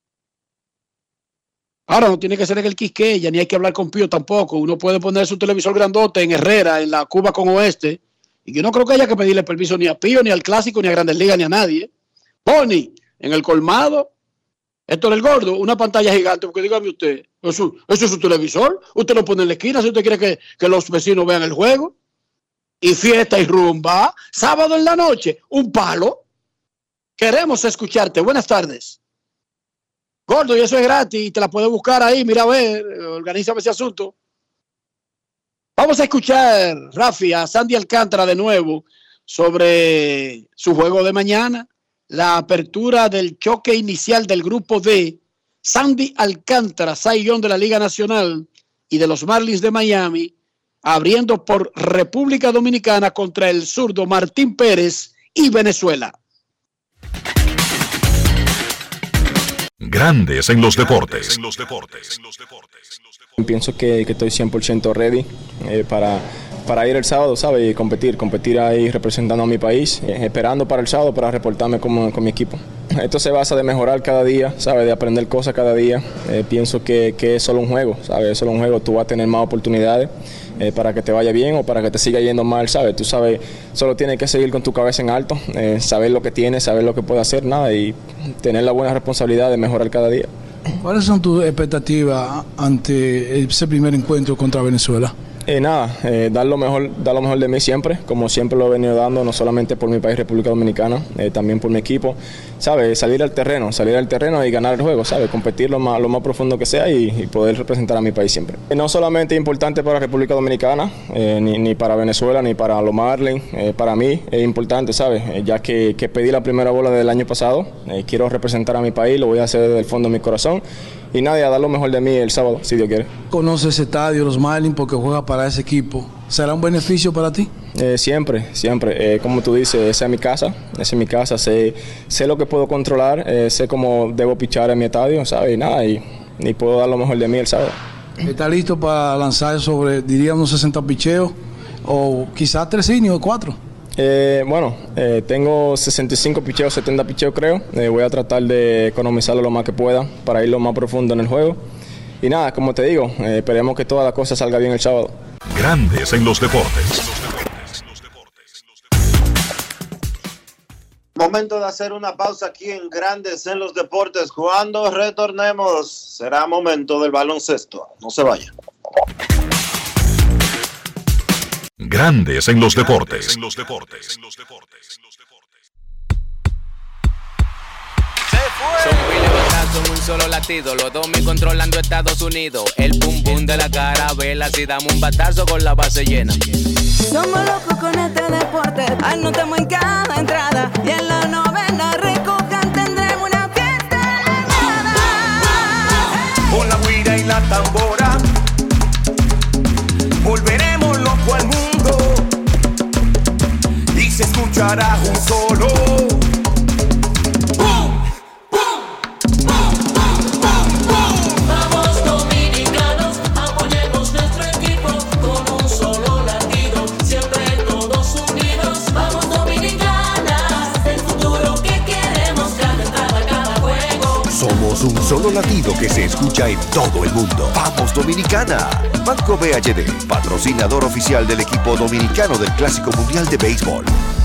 Speaker 5: Ahora no tiene que ser en el Quisqueya, ni hay que hablar con Pío tampoco. Uno puede poner su televisor grandote en Herrera, en la Cuba con Oeste. Y yo no creo que haya que pedirle permiso ni a Pío, ni al Clásico, ni a Grandes Ligas, ni a nadie. Pony, en el colmado. Héctor el Gordo, una pantalla gigante. Porque dígame usted, ¿eso, eso es su televisor? Usted lo pone en la esquina si usted quiere que, que los vecinos vean el juego. Y fiesta y rumba, sábado en la noche, un palo. Queremos escucharte. Buenas tardes. Gordo, y eso es gratis, y te la puedes buscar ahí, mira a ver, organízame ese asunto. Vamos a escuchar, Rafi, a Sandy Alcántara de nuevo sobre su juego de mañana, la apertura del choque inicial del grupo D. Sandy Alcántara, Cy Young de la Liga Nacional y de los Marlins de Miami, abriendo por República Dominicana contra el zurdo Martín Pérez y Venezuela.
Speaker 1: Grandes en los deportes.
Speaker 4: Pienso que, que estoy cien por ciento ready eh, para, para ir el sábado, ¿sabes? Y competir, competir ahí representando a mi país, eh, esperando para el sábado para reportarme con, con mi equipo. Esto se basa de mejorar cada día, ¿sabes? De aprender cosas cada día. Eh, pienso que, que es solo un juego, ¿sabes? Es solo un juego, tú vas a tener más oportunidades eh, para que te vaya bien o para que te siga yendo mal, ¿sabes? Tú sabes, solo tienes que seguir con tu cabeza en alto, eh, saber lo que tienes, saber lo que puedes hacer, nada, y tener la buena responsabilidad de mejorar cada día.
Speaker 7: ¿Cuáles son tus expectativas ante ese primer encuentro contra Venezuela?
Speaker 4: Eh, nada, eh, dar lo mejor, dar lo mejor de mí siempre, como siempre lo he venido dando, no solamente por mi país, República Dominicana, eh, también por mi equipo, ¿sabes? Salir al terreno, salir al terreno y ganar el juego, ¿sabes? Competir lo más, lo más profundo que sea y, y poder representar a mi país siempre. Eh, no solamente es importante para República Dominicana, eh, ni, ni para Venezuela, ni para los Marlins, eh, para mí es importante, ¿sabes? Eh, ya que, que pedí la primera bola del año pasado, eh, quiero representar a mi país, lo voy a hacer desde el fondo de mi corazón. Y nadie a dar lo mejor de mí el sábado, si Dios quiere.
Speaker 7: ¿Conoce ese estadio, los Marlins, porque juega para ese equipo? ¿Será un beneficio para ti?
Speaker 4: Eh, siempre, siempre. Eh, como tú dices, esa es mi casa, esa es mi casa. Sé, sé lo que puedo controlar, eh, sé cómo debo pichar en mi estadio, ¿sabes? Y nada, y, y puedo dar lo mejor de mí el sábado.
Speaker 7: ¿Está listo para lanzar sobre, diría, unos sesenta picheos? O quizás tres innings o cuatro.
Speaker 4: Eh, bueno, eh, tengo sesenta y cinco picheos, setenta picheos creo. Eh, voy a tratar de economizarlo lo más que pueda para ir lo más profundo en el juego. Y nada, como te digo, eh, esperemos que toda la cosa salga bien el sábado.
Speaker 1: Grandes en los deportes.
Speaker 3: Momento de hacer una pausa aquí en Grandes en los Deportes. Cuando retornemos, será momento del baloncesto. No se vaya.
Speaker 1: Grandes en los deportes. En los deportes.
Speaker 23: Son mil batazos en un solo latido, los dos mil controlando Estados Unidos. El pum pum de la carabela, si damos un batazo con la base llena.
Speaker 24: Somos locos con este deporte, anotamos en cada entrada y en la novena recojan tendremos una fiesta elevada.
Speaker 22: Con la guira y la tambora volveremos loco al mundo y se escuchará un solo
Speaker 12: Somos un solo latido que se escucha en todo el mundo. ¡Vamos, Dominicana! Banco B H D, patrocinador oficial del equipo dominicano del Clásico Mundial de Béisbol.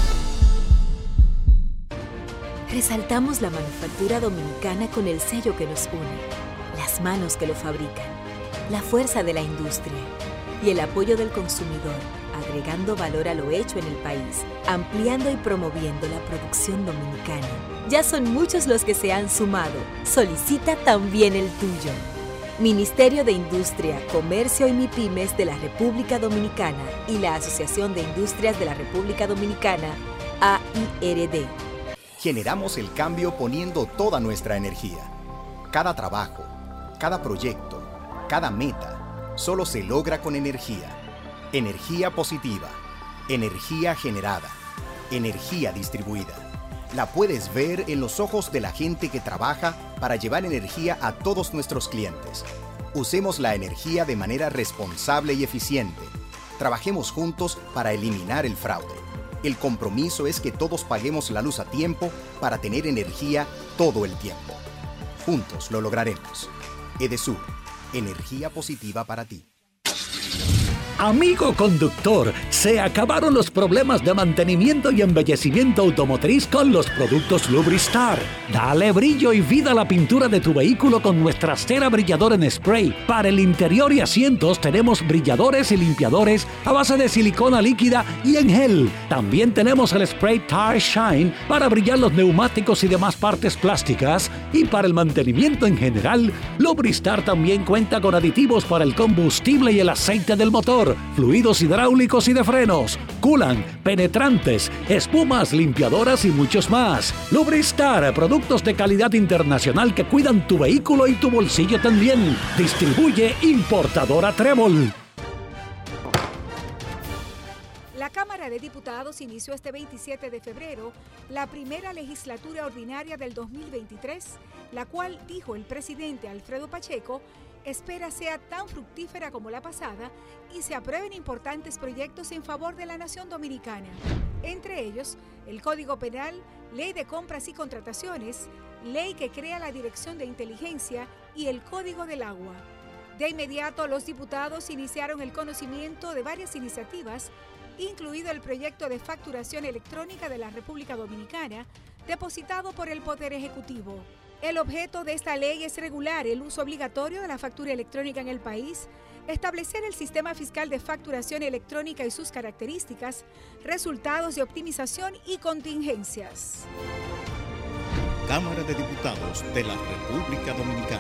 Speaker 2: Resaltamos la manufactura dominicana con el sello que nos une, las manos que lo fabrican, la fuerza de la industria y el apoyo del consumidor, agregando valor a lo hecho en el país, ampliando y promoviendo la producción dominicana. Ya son muchos los que se han sumado. Solicita también el tuyo. Ministerio de Industria, Comercio y MIPYMES de la República Dominicana y la Asociación de Industrias de la República Dominicana, A I R D.
Speaker 6: Generamos el cambio poniendo toda nuestra energía. Cada trabajo, cada proyecto, cada meta, solo se logra con energía. Energía positiva, energía generada, energía distribuida. La puedes ver en los ojos de la gente que trabaja para llevar energía a todos nuestros clientes. Usemos la energía de manera responsable y eficiente. Trabajemos juntos para eliminar el fraude. El compromiso es que todos paguemos la luz a tiempo para tener energía todo el tiempo. Juntos lo lograremos. Edesur, energía positiva para ti.
Speaker 21: Amigo conductor, se acabaron los problemas de mantenimiento y embellecimiento automotriz con los productos Lubristar. Dale brillo y vida a la pintura de tu vehículo con nuestra cera brilladora en spray. Para el interior y asientos tenemos brilladores y limpiadores a base de silicona líquida y en gel. También tenemos el spray Tire Shine para brillar los neumáticos y demás partes plásticas. Y para el mantenimiento en general, Lubristar también cuenta con aditivos para el combustible y el aceite del motor, fluidos hidráulicos y de frenos, culan, penetrantes, espumas, limpiadoras y muchos más. Lubristar, productos de calidad internacional que cuidan tu vehículo y tu bolsillo también. Distribuye importadora Trébol.
Speaker 13: La Cámara de Diputados inició este veintisiete de febrero la primera legislatura ordinaria del dos mil veintitrés, la cual, dijo el presidente Alfredo Pacheco, espera sea tan fructífera como la pasada y se aprueben importantes proyectos en favor de la nación dominicana. Entre ellos, el Código Penal, Ley de Compras y Contrataciones, Ley que crea la Dirección de Inteligencia y el Código del Agua. De inmediato, los diputados iniciaron el conocimiento de varias iniciativas, incluido el proyecto de facturación electrónica de la República Dominicana, depositado por el Poder Ejecutivo. El objeto de esta ley es regular el uso obligatorio de la factura electrónica en el país, establecer el sistema fiscal de facturación electrónica y sus características, resultados de optimización y contingencias.
Speaker 15: Cámara de Diputados de la República Dominicana.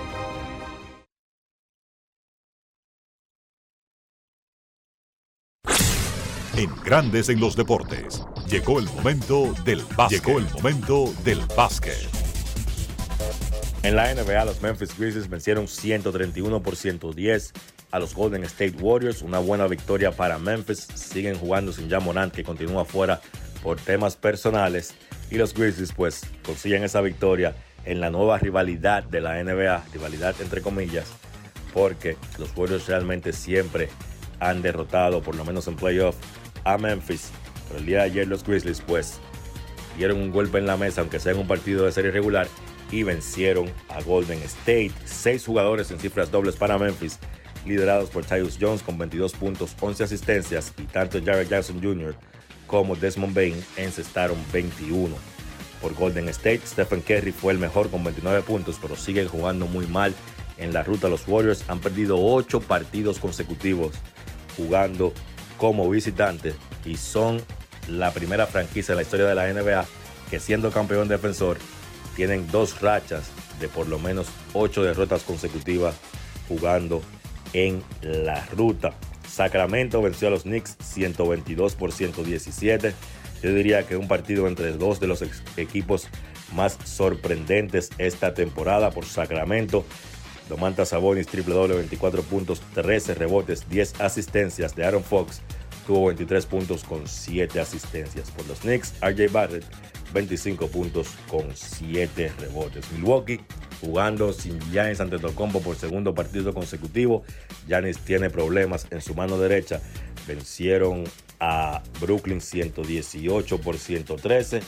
Speaker 1: En Grandes en los Deportes, llegó el momento del básquet. Llegó el momento del básquet.
Speaker 14: En la N B A, los Memphis Grizzlies vencieron ciento treinta y uno por ciento diez a los Golden State Warriors. Una buena victoria para Memphis. Siguen jugando sin Ja Morant, que continúa fuera por temas personales. Y los Grizzlies pues consiguen esa victoria en la nueva rivalidad de la N B A. Rivalidad entre comillas, porque los Warriors realmente siempre han derrotado, por lo menos en playoff, a Memphis. Pero el día de ayer los Grizzlies pues dieron un golpe en la mesa, aunque sea en un partido de serie regular, y vencieron a Golden State. Seis jugadores en cifras dobles para Memphis, liderados por Tyus Jones con veintidós puntos, once asistencias, y tanto Jarrett Jackson junior como Desmond Bane encestaron veintiuno. Por Golden State, Stephen Curry fue el mejor con veintinueve puntos, pero siguen jugando muy mal en la ruta. Los Warriors han perdido ocho partidos consecutivos jugando como visitantes y son la primera franquicia en la historia de la N B A que, siendo campeón defensor, tienen dos rachas de por lo menos ocho derrotas consecutivas jugando en la ruta. Sacramento venció a los Knicks ciento veintidós por ciento diecisiete. Yo diría que un partido entre dos de los ex- equipos más sorprendentes esta temporada. Por Sacramento, Domantas Sabonis, triple doble, veinticuatro puntos, trece rebotes, diez asistencias. De Aaron Fox tuvo veintitrés puntos con siete asistencias. Por los Knicks, R J Barrett, veinticinco puntos con siete rebotes. Milwaukee jugando sin Giannis Antetokounmpo por segundo partido consecutivo. Giannis tiene problemas en su mano derecha. Vencieron a Brooklyn ciento dieciocho por ciento trece.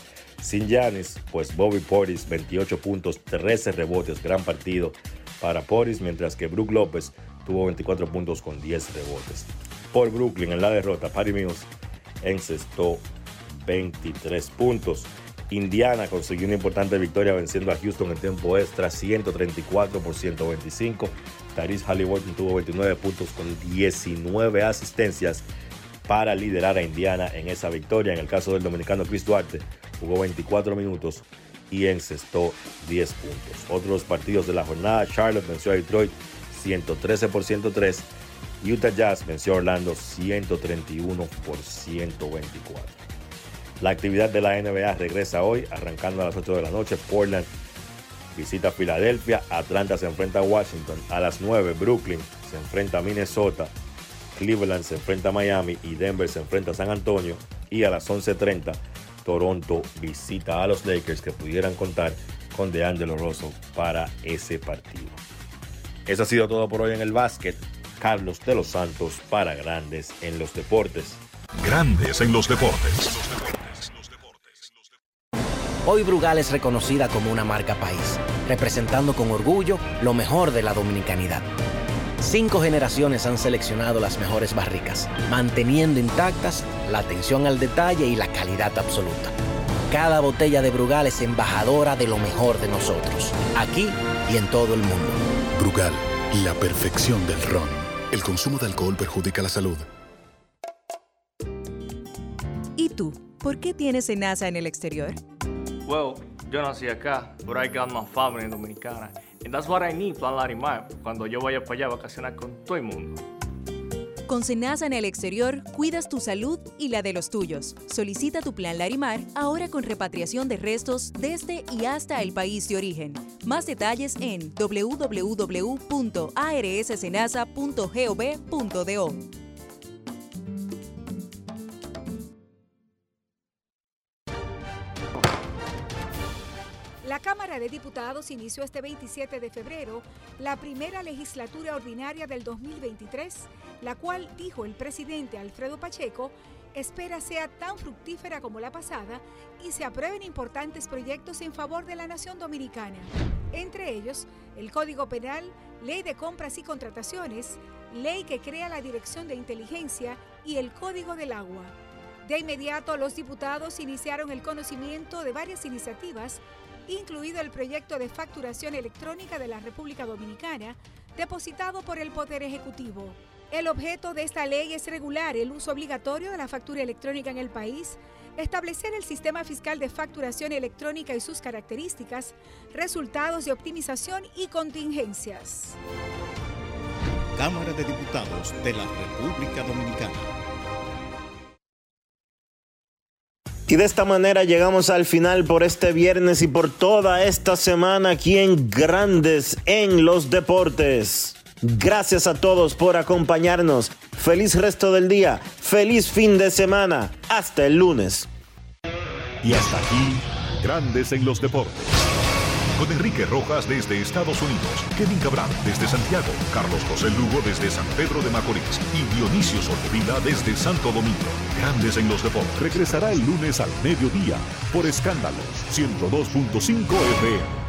Speaker 14: Sin Giannis, pues Bobby Portis, veintiocho puntos, trece rebotes, gran partido para Portis, mientras que Brook López tuvo veinticuatro puntos con diez rebotes. Por Brooklyn, en la derrota, Patty Mills encestó veintitrés puntos. Indiana consiguió una importante victoria venciendo a Houston en tiempo extra, ciento treinta y cuatro por ciento veinticinco. Tyrese Haliburton tuvo veintinueve puntos con diecinueve asistencias para liderar a Indiana en esa victoria. En el caso del dominicano Chris Duarte, jugó veinticuatro minutos y encestó diez puntos. Otros partidos de la jornada: Charlotte venció a Detroit ciento trece por ciento tres. Utah Jazz venció a Orlando ciento treinta y uno por ciento veinticuatro. La actividad de la N B A regresa hoy, arrancando a las ocho de la noche. Portland visita a Filadelfia, Atlanta se enfrenta a Washington. A las nueve, Brooklyn se enfrenta a Minnesota, Cleveland se enfrenta a Miami y Denver se enfrenta a San Antonio. Y a las once treinta, Toronto visita a los Lakers, que pudieran contar con DeAngelo Russell para ese partido. Eso ha sido todo por hoy en el básquet. Carlos de los Santos para Grandes en los Deportes.
Speaker 1: Grandes en los Deportes.
Speaker 8: Hoy Brugal es reconocida como una marca país, representando con orgullo lo mejor de la dominicanidad. Cinco generaciones han seleccionado las mejores barricas, manteniendo intactas la atención al detalle y la calidad absoluta. Cada botella de Brugal es embajadora de lo mejor de nosotros, aquí y en todo el mundo.
Speaker 9: Brugal, la perfección del ron. El consumo de alcohol perjudica la salud.
Speaker 2: ¿Y tú? ¿Por qué tienes SENASA en el exterior?
Speaker 11: Well, yo nací acá, but I got my family dominicana. And that's what I need, Plan Larimar, cuando yo vaya para allá a vacacionar con todo el mundo.
Speaker 2: Con SENASA en el exterior, cuidas tu salud y la de los tuyos. Solicita tu Plan Larimar ahora con repatriación de restos desde y hasta el país de origen. Más detalles en doble u doble u doble u punto a r s senasa punto gov punto do.
Speaker 13: La Cámara de Diputados inició este veintisiete de febrero la primera legislatura ordinaria del dos mil veintitrés, la cual, dijo el presidente Alfredo Pacheco, espera sea tan fructífera como la pasada y se aprueben importantes proyectos en favor de la nación dominicana. Entre ellos, el Código Penal, Ley de Compras y Contrataciones, Ley que crea la Dirección de Inteligencia y el Código del Agua. De inmediato, los diputados iniciaron el conocimiento de varias iniciativas, incluido el proyecto de facturación electrónica de la República Dominicana, depositado por el Poder Ejecutivo. El objeto de esta ley es regular el uso obligatorio de la factura electrónica en el país, establecer el sistema fiscal de facturación electrónica y sus características, resultados de optimización y contingencias.
Speaker 15: Cámara de Diputados de la República Dominicana.
Speaker 3: Y de esta manera llegamos al final por este viernes y por toda esta semana aquí en Grandes en los Deportes. Gracias a todos por acompañarnos. Feliz resto del día. Feliz fin de semana. Hasta el lunes.
Speaker 1: Y hasta aquí, Grandes en los Deportes. Con Enrique Rojas desde Estados Unidos, Kevin Cabral desde Santiago, Carlos José Lugo desde San Pedro de Macorís y Dionisio Solterida desde Santo Domingo. Grandes en los Deportes regresará el lunes al mediodía por Escándalos ciento dos punto cinco F M.